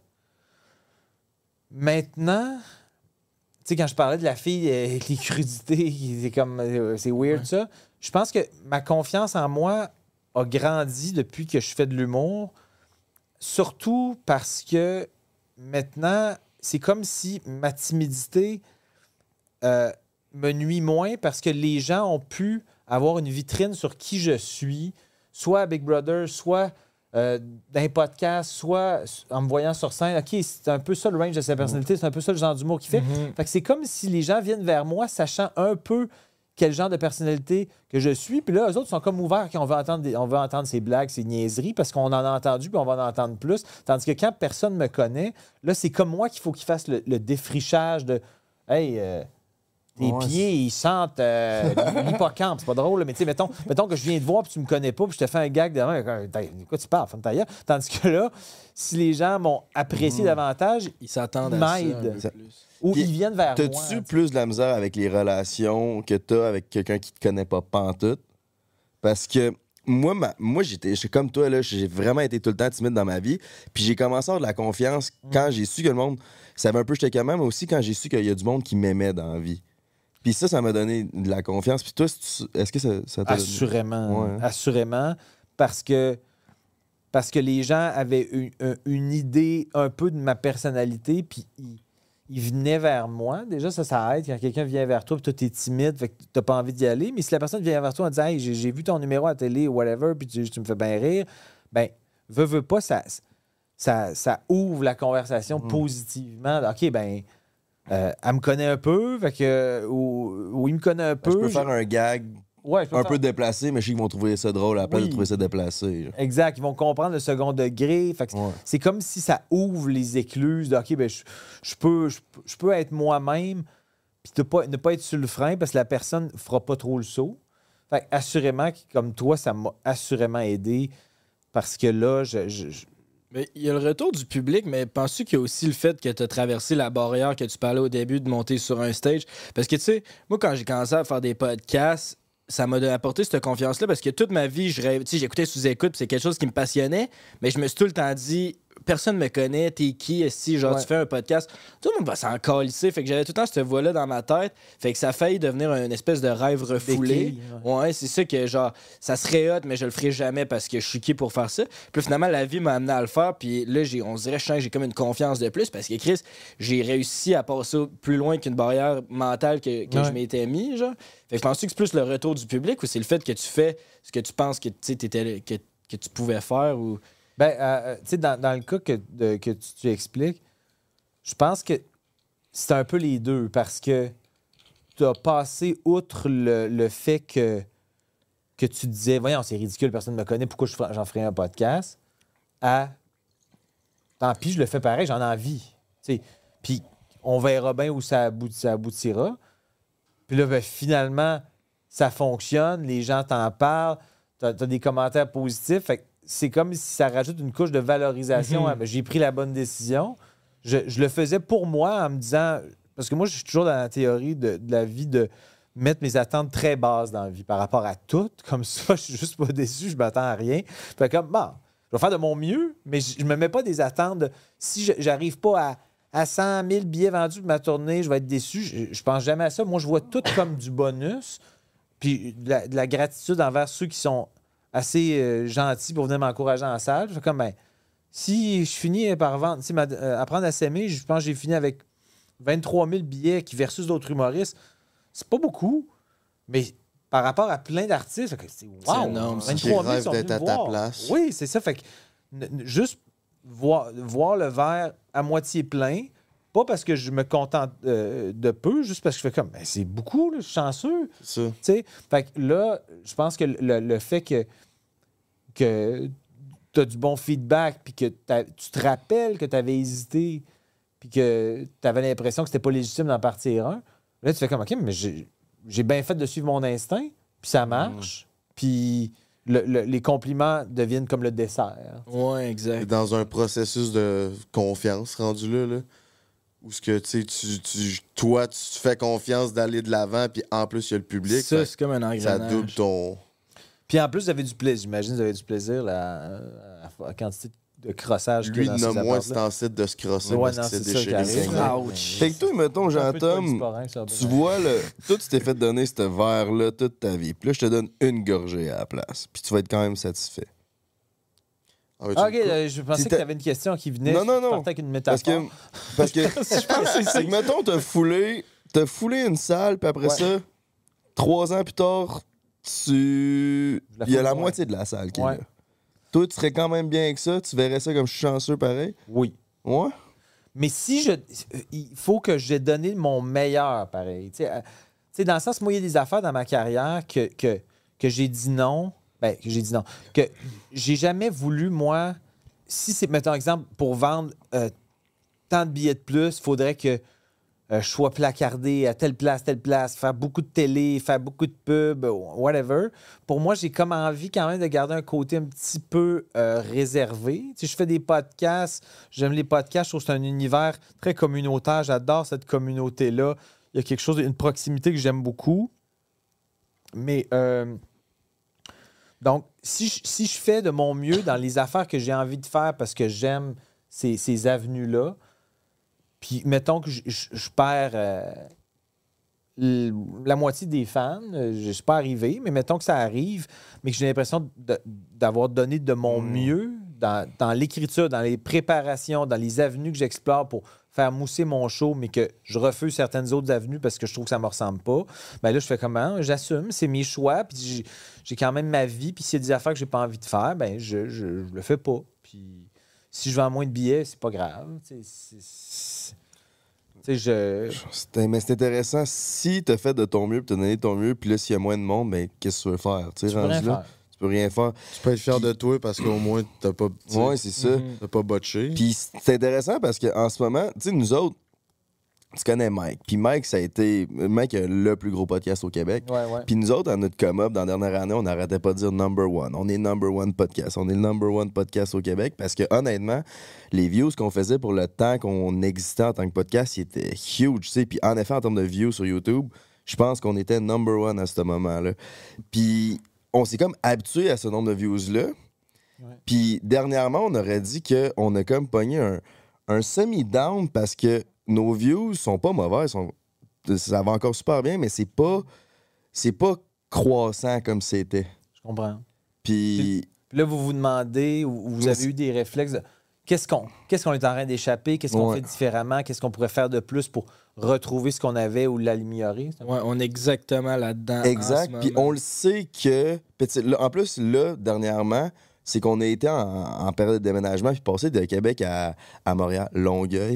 maintenant, tu sais, quand je parlais de la fille avec les crudités, c'est comme c'est weird ça. Je pense que ma confiance en moi a grandi depuis que je fais de l'humour. Surtout parce que maintenant, c'est comme si ma timidité me nuit moins parce que les gens ont pu avoir une vitrine sur qui je suis, soit à Big Brother, soit dans un podcast, soit en me voyant sur scène. OK, c'est un peu ça le range de sa personnalité, c'est un peu ça le genre d'humour qu'il fait. Fait que c'est comme si les gens viennent vers moi sachant un peu quel genre de personnalité que je suis. Puis là, eux autres sont comme ouverts qu'on veut entendre ces blagues, ces niaiseries, parce qu'on en a entendu, puis on va en entendre plus. Tandis que quand personne me connaît, là, c'est comme moi qu'il faut qu'il fasse le défrichage de « Hey, tes pieds, ils sentent l'hippocampe. » C'est pas drôle, là, mais tu sais, mettons que je viens te voir, puis tu me connais pas, puis je te fais un gag de « Quoi tu parles? Ferme ta gueule. » Tandis que là, si les gens m'ont apprécié davantage, ils s'attendent à m'aident. ça un peu plus. Ou Puis, ils viennent vers moi. T'as-tu plus de la misère avec les relations que t'as avec quelqu'un qui te connaît pas pantoute? Parce que moi j'étais comme toi, là, j'ai vraiment été tout le temps timide dans ma vie. Puis j'ai commencé à avoir de la confiance quand j'ai su que le monde savait un peu j'étais quand même, mais aussi quand j'ai su qu'il y a du monde qui m'aimait dans la vie. Puis ça m'a donné de la confiance. Puis toi, est-ce que ça t'a Assurément. Ouais. Assurément. Parce que les gens avaient une idée un peu de ma personnalité, puis ils venaient vers moi. Déjà, ça aide quand quelqu'un vient vers toi, puis toi, t'es timide, fait que t'as pas envie d'y aller. Mais si la personne vient vers toi en disant « Hey, j'ai vu ton numéro à la télé, whatever, puis tu me fais bien rire », ben, veux pas, ça ouvre la conversation positivement. OK, ben, elle me connaît un peu, fait que, ou il me connaît un peu. Je peux faire un gag Ouais, un peu déplacé, mais je sais qu'ils vont trouver ça drôle à la place de trouver ça déplacé. Là. Exact. Ils vont comprendre le second degré. Fait que c'est comme si ça ouvre les écluses de OK, ben je peux être moi-même puis ne pas être sur le frein parce que la personne ne fera pas trop le saut. Fait que assurément, comme toi, ça m'a assurément aidé parce que là, Mais il y a le retour du public, mais penses-tu qu'il y a aussi le fait que tu as traversé la barrière que tu parlais au début de monter sur un stage? Parce que, tu sais, moi, quand j'ai commencé à faire des podcasts, ça m'a apporté cette confiance-là parce que toute ma vie, j'écoutais sous-écoute, c'est quelque chose qui me passionnait, mais je me suis tout le temps dit, personne me connaît, t'es qui, si genre tu fais un podcast, tout le monde va s'en calisser, fait que j'avais tout le temps cette voix-là dans ma tête, fait que ça a failli devenir une espèce de rêve refoulé. Ouais, c'est ça que genre, ça serait hot, mais je le ferai jamais parce que je suis qui pour faire ça. Puis finalement, la vie m'a amené à le faire, puis là, on dirait, je sens que j'ai comme une confiance de plus parce que Chris, j'ai réussi à passer plus loin qu'une barrière mentale que je m'étais mis, genre. Fait que penses-tu que c'est plus le retour du public ou c'est le fait que tu fais ce que tu penses que tu pouvais faire ou... Ben, tu sais, dans le cas que tu expliques, je pense que c'est un peu les deux parce que tu as passé outre le fait que que tu disais, voyons, c'est ridicule, personne ne me connaît, pourquoi j'en ferais un podcast, à tant pis, je le fais pareil, j'en ai envie. T'sais. Puis on verra bien où ça aboutira. Puis là, ben, finalement, ça fonctionne, les gens t'en parlent, t'as des commentaires positifs. Fait que c'est comme si ça rajoute une couche de valorisation. Ben, j'ai pris la bonne décision. Je le faisais pour moi en me disant... Parce que moi, je suis toujours dans la théorie de la vie de mettre mes attentes très basses dans la vie par rapport à tout. Comme ça, je suis juste pas déçu, je m'attends à rien. Fait comme, bon, je vais faire de mon mieux, mais je me mets pas des attentes de... Si j'arrive pas à 100 000 billets vendus de ma tournée, je vais être déçu. Je pense jamais à ça. Moi, je vois tout comme du bonus. Puis de la gratitude envers ceux qui sont assez gentils pour venir m'encourager en salle. Je fais comme, ben, si je finis par vendre... apprendre à s'aimer, je pense que j'ai fini avec 23 000 billets qui versus d'autres humoristes. C'est pas beaucoup, mais par rapport à plein d'artistes, c'est wow! C'est énorme. 23 000 sont venus d'être à me ta voir. place. Oui, c'est ça. Fait que juste voir le verre à moitié plein, pas parce que je me contente de peu, juste parce que je fais comme, ben, c'est beaucoup, là, je suis chanceux. C'est ça. T'sais? Fait que là, je pense que le fait que tu as du bon feedback, puis que tu te rappelles que tu avais hésité, puis que tu avais l'impression que c'était pas légitime d'en partir un, là, tu fais comme, OK, mais j'ai bien fait de suivre mon instinct, puis ça marche, puis les compliments deviennent comme le dessert. Ouais, T'es exact. dans un processus de confiance rendu là. Où ce que, tu sais, toi, tu te fais confiance d'aller de l'avant, puis en plus, il y a le public. Ça, fait c'est comme un que engrenage. ça double ton... Puis en plus, vous avez du plaisir. J'imagine que vous avez du plaisir là, à la quantité de crossage Lui, qu'il y a il dans ces n'a moins apparts-là. cet site de se crosser Ouais, parce non, qu'il s'est c'est ça qui déchiré le arrive. poignet. Ouch. Fait que toi, mettons, Un peu de Jean-Tom, polysporin, ça va tu bien. vois, toi, tu t'es fait donner ce verre-là toute ta vie. Puis là, je te donne une gorgée à la place. Puis tu vas être quand même satisfait. Ah, ouais, Ah, tu OK, me coupes? je pensais Si que t'as- tu avais une question qui venait. Non, non, Je non. partais avec une Parce métaphore. que c'est que, mettons, t'as foulé une salle, puis après Ouais. ça, 3 ans plus tard, il la y a foule la moins. moitié de la salle qui est Ouais. là. Toi, tu serais quand même bien avec ça? Tu verrais ça comme je suis chanceux pareil? Oui. Ouais? Mais si il faut que j'ai donné mon meilleur, pareil. Tu sais, dans le sens, moi, il y a des affaires dans ma carrière que j'ai dit non. Ben, que j'ai dit non. Que j'ai jamais voulu, moi, si c'est, mettons exemple, pour vendre tant de billets de plus, il faudrait que je sois placardé à telle place, faire beaucoup de télé, faire beaucoup de pubs, whatever. Pour moi, j'ai comme envie quand même de garder un côté un petit peu réservé. Tu sais, je fais des podcasts, j'aime les podcasts, je trouve que c'est un univers très communautaire, j'adore cette communauté-là. Il y a quelque chose, une proximité que j'aime beaucoup. Mais, donc, si je fais de mon mieux dans les affaires que j'ai envie de faire parce que j'aime ces avenues-là, puis, mettons que je perds la moitié des fans, je ne suis pas arrivé, mais mettons que ça arrive, mais que j'ai l'impression d'avoir donné de mon mieux dans l'écriture, dans les préparations, dans les avenues que j'explore pour faire mousser mon show, mais que je refuse certaines autres avenues parce que je trouve que ça ne me ressemble pas, bien là, je fais comment? J'assume, c'est mes choix, puis j'ai quand même ma vie, puis s'il y a des affaires que j'ai pas envie de faire, bien, je le fais pas. Puis si je vends moins de billets, c'est pas grave. Mais c'est intéressant. Si t'as fait de ton mieux, puis t'as donné ton mieux, puis là, s'il y a moins de monde, ben, qu'est-ce que tu veux faire? Tu sais, Tu peux rien rendu là, faire. tu peux rien faire. Tu peux être fier de toi parce qu'au moins, t'as pas... tu sais, Ouais, c'est ça. t'as pas botché. Puis c'est intéressant parce qu'en ce moment, tu sais, nous autres, tu connais Mike. Puis Mike, Mike a le plus gros podcast au Québec. Ouais. Puis nous autres, dans notre come-up, dans la dernière année, on n'arrêtait pas de dire number one. On est number one podcast. On est le number one podcast au Québec parce que, honnêtement, les views qu'on faisait pour le temps qu'on existait en tant que podcast, ils étaient huge, tu sais. Puis en effet, en termes de views sur YouTube, je pense qu'on était number one à ce moment-là. Puis on s'est comme habitué à ce nombre de views-là. Puis dernièrement, on aurait dit qu'on a comme pogné un semi-down parce que nos views sont pas mauvais, ça va encore super bien, mais c'est pas croissant comme c'était. Je comprends. Puis Puis là, vous vous demandez, ou vous avez eu des réflexes de qu'est-ce qu'on est en train d'échapper, qu'est-ce qu'on Ouais. fait différemment, qu'est-ce qu'on pourrait faire de plus pour retrouver ce qu'on avait ou l'améliorer. Ouais, on est exactement là-dedans. exact. en ce Puis moment. on le sait que. Puis tu sais, là, en plus, là, dernièrement, c'est qu'on a été en période de déménagement, puis passé de Québec à Montréal, Longueuil.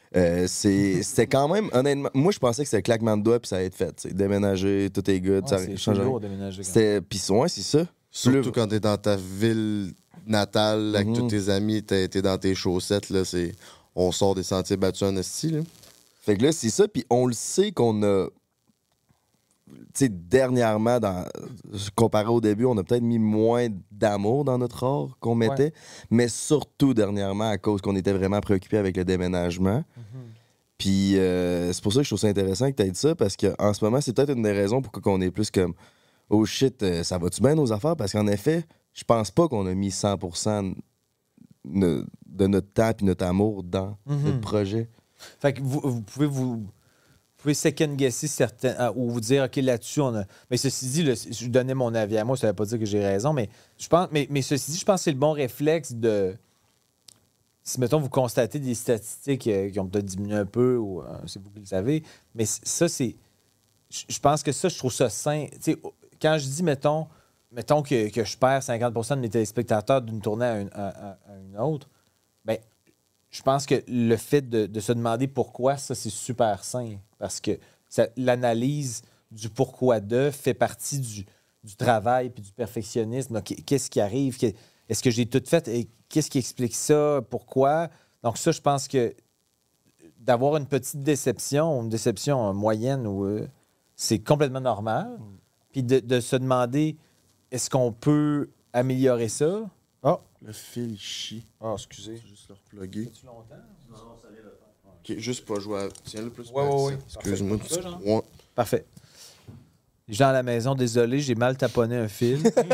C'était quand même, honnêtement, moi, je pensais que c'était claquement de doigts puis ça allait être fait. T'sais. Déménager, tout est good. C'est lourd déménager. Puis ouais, c'est ça. Surtout quand t'es dans ta ville natale avec tous tes amis, t'es dans tes chaussettes, là, on sort des sentiers battus en esti, là. Fait que là, c'est ça, puis on le sait qu'on a... Tu sais, dernièrement, comparé au début, on a peut-être mis moins d'amour dans notre art qu'on mettait, mais surtout dernièrement à cause qu'on était vraiment préoccupés avec le déménagement. Puis c'est pour ça que je trouve ça intéressant que tu aies dit ça, parce qu'en ce moment, c'est peut-être une des raisons pourquoi on est plus comme « Oh shit, ça va-tu bien nos affaires? » Parce qu'en effet, je pense pas qu'on a mis 100% de notre temps et notre amour dans notre projet. Fait que vous pouvez second-guesser certains, ou vous dire, OK, là-dessus, on a... Mais ceci dit, là, je donnais mon avis à moi, ça ne veut pas dire que j'ai raison, mais je pense, mais ceci dit, je pense que c'est le bon réflexe de... Si, mettons, vous constatez des statistiques qui ont peut-être diminué un peu, ou c'est vous qui le savez, mais ça, c'est... Je pense que ça, je trouve ça sain. Tu sais, quand je dis, mettons que je perds 50% de mes téléspectateurs d'une tournée à une autre, bien, je pense que le fait de se demander pourquoi, ça, c'est super sain. Parce que l'analyse du pourquoi de fait partie du travail puis du perfectionnisme. Donc, qu'est-ce qui arrive? Est-ce que j'ai tout fait? Et qu'est-ce qui explique ça? Pourquoi? Donc, ça, je pense que d'avoir une petite déception, une déception moyenne, c'est complètement normal. Puis de se demander, est-ce qu'on peut améliorer ça? Oh, le fil chie. Ah, excusez. Juste le reploguer. Ça fait longtemps? Non, ça vient de faire. OK, juste pas jouer à... Tiens-le plus. Ouais. Excuse-moi. Ouais. Parfait. Les gens à la maison, désolé, j'ai mal taponné un fil.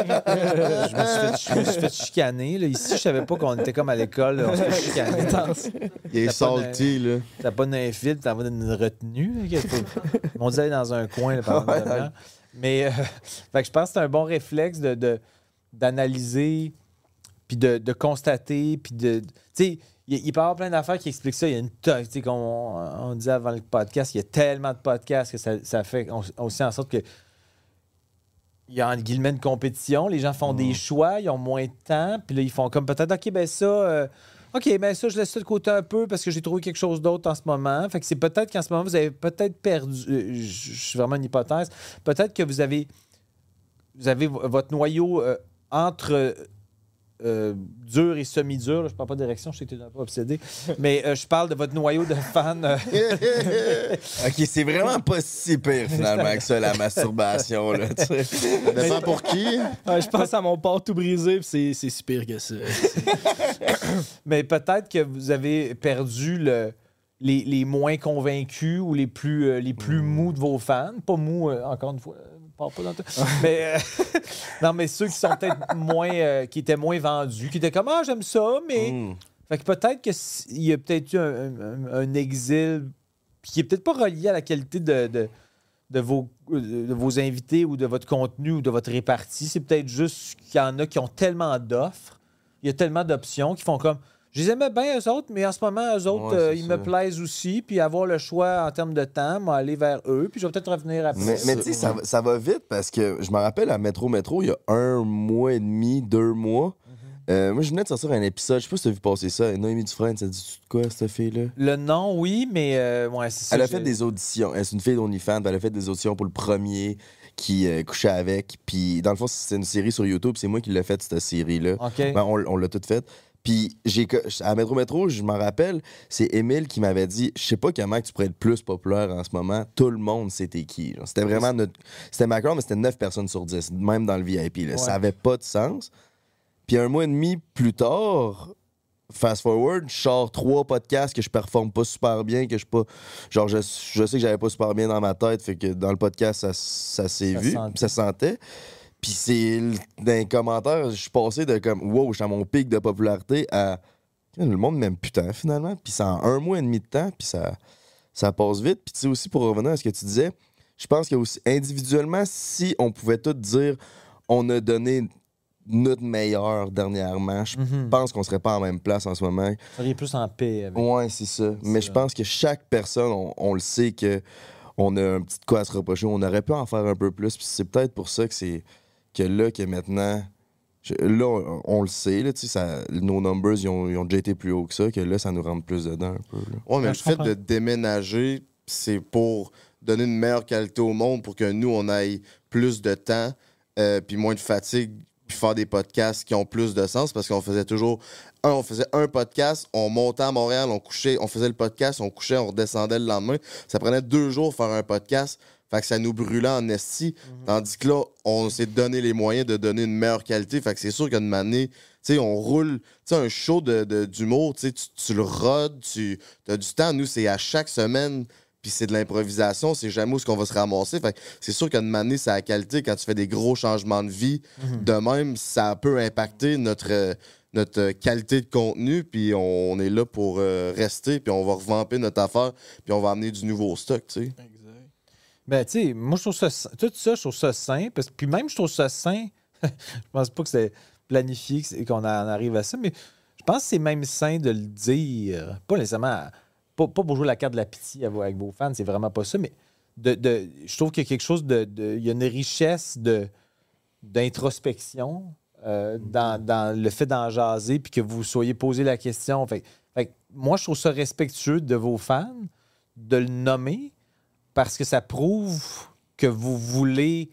je me suis fait chicaner. Là. Ici, je savais pas qu'on était comme à l'école. On se fait chicaner. Il est salty, là. Taponnes un fil, t'en vas dans une retenue. On disait dans un coin là, pendant une demi-heure. Mais fait que je pense que c'est un bon réflexe d'analyser, puis de constater, puis de... Tu sais, il peut y avoir plein d'affaires qui expliquent ça. Il y a une tonne, tu sais, comme on disait avant le podcast, il y a tellement de podcasts que ça fait aussi en sorte que il y a entre guillemets une compétition. Les gens font des choix, ils ont moins de temps, puis là, ils font comme peut-être, OK, ben ça... OK, ben ça, je laisse ça de côté un peu parce que j'ai trouvé quelque chose d'autre en ce moment. Fait que c'est peut-être qu'en ce moment, vous avez peut-être perdu... je suis vraiment une hypothèse. Peut-être que vous avez votre noyau entre dur et semi-dur. Là, je parle pas d'érection, je sais que tu n'es pas obsédé. Mais je parle de votre noyau de fans. OK, c'est vraiment pas si pire, finalement, que ça, la masturbation. Là, Ça dépend pour qui. Je pense à mon port tout brisé, puis c'est si pire que ça. Mais peut-être que vous avez perdu les moins convaincus ou les plus mous de vos fans. Pas mous, encore une fois. Pas dans tout. Mais non, mais ceux qui sont peut-être moins qui étaient moins vendus, qui étaient comme j'aime ça, mais fait que peut-être qu'il y a peut-être eu un exil qui est peut-être pas relié à la qualité de vos invités ou de votre contenu ou de votre répartie. C'est peut-être juste qu'il y en a qui ont tellement d'offres, il y a tellement d'options qui font comme je les aimais bien, eux autres, mais en ce moment, eux autres, ils me plaisent aussi. Puis avoir le choix en termes de temps, aller vers eux. Puis je vais peut-être revenir après. Mais tu sais, ça va vite parce que je me rappelle à Métro, il y a 1 mois et demi, 2 mois. Moi, je venais de sortir un épisode. Je sais pas si tu as vu passer ça. Noémie Dufresne, ça dit quoi, cette fille-là? Le nom, oui, mais ouais, c'est ça. Elle a fait des auditions. C'est une fille d'OnlyFans. Elle a fait des auditions pour le premier qui couchait avec. Puis dans le fond, c'est une série sur YouTube. C'est moi qui l'ai faite, cette série-là. OK. Ben, on l'a toute faite. Puis à Métro, je m'en rappelle, c'est Émile qui m'avait dit je sais pas comment tu pourrais être plus populaire en ce moment. Tout le monde c'était qui. Genre. C'était vraiment c'était ma crowd, mais c'était 9 personnes sur 10, même dans le VIP. Là. Ouais. Ça avait pas de sens. Puis 1 mois et demi plus tard, fast forward, je sors 3 podcasts que je performe pas super bien, que je pas. Genre, je sais que j'avais pas super bien dans ma tête, fait que dans le podcast, ça s'est vu, ça se sentait. Puis c'est dans les commentaires, je suis passé de comme wow, je suis à mon pic de popularité à le monde m'aime putain finalement. Puis c'est en 1 mois et demi de temps, puis ça passe vite. Puis tu sais aussi, pour revenir à ce que tu disais, je pense que aussi individuellement, si on pouvait tout dire on a donné notre meilleur dernièrement, je pense qu'on serait pas en même place en ce moment. Vous seriez plus en paix avec. Ouais, c'est ça. Mais je pense que chaque personne, on le sait que on a un petit quoi à se reprocher. On aurait pu en faire un peu plus. Puis c'est peut-être pour ça que c'est que là, que maintenant, Là, on le sait, là, nos numbers, ils ont déjà été plus hauts que ça, que là, ça nous rentre plus dedans un peu. Là. Ouais, mais Ouais, le je fait comprends. de déménager, c'est pour donner une meilleure qualité au monde, pour que nous, on ait plus de temps, puis moins de fatigue, puis faire des podcasts qui ont plus de sens, parce qu'on faisait toujours... on faisait un podcast, on montait à Montréal, on couchait, on faisait le podcast, on couchait, on redescendait le lendemain. Ça prenait 2 jours faire un podcast. Fait que ça nous brûlait en esti. Tandis que là, on s'est donné les moyens de donner une meilleure qualité. Fait que c'est sûr qu'une année, tu sais, on roule, tu sais, un show d'humour, tu sais, tu le rodes, tu as du temps. Nous, c'est à chaque semaine, puis c'est de l'improvisation, c'est jamais où est-ce qu'on va se ramasser. Fait que c'est sûr qu'une année, c'est la qualité. Quand tu fais des gros changements de vie, de même, ça peut impacter notre qualité de contenu, puis on est là pour rester, puis on va revamper notre affaire, puis on va amener du nouveau stock, tu sais. Ben, tu sais, moi, je trouve ça... Tout ça, je trouve ça sain. Puis même, je trouve ça sain. Je pense pas que c'est planifié qu'on en arrive à ça, mais je pense que c'est même sain de le dire. Pas nécessairement... Pas pour jouer la carte de la pitié avec vos fans, c'est vraiment pas ça, mais je trouve qu'il y a quelque chose il y a une richesse d'introspection dans le fait d'en jaser, puis que vous soyez posé la question. Fait que moi, je trouve ça respectueux de vos fans de le nommer, parce que ça prouve que vous voulez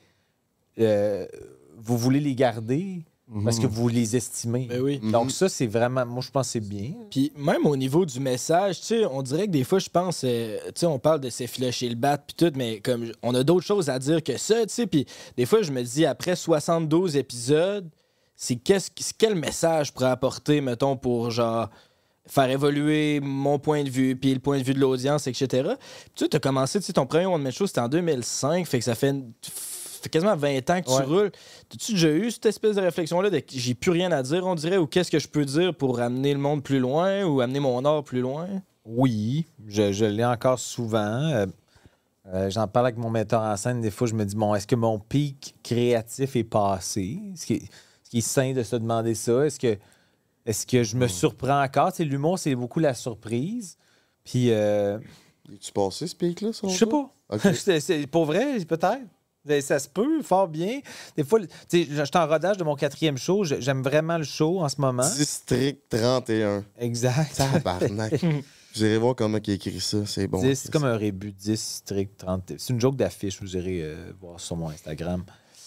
les garder parce que vous les estimez. Ben oui. Donc ça, c'est vraiment... Moi, je pense que c'est bien. Puis même au niveau du message, tu sais, on dirait que des fois, je pense, tu sais, on parle de s'effilocher le bat puis tout, mais comme on a d'autres choses à dire que ça, tu sais. Puis des fois, je me dis, après 72 épisodes, quel message je pourrais apporter, mettons, pour genre faire évoluer mon point de vue, puis le point de vue de l'audience, etc. Puis tu as commencé, tu sais, ton premier One Man Show, c'était en 2005, fait que ça fait quasiment 20 ans que tu roules. As-tu déjà eu cette espèce de réflexion-là de j'ai plus rien à dire, on dirait, ou qu'est-ce que je peux dire pour amener le monde plus loin, ou amener mon art plus loin? Oui, je l'ai encore souvent. J'en parle avec mon metteur en scène. Des fois, je me dis, bon, est-ce que mon pic créatif est passé? Ce qui est sain de se demander ça. Est-ce que je me surprends encore? Tu sais, l'humour, c'est beaucoup la surprise. Puis... Es-tu passé ce pic-là, ça? Je sais pas. Ok. C'est pour vrai, peut-être. Ça se peut, fort bien. Des fois, tu sais, je suis en rodage de mon 4e show. J'aime vraiment le show en ce moment. District 31. Exact. Tabarnak. Vous irez voir comment il a écrit ça. C'est bon. 10, c'est comme un rébut. 10, strict 30. C'est une joke d'affiche. Vous irez voir sur mon Instagram.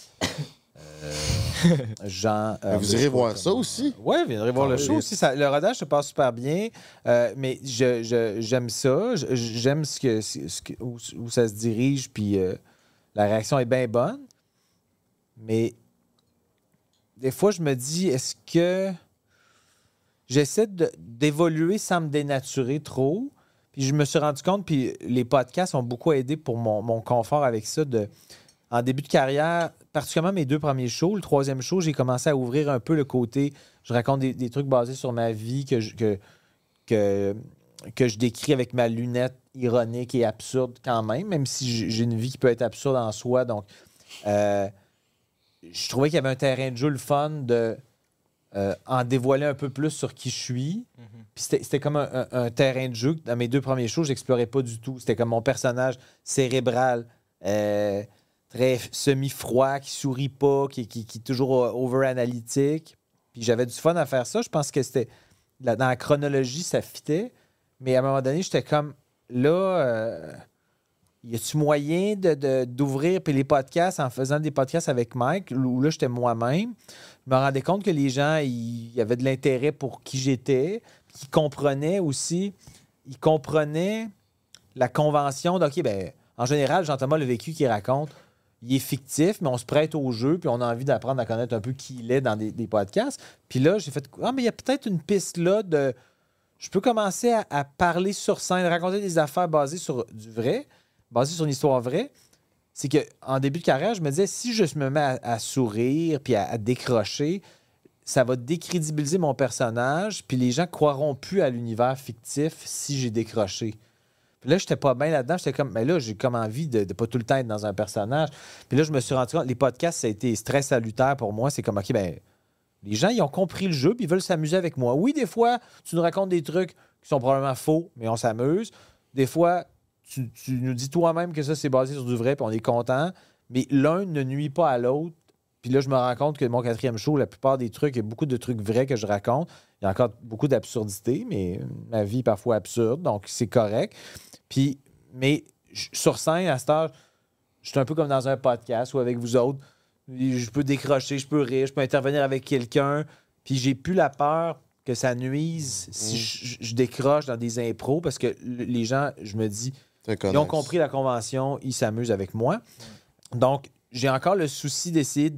Jean. Vous irez voir ça aussi? Oui, vous viendrez voir le show aussi. Le rodage se passe super bien. Mais j'aime ça. J'aime où ça se dirige. Puis la réaction est bien bonne. Mais des fois, je me dis, est-ce que j'essaie d'évoluer sans me dénaturer trop? Puis je me suis rendu compte, puis les podcasts ont beaucoup aidé pour mon confort avec ça. En début de carrière, particulièrement mes 2 premiers shows, le 3e show, j'ai commencé à ouvrir un peu le côté. Je raconte des trucs basés sur ma vie que je décris avec ma lunette ironique et absurde quand même si j'ai une vie qui peut être absurde en soi. Donc, je trouvais qu'il y avait un terrain de jeu le fun de en dévoiler un peu plus sur qui je suis. Puis c'était comme un terrain de jeu que dans mes 2 premiers shows, je n'explorais pas du tout. C'était comme mon personnage cérébral, très semi-froid, qui sourit pas, qui est toujours over-analytique. Puis j'avais du fun à faire ça. Je pense que c'était... Dans la chronologie, ça fitait. Mais à un moment donné, j'étais comme... Là, y a-tu moyen d'ouvrir puis les podcasts en faisant des podcasts avec Mike, où là, j'étais moi-même. Je me rendais compte que les gens, ils avaient de l'intérêt pour qui j'étais, puis qu'ils comprenaient aussi... Ils comprenaient la convention OK, ben en général, Jean-Thomas Le Vécu qui raconte, il est fictif, mais on se prête au jeu, puis on a envie d'apprendre à connaître un peu qui il est dans des podcasts. Puis là, j'ai fait mais il y a peut-être une piste là de... Je peux commencer à parler sur scène, raconter des affaires basées sur du vrai, basées sur une histoire vraie. C'est qu'en début de carrière, je me disais, si je me mets à sourire puis à décrocher, ça va décrédibiliser mon personnage, puis les gens croiront plus à l'univers fictif si j'ai décroché. Puis là, j'étais pas bien là-dedans. J'étais comme, mais là, j'ai comme envie de pas tout le temps être dans un personnage. Puis là, je me suis rendu compte, les podcasts, ça a été très salutaire pour moi. C'est comme, OK, ben les gens, ils ont compris le jeu, puis ils veulent s'amuser avec moi. Oui, des fois, tu nous racontes des trucs qui sont probablement faux, mais on s'amuse. Des fois, tu nous dis toi-même que ça, c'est basé sur du vrai, puis on est content. Mais l'un ne nuit pas à l'autre Puis là, je me rends compte que mon 4e show, la plupart des trucs, il y a beaucoup de trucs vrais que je raconte. Il y a encore beaucoup d'absurdités, mais ma vie est parfois absurde, donc c'est correct. Puis, mais sur scène, à cette heure, je suis un peu comme dans un podcast ou avec vous autres. Je peux décrocher, je peux rire, je peux intervenir avec quelqu'un. Puis j'ai plus la peur que ça nuise si je décroche dans des impros parce que les gens, je me dis, ils ont compris la convention, ils s'amusent avec moi. Donc, j'ai encore le souci d'essayer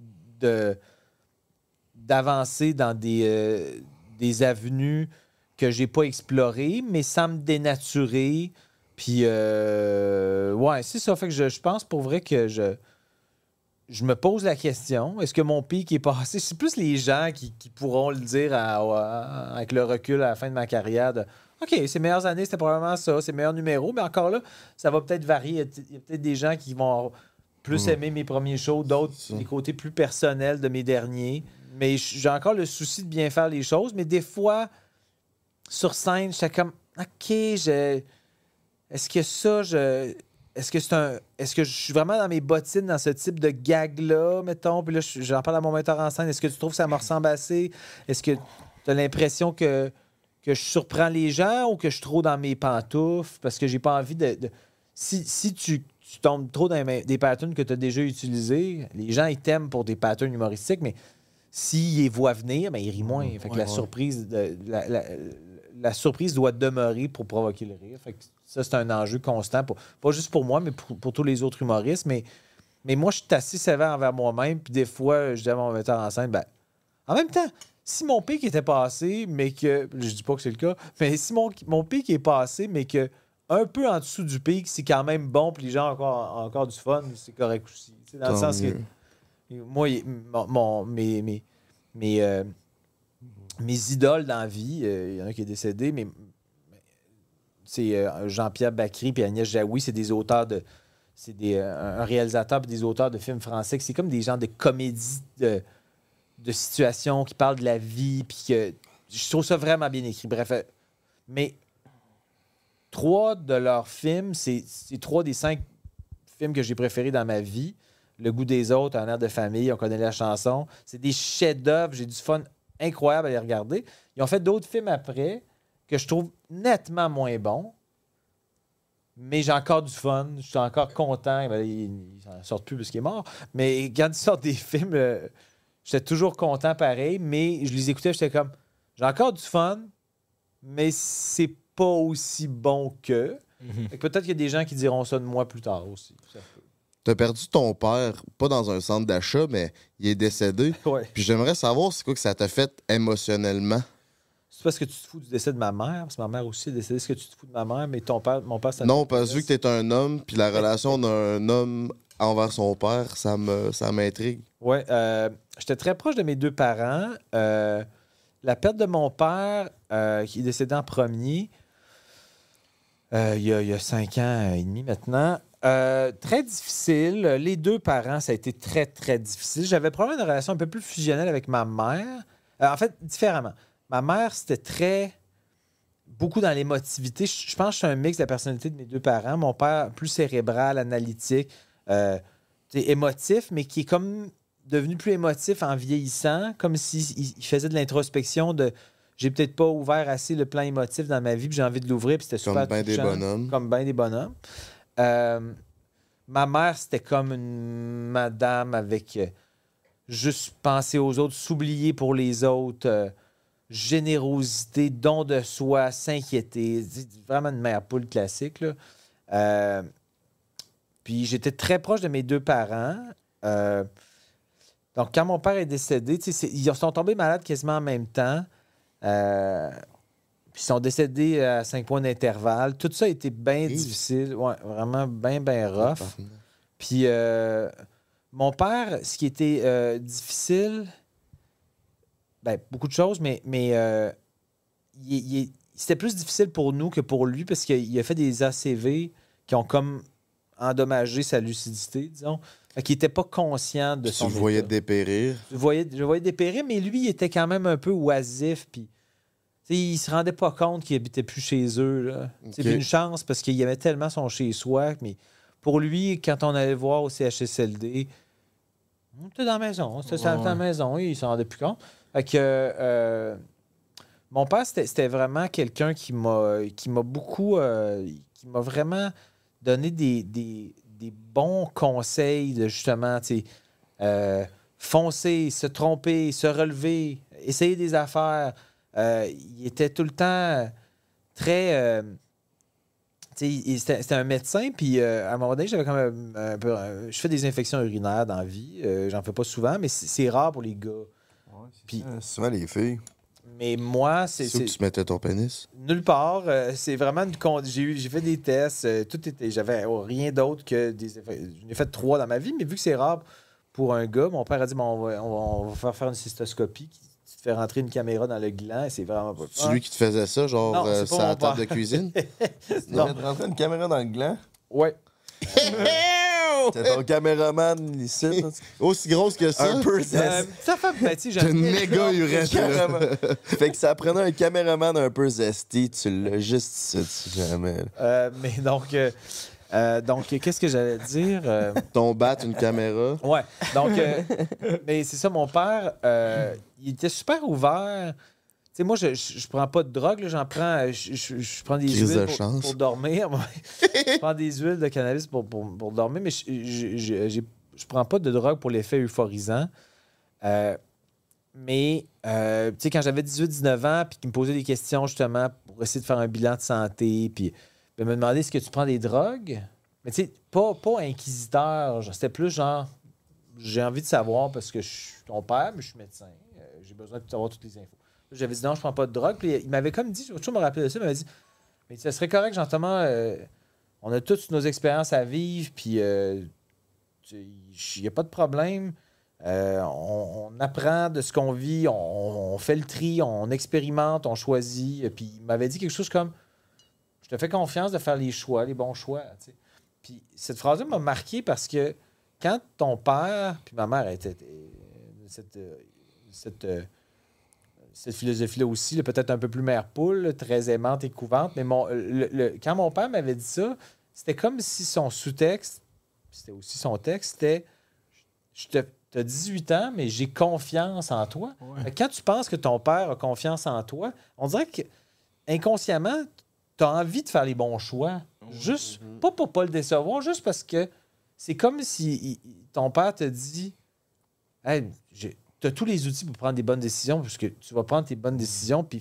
d'avancer dans des avenues que j'ai pas explorées, mais sans me dénaturer. Puis, ouais, c'est ça. Fait que je pense pour vrai que je me pose la question, est-ce que mon pic est passé? C'est plus les gens qui pourront le dire avec le recul à la fin de ma carrière. OK, ces meilleures années, c'était probablement ça, ces meilleurs numéros, mais encore là, ça va peut-être varier. Il y a peut-être des gens qui vont plus aimer mes premiers shows, d'autres les côtés plus personnels de mes derniers. Mais j'ai encore le souci de bien faire les choses, mais des fois, sur scène, j'étais comme, OK, est-ce que ça, est-ce que je suis vraiment dans mes bottines dans ce type de gag-là, mettons? Puis là, j'en parle à mon metteur en scène. Est-ce que tu trouves que ça me ressemble assez? Est-ce que tu as l'impression que je surprends les gens ou que je suis trop dans mes pantoufles? Parce que j'ai pas envie de... Si tu tombes trop dans des patterns que tu as déjà utilisés, les gens, ils t'aiment pour des patterns humoristiques, mais s'ils les voient venir, ben, ils rient moins. Fait que surprise... La surprise doit demeurer pour provoquer le rire. Fait que ça, c'est un enjeu constant, pas juste pour moi, mais pour tous les autres humoristes. Mais moi, je suis assez sévère envers moi-même. Puis des fois, je dis à mon metteur en scène, ben, en même temps, si mon pic était passé, mais que... Je dis pas que c'est le cas, mais si mon pic est passé, mais que un peu en dessous du pic, c'est quand même bon, puis les gens ont encore du fun, c'est correct aussi. T'sais, dans le sens que... Moi, mes idoles dans la vie, il y en a qui est décédé, mais c'est Jean-Pierre Bacry et Agnès Jaoui, c'est des auteurs de... C'est un réalisateur et des auteurs de films français. C'est comme des genres de comédies de situations qui parlent de la vie, puis que je trouve ça vraiment bien écrit. Bref, mais 3 de leurs films, c'est 3 des 5 films que j'ai préférés dans ma vie. Le goût des autres, Un air de famille, On connaît la chanson. C'est des chefs-d'œuvre, j'ai du fun incroyable à les regarder. Ils ont fait d'autres films après que je trouve nettement moins bons, mais j'ai encore du fun, je suis encore content. Ben, ils n'en sortent plus parce qu'il est mort, mais quand ils sortent des films, j'étais toujours content pareil, mais je les écoutais, j'étais comme, j'ai encore du fun, mais c'est pas aussi bon que. Fait que peut-être qu'il y a des gens qui diront ça de moi plus tard aussi. T'as perdu ton père, pas dans un centre d'achat, mais il est décédé. Ouais. Puis j'aimerais savoir c'est quoi que ça t'a fait émotionnellement. C'est parce que tu te fous du décès de ma mère, parce que ma mère aussi est décédée. Est-ce que tu te fous de ma mère, mais mon père, ça... Non, parce que vu que t'es un homme, puis la relation d'un homme envers son père, ça m'intrigue. Ouais, j'étais très proche de mes 2 parents. La perte de mon père, qui est décédé en premier, il y a 5 ans et demi maintenant, très difficile. Les 2 parents, ça a été très, très difficile. J'avais probablement une relation un peu plus fusionnelle avec ma mère. En fait, différemment. Ma mère, c'était beaucoup dans l'émotivité. Je pense que je suis un mix de la personnalité de mes 2 parents. Mon père, plus cérébral, analytique, émotif, mais qui est comme devenu plus émotif en vieillissant, comme s'il faisait de l'introspection de j'ai peut-être pas ouvert assez le plan émotif dans ma vie, puis j'ai envie de l'ouvrir, puis c'était super Comme bien des bonhommes. Comme bien des bonhommes. Ma mère, c'était comme une madame avec juste penser aux autres, s'oublier pour les autres, générosité, don de soi, s'inquiéter. Vraiment une mère poule classique, là. Puis j'étais très proche de mes 2 parents. Donc, quand mon père est décédé, ils sont tombés malades quasiment en même temps. Puis ils sont décédés à 5 points d'intervalle. Tout ça a été bien difficile. Ouais, vraiment bien, bien rough. Puis mon père, ce qui était difficile, ben, beaucoup de choses, mais c'était plus difficile pour nous que pour lui parce qu'il a fait des ACV qui ont comme endommagé sa lucidité, disons. Qui n'était pas conscient de son état. Tu le voyais dépérir. Je le voyais dépérir, mais lui, il était quand même un peu oisif. Puis, il se rendait pas compte qu'il habitait plus chez eux. Là. C'est une chance parce qu'il aimait tellement son chez-soi. Mais pour lui, quand on allait le voir au CHSLD, On était dans la maison. C'était dans la maison. Il s'en rendait plus compte. Fait que mon père, c'était vraiment quelqu'un qui m'a beaucoup... qui m'a vraiment donné des bons conseils de justement, tu sais, foncer, se tromper, se relever, essayer des affaires. Il était tout le temps très... c'était un médecin, puis à un moment donné, j'avais quand même un peu... je fais des infections urinaires dans la vie. J'en fais pas souvent, mais c'est rare pour les gars. Puis, souvent les filles. mais moi, c'est... C'est où tu mettais ton pénis? Nulle part. C'est vraiment une... J'ai fait des tests. Tout était... J'avais rien d'autre que des effets. J'en ai fait 3 dans ma vie, mais vu que c'est rare pour un gars, mon père a dit, bon, on va faire une cystoscopie. Tu te fais rentrer une caméra dans le gland et c'est vraiment pas C'est lui qui te faisait ça, genre, Non, c'est pas sur la mon table père. de cuisine? Tu devais te rentrer une caméra dans le gland. Ouais. T'es ton caméraman ici. là. Aussi grosse que ça? Un peu Ça fait petit, T'as une méga urette, là. Carrément. Fait que ça prenait un caméraman un peu zesty, tu l'as juste ici, jamais. mais donc, qu'est-ce que j'allais dire? Ton bat, une caméra. Ouais. Donc, mais c'est ça, mon père, il était super ouvert. Tu sais, moi, je prends pas de drogue, là, j'en prends. Je prends des Crise de huiles chance. pour dormir. Je prends des huiles de cannabis pour dormir, mais je prends pas de drogue pour l'effet euphorisant. Mais, tu sais, quand j'avais 18-19 ans, puis qu'il me posait des questions, justement, pour essayer de faire un bilan de santé, puis il me demandait est-ce que tu prends des drogues? Mais, tu sais, pas inquisiteur. C'était plus genre, j'ai envie de savoir parce que je suis ton père, mais je suis médecin. J'ai besoin de savoir toutes les infos. J'avais dit non, je prends pas de drogue. Puis il m'avait comme dit, je vais toujours me rappeler de ça, il m'avait dit, mais ça serait correct, justement, on a toutes nos expériences à vivre, puis il n'y a pas de problème. On apprend de ce qu'on vit, on fait le tri, on expérimente, on choisit. Puis il m'avait dit quelque chose comme, je te fais confiance de faire les choix, les bons choix. Tu sais. Puis cette phrase-là m'a marqué parce que quand ton père, puis ma mère était cette philosophie-là aussi, là, peut-être un peu plus mère poule, là, très aimante et couvante, mais quand mon père m'avait dit ça, c'était comme si son sous-texte, c'était aussi son texte, c'était t'as 18 ans, mais j'ai confiance en toi. Ouais. Quand tu penses que ton père a confiance en toi, on dirait que inconsciemment, tu as envie de faire les bons choix. Juste, pas pour pas le décevoir, juste parce que c'est comme si ton père te dit hey, tu as tous les outils pour prendre des bonnes décisions, parce que tu vas prendre tes bonnes décisions, puis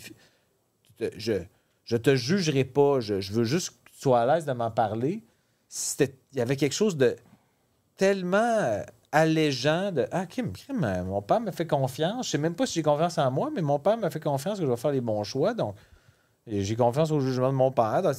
je te jugerai pas, je veux juste que tu sois à l'aise de m'en parler. Il y avait quelque chose de tellement allégeant de mon père me fait confiance. Je sais même pas si j'ai confiance en moi, mais mon père me fait confiance que je vais faire les bons choix. Donc, j'ai confiance au jugement de mon père. Donc,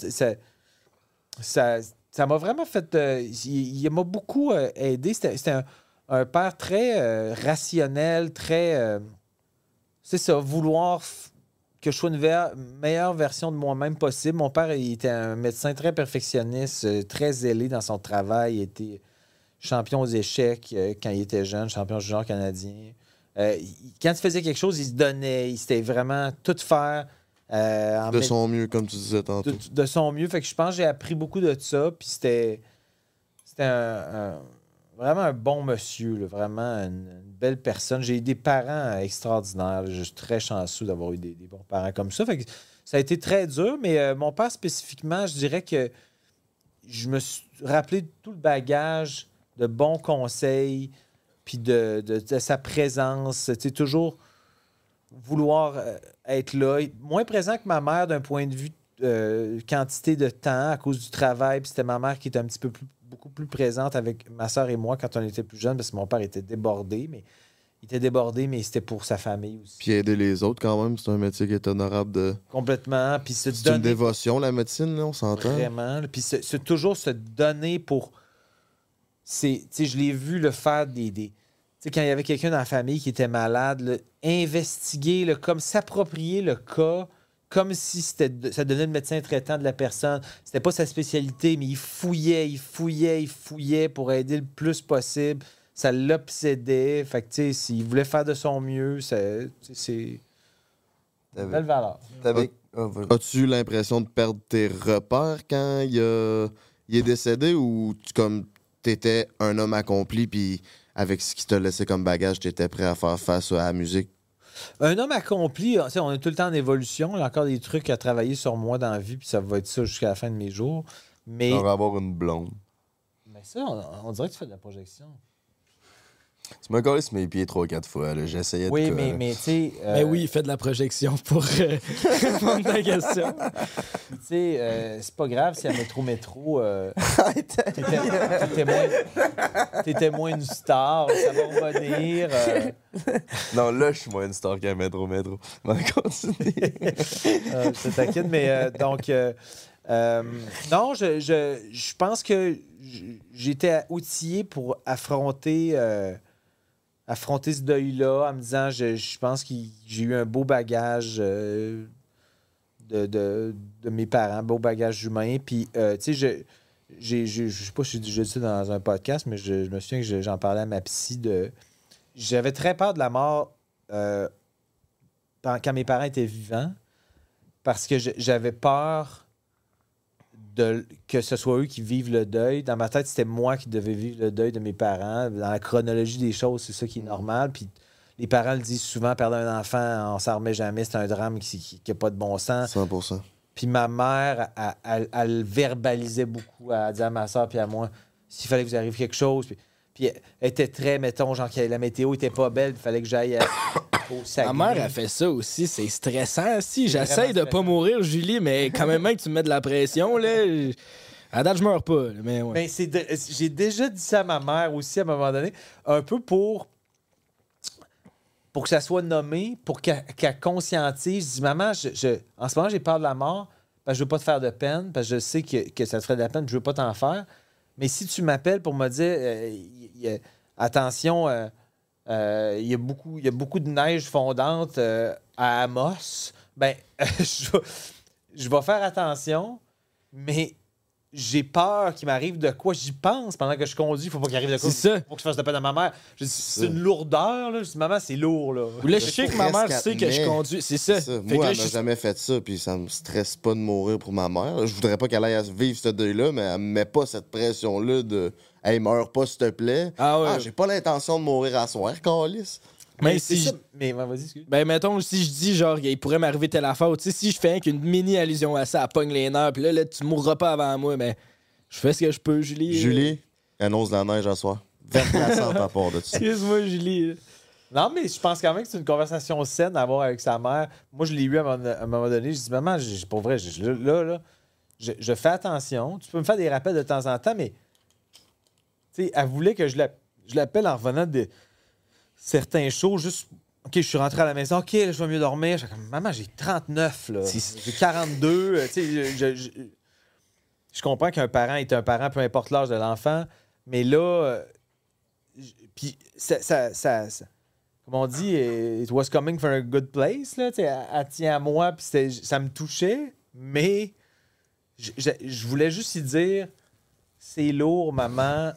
ça m'a vraiment fait. Il m'a beaucoup aidé. C'était un père très rationnel, très. C'est ça, vouloir que je sois une meilleure version de moi-même possible. Mon père, il était un médecin très perfectionniste, très zélé dans son travail. Il était champion aux échecs quand il était jeune, champion junior canadien. Quand il faisait quelque chose, il se donnait. Il s'était vraiment tout faire. De son mieux, comme tu disais tantôt. De son mieux. Fait que je pense que j'ai appris beaucoup de ça. Puis c'était vraiment un bon monsieur. Là, vraiment une belle personne. J'ai eu des parents extraordinaires. Là, je suis très chanceux d'avoir eu des bons parents comme ça. Fait que ça a été très dur. Mais mon père spécifiquement, je dirais que je me suis rappelé de tout le bagage de bons conseils, puis de sa présence. Tu sais, toujours vouloir être là. Moins présent que ma mère d'un point de vue quantité de temps à cause du travail. Puis c'était ma mère qui était un petit peu beaucoup plus présente avec ma soeur et moi quand on était plus jeunes, parce que mon père était débordé, mais c'était pour sa famille aussi. Puis aider les autres, quand même, c'est un métier qui est honorable de... Complètement. Puis se C'est donner... une dévotion, la médecine, là, on s'entend. Vraiment. Puis c'est toujours se donner pour... Je l'ai vu le faire des... Tu sais, quand il y avait quelqu'un dans la famille qui était malade, là, investiguer, là, comme s'approprier le cas, comme si ça devenait le médecin traitant de la personne. C'était pas sa spécialité, mais il fouillait pour aider le plus possible. Ça l'obsédait. Fait que, tu sais, s'il voulait faire de son mieux, c'est une belle valeur. As-tu eu l'impression de perdre tes repères quand il est décédé ou comme t'étais un homme accompli puis avec ce qui t'a laissé comme bagage, t'étais prêt à faire face à la musique? Un homme accompli, tu sais, on est tout le temps en évolution. Il y a encore des trucs à travailler sur moi dans la vie, puis ça va être ça jusqu'à la fin de mes jours. Mais, On va avoir une blonde. mais ça, on dirait que tu fais de la projection. Tu m'as collé sur mes pieds 3-4 fois. Là. J'essayais de. Oui, mais tu sais. Mais oui, il fait de la projection pour répondre à la question. Tu sais, c'est pas grave si à Métro, t'étais moins une star, ça va revenir. Non, là, je suis moins une star qu'un métro. On va continuer. Je te taquine, mais donc. Non, je pense que j'étais outillé pour affronter ce deuil-là en me disant je pense que j'ai eu un beau bagage de mes parents, beau bagage humain. Puis, tu sais, je sais pas si j'ai déjà dit ça dans un podcast, mais je me souviens que j'en parlais à ma psy. J'avais très peur de la mort quand mes parents étaient vivants parce que j'avais peur que ce soit eux qui vivent le deuil. Dans ma tête, c'était moi qui devais vivre le deuil de mes parents. Dans la chronologie des choses, c'est ça qui est normal. Puis les parents le disent souvent, perdre un enfant, on s'en remet jamais, c'est un drame qui n'a pas de bon sens. 100%. Puis ma mère, elle verbalisait beaucoup. Elle disait à ma soeur puis à moi, s'il fallait que vous arrive quelque chose. Puis elle était très, mettons, genre que la météo était pas belle, il fallait que j'aille au Saguenay. Ma mère a fait ça aussi, c'est stressant. Si j'essaye de vraiment pas mourir, Julie, mais quand même que tu me mets de la pression, là. À date, je meurs pas, là, mais ouais. Mais j'ai déjà dit ça à ma mère aussi à un moment donné, un peu pour que ça soit nommé, pour qu'elle conscientise. Je dis, maman, en ce moment, j'ai peur de la mort, parce que je veux pas te faire de peine, parce que je sais que ça te ferait de la peine, je veux pas t'en faire. Mais si tu m'appelles pour me dire, attention, il y a beaucoup de neige fondante à Amos, ben, je vais faire attention, mais j'ai peur qu'il m'arrive de quoi. J'y pense pendant que je conduis. Il faut pas qu'il arrive de quoi. C'est ça. Faut que je fasse de peine à ma mère. Je dis, c'est une lourdeur. Là. Je dis, maman, c'est lourd. Là. Ou là, je sais que ma mère sait que je conduis. C'est ça. C'est ça. Fait que Moi, là, elle m'a jamais fait ça, puis ça me stresse pas de mourir pour ma mère. Je voudrais pas qu'elle aille à vivre ce deuil-là, mais elle me met pas cette pression-là de « Hey, meurs pas, s'il te plaît. » Ah ouais. j'ai pas l'intention de mourir à soir, câlisse. Mais c'est si ça. je- Mais vas-y, excuse. Ben, mettons, si je dis, genre, il pourrait m'arriver telle affaire, tu sais, si je fais qu'une mini allusion à ça, elle pogne les nerfs, puis là, tu mourras pas avant moi, mais je fais ce que je peux, Julie. Julie, annonce la neige à soir. 20% à part de ça. Excuse-moi, Julie. Non, mais je pense quand même que c'est une conversation saine à avoir avec sa mère. Moi, je l'ai eu à un moment donné. Je dis, maman, pour vrai, je fais attention. Tu peux me faire des rappels de temps en temps, mais tu sais, elle voulait que je l'appelle en revenant de certains shows, juste OK, je suis rentré à la maison, OK, là, je vais mieux dormir. J'ai comme, maman, j'ai 39, là. J'ai 42. Tu sais, je comprends qu'un parent est un parent, peu importe l'âge de l'enfant, mais là, puis comme on dit, it was coming from a good place, là, tu sais, elle tient à moi, puis ça me touchait, mais je voulais juste y dire, c'est lourd, maman,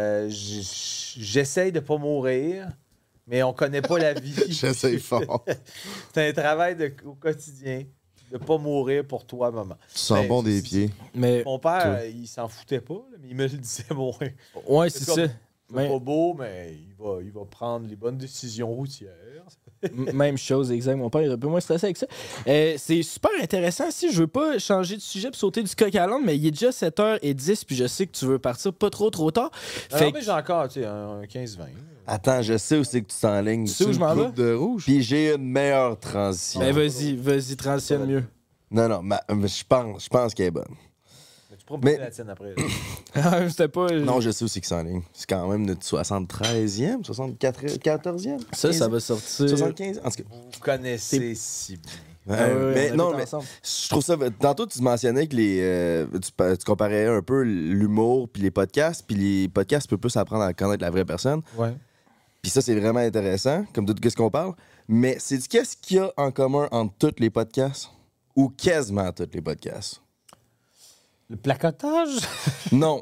j'essaye de pas mourir, mais on connaît pas la vie. J'essaye fort. C'est un travail au quotidien de pas mourir pour toi, maman. Tu sens Ben, bon des pieds. Mais, Mon père, il s'en foutait pas, là, mais il me le disait moins. ouais, c'est comme- ça. C'est Mais- pas beau, mais il va prendre les bonnes décisions routières. Même chose, exact. Mon père est un peu moins stressé avec ça. C'est super intéressant. Si je veux pas changer de sujet et sauter du coq à l'âne, mais il est déjà 7h10 puis je sais que tu veux partir pas trop tard. Fait Non, que- mais j'ai encore, tu sais, un 15-20. Attends, je sais où c'est que tu t'enlignes. Tu sais où je m'en vais? De rouge. Puis j'ai une meilleure transition. Ben vas-y, transitionne mieux. Non, je pense qu'elle est bonne. Mais tu pourras Mais- me la tienne après. C'était pas. Non, je sais où c'est qu'il s'enligne. C'est quand même notre 73e, 74e? Ça va sortir. 75? En tout cas. Vous connaissez si bien. Mais on non, habite mais ensemble. je trouve ça. Tantôt, tu mentionnais que tu comparais un peu l'humour puis les podcasts. Puis les podcasts, tu peux plus apprendre à connaître la vraie personne. Ouais. Puis ça, c'est vraiment intéressant, comme tout ce qu'on parle. Mais c'est qu'est-ce qu'il y a en commun entre tous les podcasts? Ou quasiment tous les podcasts? Le placotage? Non.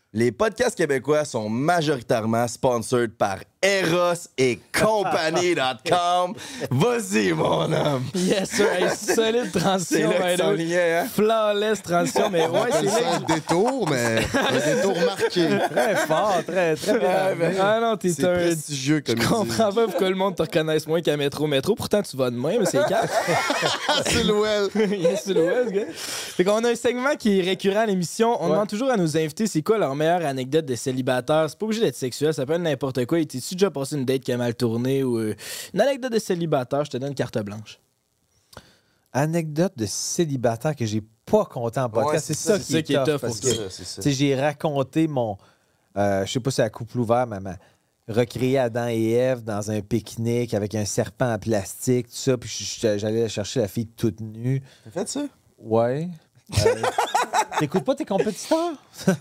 Les podcasts québécois sont majoritairement sponsored par Eros et compagnie.com. Vas-y, mon homme. Yes, sir. Hey, solide transition. C'est là que ça lignait, hein? Flawless transition, mais ouais, c'est C'est là un détour, mais un détour marqué. Très fort, très bien. Ah non, t'es C'est un... prestigieux comme Je il dit. comprends pas pourquoi le monde te reconnaisse moins qu'à Métro. Pourtant, tu vas de même, mais c'est calme. C'est l'ouel. Yes, c'est l'Ouest, gars. Fait qu'on a un segment qui est récurrent à l'émission. On demande toujours à nos invités c'est quoi leur meilleure anecdote de célibataire. C'est pas obligé d'être sexuel, ça peut être n'importe quoi. T'es-tu déjà passé une date qui a mal tourné ou une anecdote de célibataire? Je te donne carte blanche. Anecdote de célibataire que j'ai pas compté en podcast. Ouais, c'est ça qui est tough. Parce que c'est ça. tu sais, j'ai raconté mon... je sais pas si c'est à couple ouvert, mais recréer Adam et Ève dans un pique-nique avec un serpent en plastique, tout ça. Puis j'allais chercher la fille toute nue. T'as fait ça? Ouais. T'écoutes pas tes compétiteurs?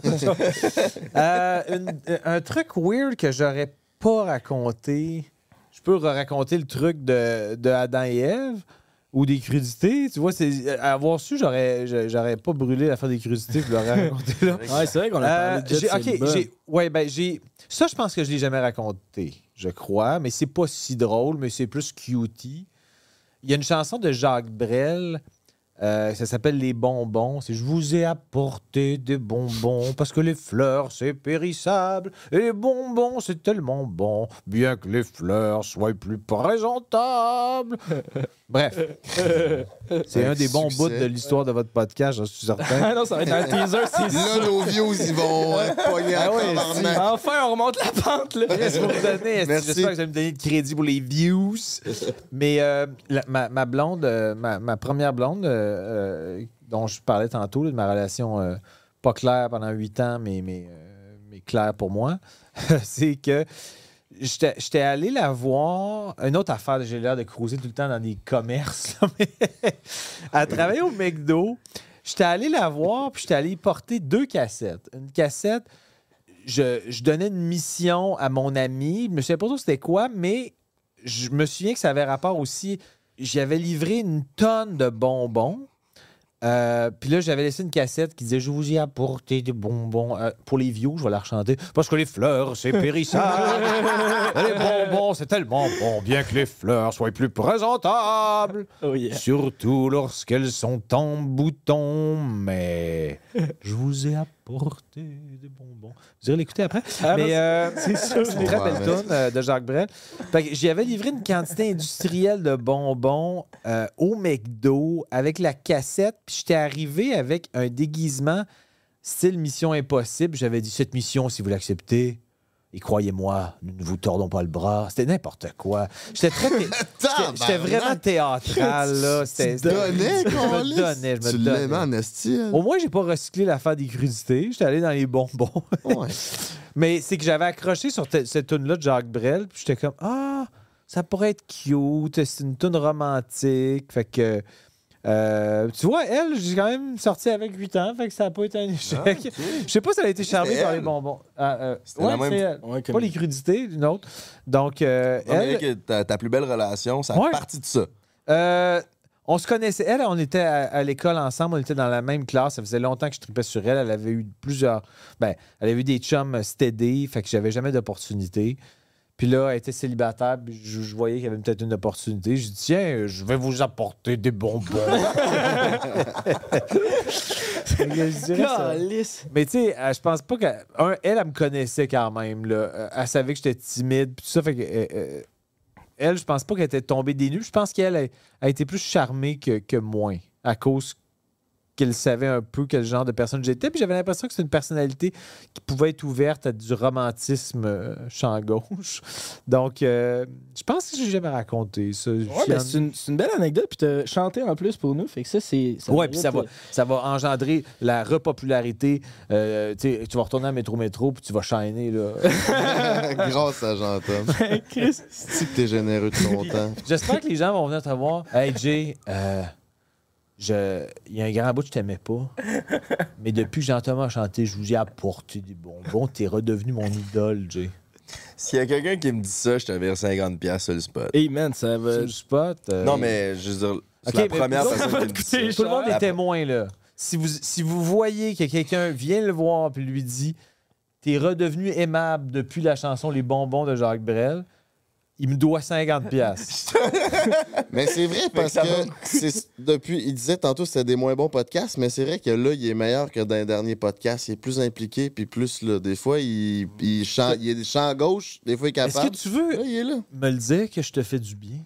Un truc weird que j'aurais pas raconté. Je peux raconter le truc de Adam et Ève ou des crudités. Tu vois, avoir su, j'aurais pas brûlé l'affaire des crudités. Je l'aurais raconté là. Ouais, c'est vrai qu'on a parlé de j'ai ça, je pense que je l'ai jamais raconté, je crois, mais c'est pas si drôle, mais c'est plus cutie. Il y a une chanson de Jacques Brel, ça s'appelle Les bonbons. C'est « Je vous ai apporté des bonbons parce que les fleurs, c'est périssable et les bonbons, c'est tellement bon, bien que les fleurs soient plus présentables. » Bref, c'est un des bons bouts de l'histoire de votre podcast, j'en suis certain. Ah non, ça va être dans le teaser, c'est Là, ça. nos views, ils vont pogner Ah en ouais, tabarnak. Enfin, on remonte la pente, là. Qu'est-ce que vous me donnez? Merci. J'espère que vous allez me donner de crédit pour les views. Mais ma blonde, ma première blonde, dont je parlais tantôt, là, de ma relation pas claire pendant 8 ans, mais claire pour moi, c'est que j'étais allé la voir. Une autre affaire, j'ai l'air de cruiser tout le temps dans des commerces. Là, mais elle travaillait au McDo. J'étais allé la voir, puis j'étais allé y porter 2 cassettes. Une cassette, je donnais une mission à mon ami. Je me souviens pas trop c'était quoi, mais je me souviens que ça avait rapport aussi. J'avais livré une tonne de bonbons. Puis là, j'avais laissé une cassette qui disait « Je vous ai apporté des bonbons. Pour les views, je vais la rechanter. Parce que les fleurs, c'est périssable. Les bonbons, c'est tellement bon, bien que les fleurs soient plus présentables. Oh yeah. Surtout lorsqu'elles sont en bouton. Mais je vous ai apporté des bonbons. » Vous irez l'écouter après. C'est ça, c'est une très belle toune de Jacques Brel. Fait que j'y avais livré une quantité industrielle de bonbons au McDo avec la cassette. Puis j'étais arrivé avec un déguisement style Mission Impossible. J'avais dit, cette mission, si vous l'acceptez, et croyez-moi, nous ne vous tordons pas le bras. C'était n'importe quoi. J'étais j'étais vraiment théâtral, là. Tu te donnais, Je me donnais, je me Tu donnais. l'aimais en esti, hein? Au moins, j'ai pas recyclé l'affaire des crudités. J'étais allé dans les bonbons. Ouais. Mais c'est que j'avais accroché sur cette tune-là de Jacques Brel, puis j'étais comme, ah, ça pourrait être cute, c'est une tune romantique. Fait que, tu vois, elle, j'ai quand même sorti avec 8 ans, fait que ça n'a pas été un échec. Je sais pas si elle a été charmée C'était par les elle. bonbons. C'était la même- c'est elle. Ouais, comme- Pas les crudités, une autre. Donc, Non, mais elle... que ta plus belle relation, ça a Ouais. parti de ça. On se connaissait. Elle, on était à l'école ensemble, on était dans la même classe. Ça faisait longtemps que je tripais sur elle. Elle avait eu plusieurs. Ben, elle avait eu des chums stédés, fait que j'avais jamais d'opportunité. Puis là, elle était célibataire, puis je voyais qu'il y avait peut-être une opportunité. Je dis, tiens, je vais vous apporter des bonbons. Fait que je dirais ça. Calisse. Mais tu sais, je pense pas qu'elle. Elle me connaissait quand même. Là. Elle savait que j'étais timide, puis tout ça. Fait que. Elle, je pense pas qu'elle était tombée des nues. Je pense qu'elle a été plus charmée que moi, à cause qu'elle savait un peu quel genre de personne j'étais. Puis j'avais l'impression que c'était une personnalité qui pouvait être ouverte à du romantisme champ gauche. Donc, je pense que j'ai jamais raconté ça. Ouais, ben, c'est une belle anecdote, puis t'as chanté en plus pour nous, fait que ça, c'est... Ouais, puis ça va engendrer la repopularité. Tu sais, tu vas retourner à Métro, puis tu vas shiner, là. Grâce à Jean-Tom. Chris, C'est que t'es généreux de ton temps. J'espère que les gens vont venir te voir. Hey, Jay, il y a un grand bout que je t'aimais pas. Mais depuis que Jean-Thomas a chanté, je vous ai apporté des bonbons. T'es redevenu mon idole, Jay. S'il y a quelqu'un qui me dit ça, je te vire 50$ sur le spot. hey man, ça va... Sur le spot. Non, mais je veux dire, c'est Ok, la mais première ça personne va qui te me dit coûter ça. tout le monde cher. est témoin, là. Si vous voyez que quelqu'un vient le voir puis lui dit t'es redevenu aimable depuis la chanson Les bonbons de Jacques Brel. Il me doit 50 piastres. Mais c'est vrai parce que depuis, il disait tantôt que c'était des moins bons podcasts, mais c'est vrai que là, il est meilleur que dans les derniers podcasts. Il est plus impliqué, puis plus, là, des fois, il chante, il est des chants à gauche, des fois, il est Est-ce capable. que tu veux Là, il est là. me le dire que je te fais du bien?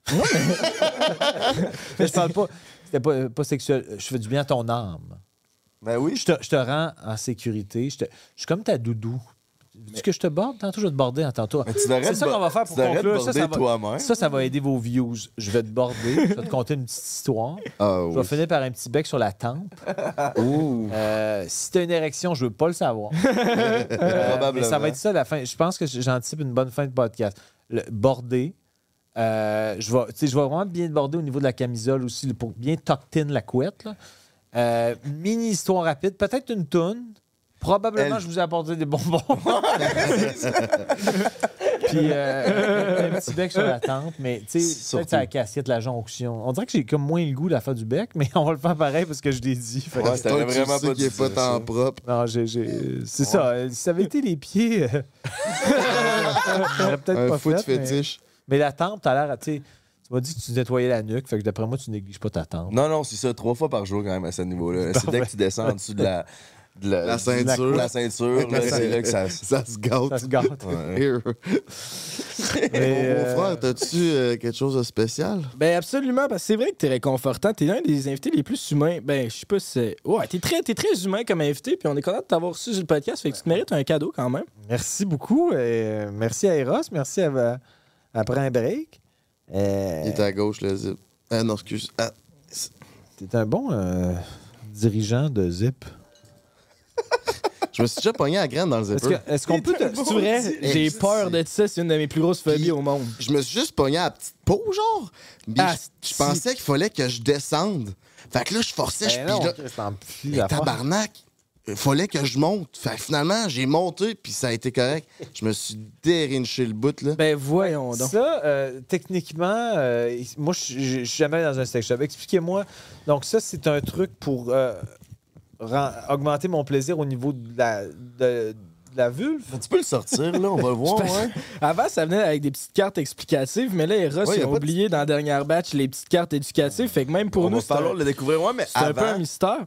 Mais je parle pas... C'était pas sexuel. Je fais du bien à ton âme. Ben oui. Je te rends en sécurité. Je suis comme ta doudou. Veux-tu que je te borde? Tantôt, je vais te border en tantôt. Mais tu devrais C'est ça te qu'on va faire pour tu devrais te conclure. border toi-même. Ça va aider vos views. Je vais te border. Je vais te conter une petite histoire. Ah, Je vais finir par un petit bec sur la tempe. Si t'as une érection, je veux pas le savoir. Mais ça va être ça la fin. Je pense que j'anticipe une bonne fin de podcast. Le border. Je vais vraiment bien te border au niveau de la camisole aussi pour bien tuck-in la couette. Là. Mini histoire rapide. Peut-être une toune. Probablement, je vous ai apporté des bonbons. Puis un petit bec sur la tempe, mais tu sais, peut-être la casquette, la jonction. On dirait que j'ai comme moins le goût de la faire du bec, mais on va le faire pareil parce que je l'ai dit. Fait que- Ouais, c'était vraiment pas qui est pas tant propre. Non, c'est ça. Si ça avait été les pieds, j'aurais peut-être Un pas foot fait. fétiche. Mais la tempe, t'as l'air, tu sais, tu m'as dit que tu nettoyais la nuque, fait que d'après moi, tu négliges pas ta tempe. Non, c'est ça, 3 fois par jour quand même à ce niveau-là. C'est dès que tu descends en dessous de la La ceinture. La ceinture, là, c'est là que ça. Ça se gâte. Ça se gâte. Here. Mais, Mon frère, t'as-tu quelque chose de spécial? Ben absolument, parce que c'est vrai que t'es réconfortant. T'es l'un des invités les plus humains. Ben, je sais pas si c'est... Ouais, t'es très humain comme invité, puis on est content de t'avoir reçu sur le podcast, fait que tu te mérites un cadeau quand même. Merci beaucoup. Merci à Eros. Merci à Après un break. Il est à gauche, le zip. Ah non, excuse. Ah. T'es un bon dirigeant de Zip. Je me suis déjà pogné à la graine dans le zipper. Est-ce qu'on peut te... C'est vrai, j'ai peur de ça, c'est une de mes plus grosses phobies au monde. Je me suis juste pogné à la petite peau, genre. Puis je pensais qu'il fallait que je descende. Fait que là, je forçais, je puis là, tabarnak, il fallait que je monte. Fait que finalement, j'ai monté, puis ça a été correct. Je me suis dérinché le bout, là. Ben voyons donc. Ça, techniquement, moi, je suis jamais dans un sex shop. Expliquez-moi. Donc ça, c'est un truc pour augmenter mon plaisir au niveau de la vulve. Tu peux le sortir, là, on va le voir, ouais. Avant, ça venait avec des petites cartes explicatives, mais là, Eros, Ouais, ils y a ont pas oublié dans la dernière batch les petites cartes éducatives, fait que même pour On nous, va falloir le découvrir, ouais, mais c'est un peu un avant, mystère.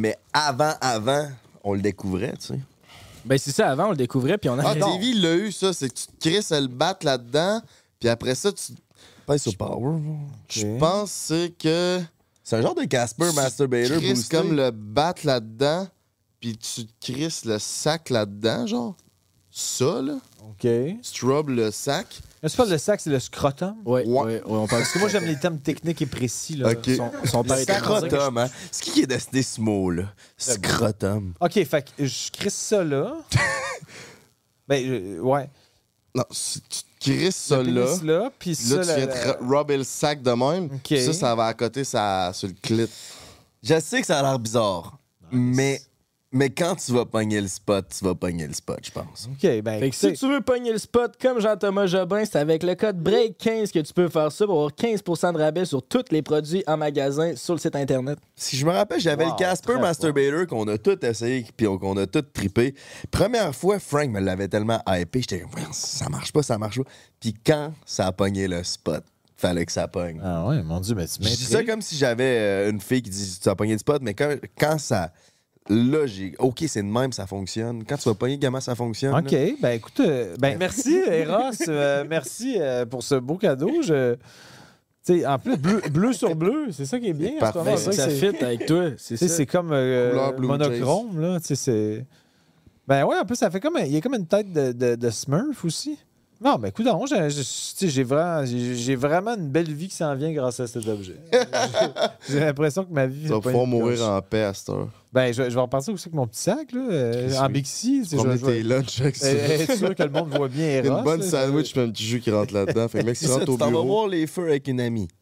on le découvrait, tu sais. Ben c'est ça, avant, on le découvrait, puis on a... Ah, TV, il l'a eu, ça. C'est que tu te crisses le bat là-dedans, puis après ça, tu... Pas sur Power. Je pense c'est que... C'est un genre de Casper Masturbator Tu crisses boosté. comme le bat là-dedans, puis tu te crisses le sac là-dedans, genre. Ça, là. OK. Tu rubs le sac. C'est pas le sac, c'est le scrotum. Ouais, on parle... Parce que moi, j'aime les termes techniques et précis. Là. OK. Son père était Scrotum, hein. C'est qui est décidé ce mot-là? Scrotum. OK, fait que je crisse ça là. Ben, ouais. Non, si tu te crisses ça Le là, pénis là, puis ça... là, tu viens de rubber le sac de même. OK. Ça va à côté sur le clit. Je sais que ça a l'air bizarre, mais quand tu vas pogner le spot, je pense. OK, ben, Fait que si tu veux pogner le spot comme Jean-Thomas Jobin, c'est avec le code BREAK15 que tu peux faire ça pour avoir 15% de rabais sur tous les produits en magasin sur le site Internet. Si je me rappelle, j'avais Wow, le Casper très Masturbator qu'on a tout essayé puis qu'on a tout trippé. Première fois, Frank me l'avait tellement hypé, j'étais comme, ça marche pas. Puis quand ça a pogné le spot, fallait que ça pogne. Ah ouais, mon Dieu, mais tu Je dis ça comme si j'avais une fille qui dit tu as pogné le spot, mais quand ça... Là, OK, c'est de même, ça fonctionne. Quand tu vas pogner, comment ça fonctionne? OK, là? ben écoute, merci Eros, merci pour ce beau cadeau. Tu sais, en plus, bleu sur bleu, c'est ça qui est bien. en ce Parfait. moment. Ben, C'est ça vrai que fit avec toi, c'est tu sais, ça. c'est comme Couleur Blue monochrome, là. Tu sais, c'est... Ben ouais, en plus, ça fait comme... Il y a comme une tête de Smurf aussi. Non, ben écoute, j'ai vraiment une belle vie qui s'en vient grâce à cet objet. J'ai l'impression que ma vie... Tu vas pouvoir mourir en paix à cette heure. Ben, je vais repartir aussi avec mon petit sac, là, en Bixi. Tu sais, Promener je vais- tes lunchs avec ça. être sûr que le monde voit bien Eros. Une bonne là. sandwich puis un petit jus qui rentre là-dedans. Fait que mec, tu C'est ça, rentres tu au t'en vas bureau. voir les feux avec une amie.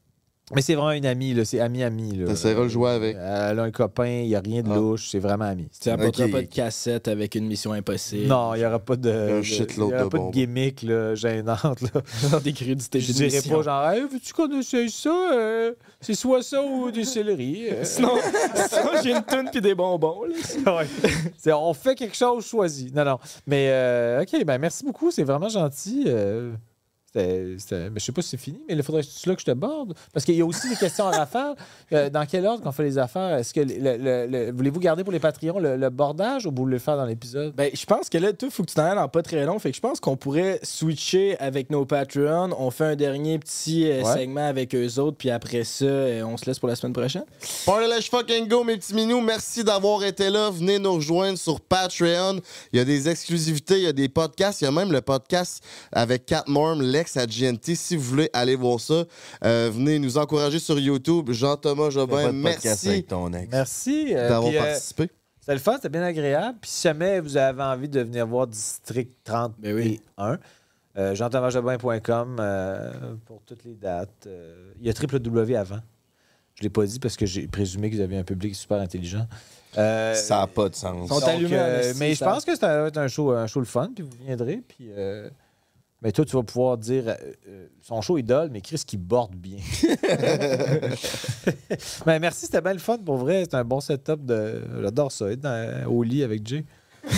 Mais c'est vraiment une amie, là. C'est ami-ami. T'essaieras de le jouer avec. Elle a un copain, il n'y a rien de louche. C'est vraiment ami. Tu n'apporteras Ok. pas de cassette avec une mission impossible. Non, il n'y aura pas de, Un shitload il y aura de pas de bonbons. gimmick là, gênante. Là. Genre des crédités Je dirais d'émission. pas genre, hey, veux-tu qu'on essaye ça? C'est soit ça ou des céleris. Sinon, j'ai une toune puis des bonbons. Là. Ouais. On fait quelque chose choisi. Non. Mais OK, ben merci beaucoup. C'est vraiment gentil. Mais je sais pas si c'est fini, mais il faudrait là que je te borde. Parce qu'il y a aussi des questions à rafale. Dans quel ordre qu'on fait les affaires? Est-ce que voulez-vous garder pour les Patreons le bordage ou vous voulez le faire dans l'épisode? Ben, je pense que là, tout, faut que tu t'en ailles dans pas très long. Fait que je pense qu'on pourrait switcher avec nos Patreons. On fait un dernier petit segment avec eux autres, puis après ça, on se laisse pour la semaine prochaine. Party Let's Fucking Go, mes petits minous. Merci d'avoir été là. Venez nous rejoindre sur Patreon. Il y a des exclusivités, il y a des podcasts. Il y a même le podcast avec Cat Morm, l'ex à GNT. Si vous voulez aller voir ça, venez nous encourager sur YouTube. Jean-Thomas Jobin, merci avec ton ex. Merci. d'avoir Puis, participé. c'était le fun, c'était bien agréable. Puis si jamais vous avez envie de venir voir District 31, Ben oui. jean-thomasjobin.com pour toutes les dates. Il y a www avant. Je ne l'ai pas dit parce que j'ai présumé que vous aviez un public super intelligent. Ça n'a pas de sens. Ils sont allumés en esti, mais je ça. pense que ça va être un show le fun, puis vous viendrez. Puis, mais toi, tu vas pouvoir dire son show idole, mais Chris qui borde bien. Ben, merci, c'était bien le fun pour vrai. C'était un bon setup. J'adore ça, être au lit avec Jay.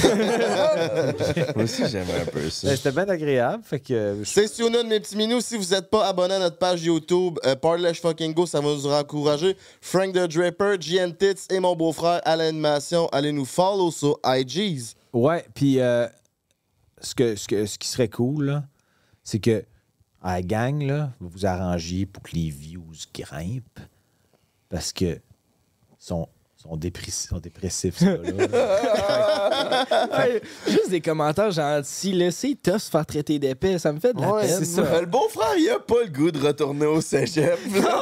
Moi aussi, j'aimerais un peu ça. Ben, c'était bien agréable. Fait que C'est Siouna de mes petits minous. Si vous n'êtes pas abonné à notre page YouTube, Party Let's Fucking Go, ça va nous encourager. Frank the Draper, GN Tits et mon beau-frère à l'animation. Allez nous follow sur IGs. ouais, puis ce qui serait cool, là, c'est que à la gang, là, vous vous arrangiez pour que les views grimpent parce que sont dépressifs, ce gars-là. Ouais, juste des commentaires gentils. Laissez tough se faire traiter d'épais. Ça me fait de la peine. c'est ça. moi. Le beau-frère, il a pas le goût de retourner au cégep.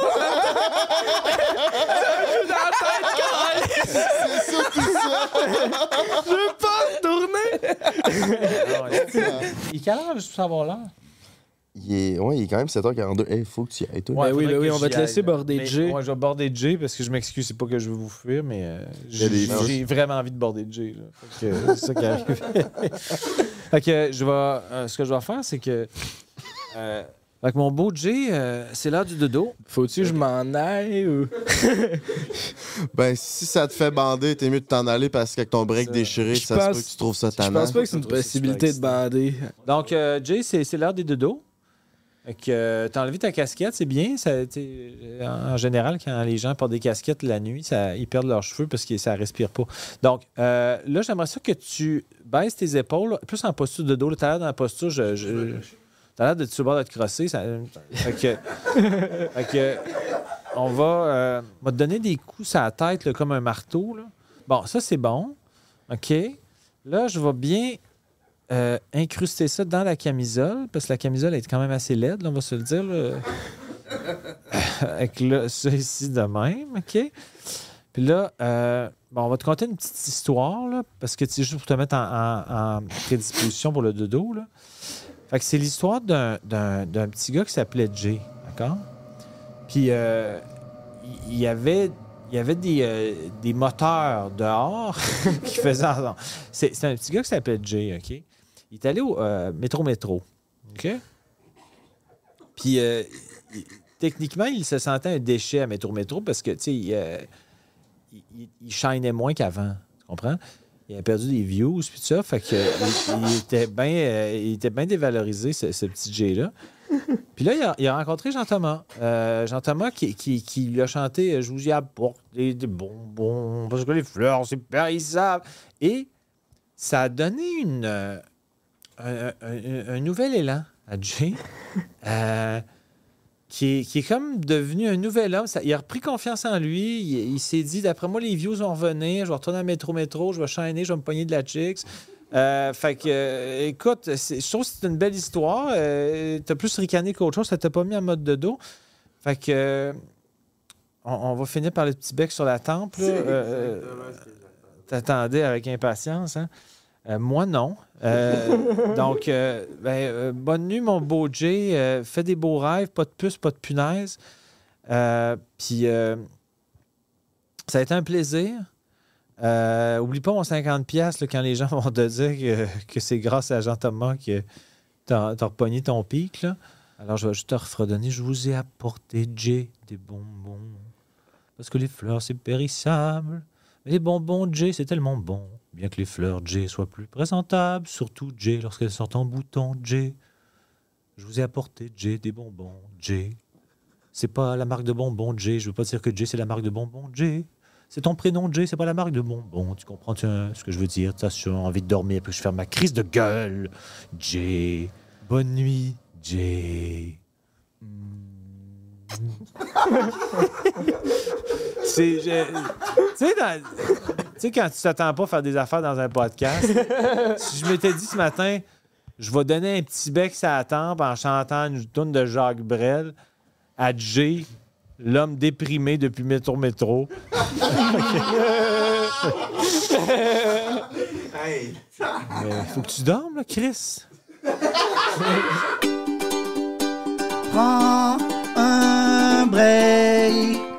Je veux pas retourner. Il est quelle heure, juste pour savoir l'heure? Il est quand même 7h42. Il faut que tu y ailles, toi. Ouais, oui, faudrait oui, que on va j'y te laisser aille, border mais- Jay. Ouais, je vais border Jay parce que je m'excuse, c'est pas que je veux vous fuir, mais y a des j'ai vraiment envie de border Jay. Là. Fait que c'est ça qui arrive. Fait que ce que je vais faire, c'est que avec mon beau Jay, c'est l'heure du dodo. Faut-tu que je m'en aille ou. Ben, si ça te fait bander, t'es mieux de t'en aller parce qu'avec ton break Ça. déchiré, Je ça se pense- peut que tu trouves ça Je tannant. pense pas que c'est une Ça doit être possibilité de super bander. Donc, Jay, c'est l'heure des dodos. Fait que t'as enlevé ta casquette, c'est bien. En général, quand les gens portent des casquettes la nuit, ils perdent leurs cheveux parce que ça respire pas. Donc, là, j'aimerais ça que tu baisses tes épaules, plus en posture de dos. T'as l'air dans la posture, t'as l'air de sur le bord de te crosser. Fait que on va te donner des coups sur la tête là, comme un marteau. Là. Bon, ça, c'est bon. OK. Là, je vais bien incruster ça dans la camisole, parce que la camisole est quand même assez laide, là, on va se le dire. Là. Avec là, ça ici de même, OK? Puis là, on va te conter une petite histoire, là, parce que c'est juste pour te mettre en prédisposition pour le dodo. Là. Fait que c'est l'histoire d'un petit gars qui s'appelait Jay, d'accord? Puis il y avait des moteurs dehors qui faisaient... C'est un petit gars qui s'appelle Jay, OK? Il est allé au métro, OK? Puis, techniquement, il se sentait un déchet à métro parce que, tu sais, il shinait moins qu'avant, tu comprends? Il a perdu des views, puis tout ça, fait que il était bien dévalorisé, ce petit Jay-là. Puis là, il a rencontré Jean-Thomas. Jean-Thomas qui lui a chanté « Je vous y apporte des bonbons, parce que les fleurs, c'est périssable. » Et ça a donné un nouvel élan à Jay, qui est comme devenu un nouvel homme. Il a repris confiance en lui. Il s'est dit, d'après moi, les views vont revenir. Je vais retourner à métro, je vais shiner, je vais me pogner de la chicks. Fait que, écoute, je trouve que c'est une belle histoire. T'as plus ricané qu'autre chose. Ça t'a pas mis en mode de dos. Fait que, on va finir par le petit bec sur la tempe. Là. T'attendais avec impatience, hein? Moi, non. Donc, bonne nuit, mon beau Jay. Fais des beaux rêves, pas de puce, pas de punaise. Puis ça a été un plaisir. Oublie pas mon 50$ là, quand les gens vont te dire que c'est grâce à Jean-Thomas que t'as repogné ton pic. Là. Alors, je vais juste te refredonner. Je vous ai apporté, Jay, des bonbons. Parce que les fleurs, c'est périssable. Mais les bonbons, Jay, c'est tellement bon. Bien que les fleurs, Jay, soient plus présentables. Surtout, Jay, lorsqu'elles sortent en bouton, Jay. Je vous ai apporté, Jay, des bonbons, Jay. C'est pas la marque de bonbons, Jay. Je veux pas dire que Jay, c'est la marque de bonbons, Jay. C'est ton prénom, Jay, c'est pas la marque de bonbons. Tu comprends ce que je veux dire? Tu as envie de dormir, puis je fais ma crise de gueule. Jay. Bonne nuit, Jay. Tu sais, quand tu t'attends pas à faire des affaires dans un podcast, si je m'étais dit ce matin, je vais donner un petit bec sur la tempe en chantant une toune de Jacques Brel à Jay, l'homme déprimé depuis Métro. Hey. Mais faut que tu dormes, là, Chris. Prends un break.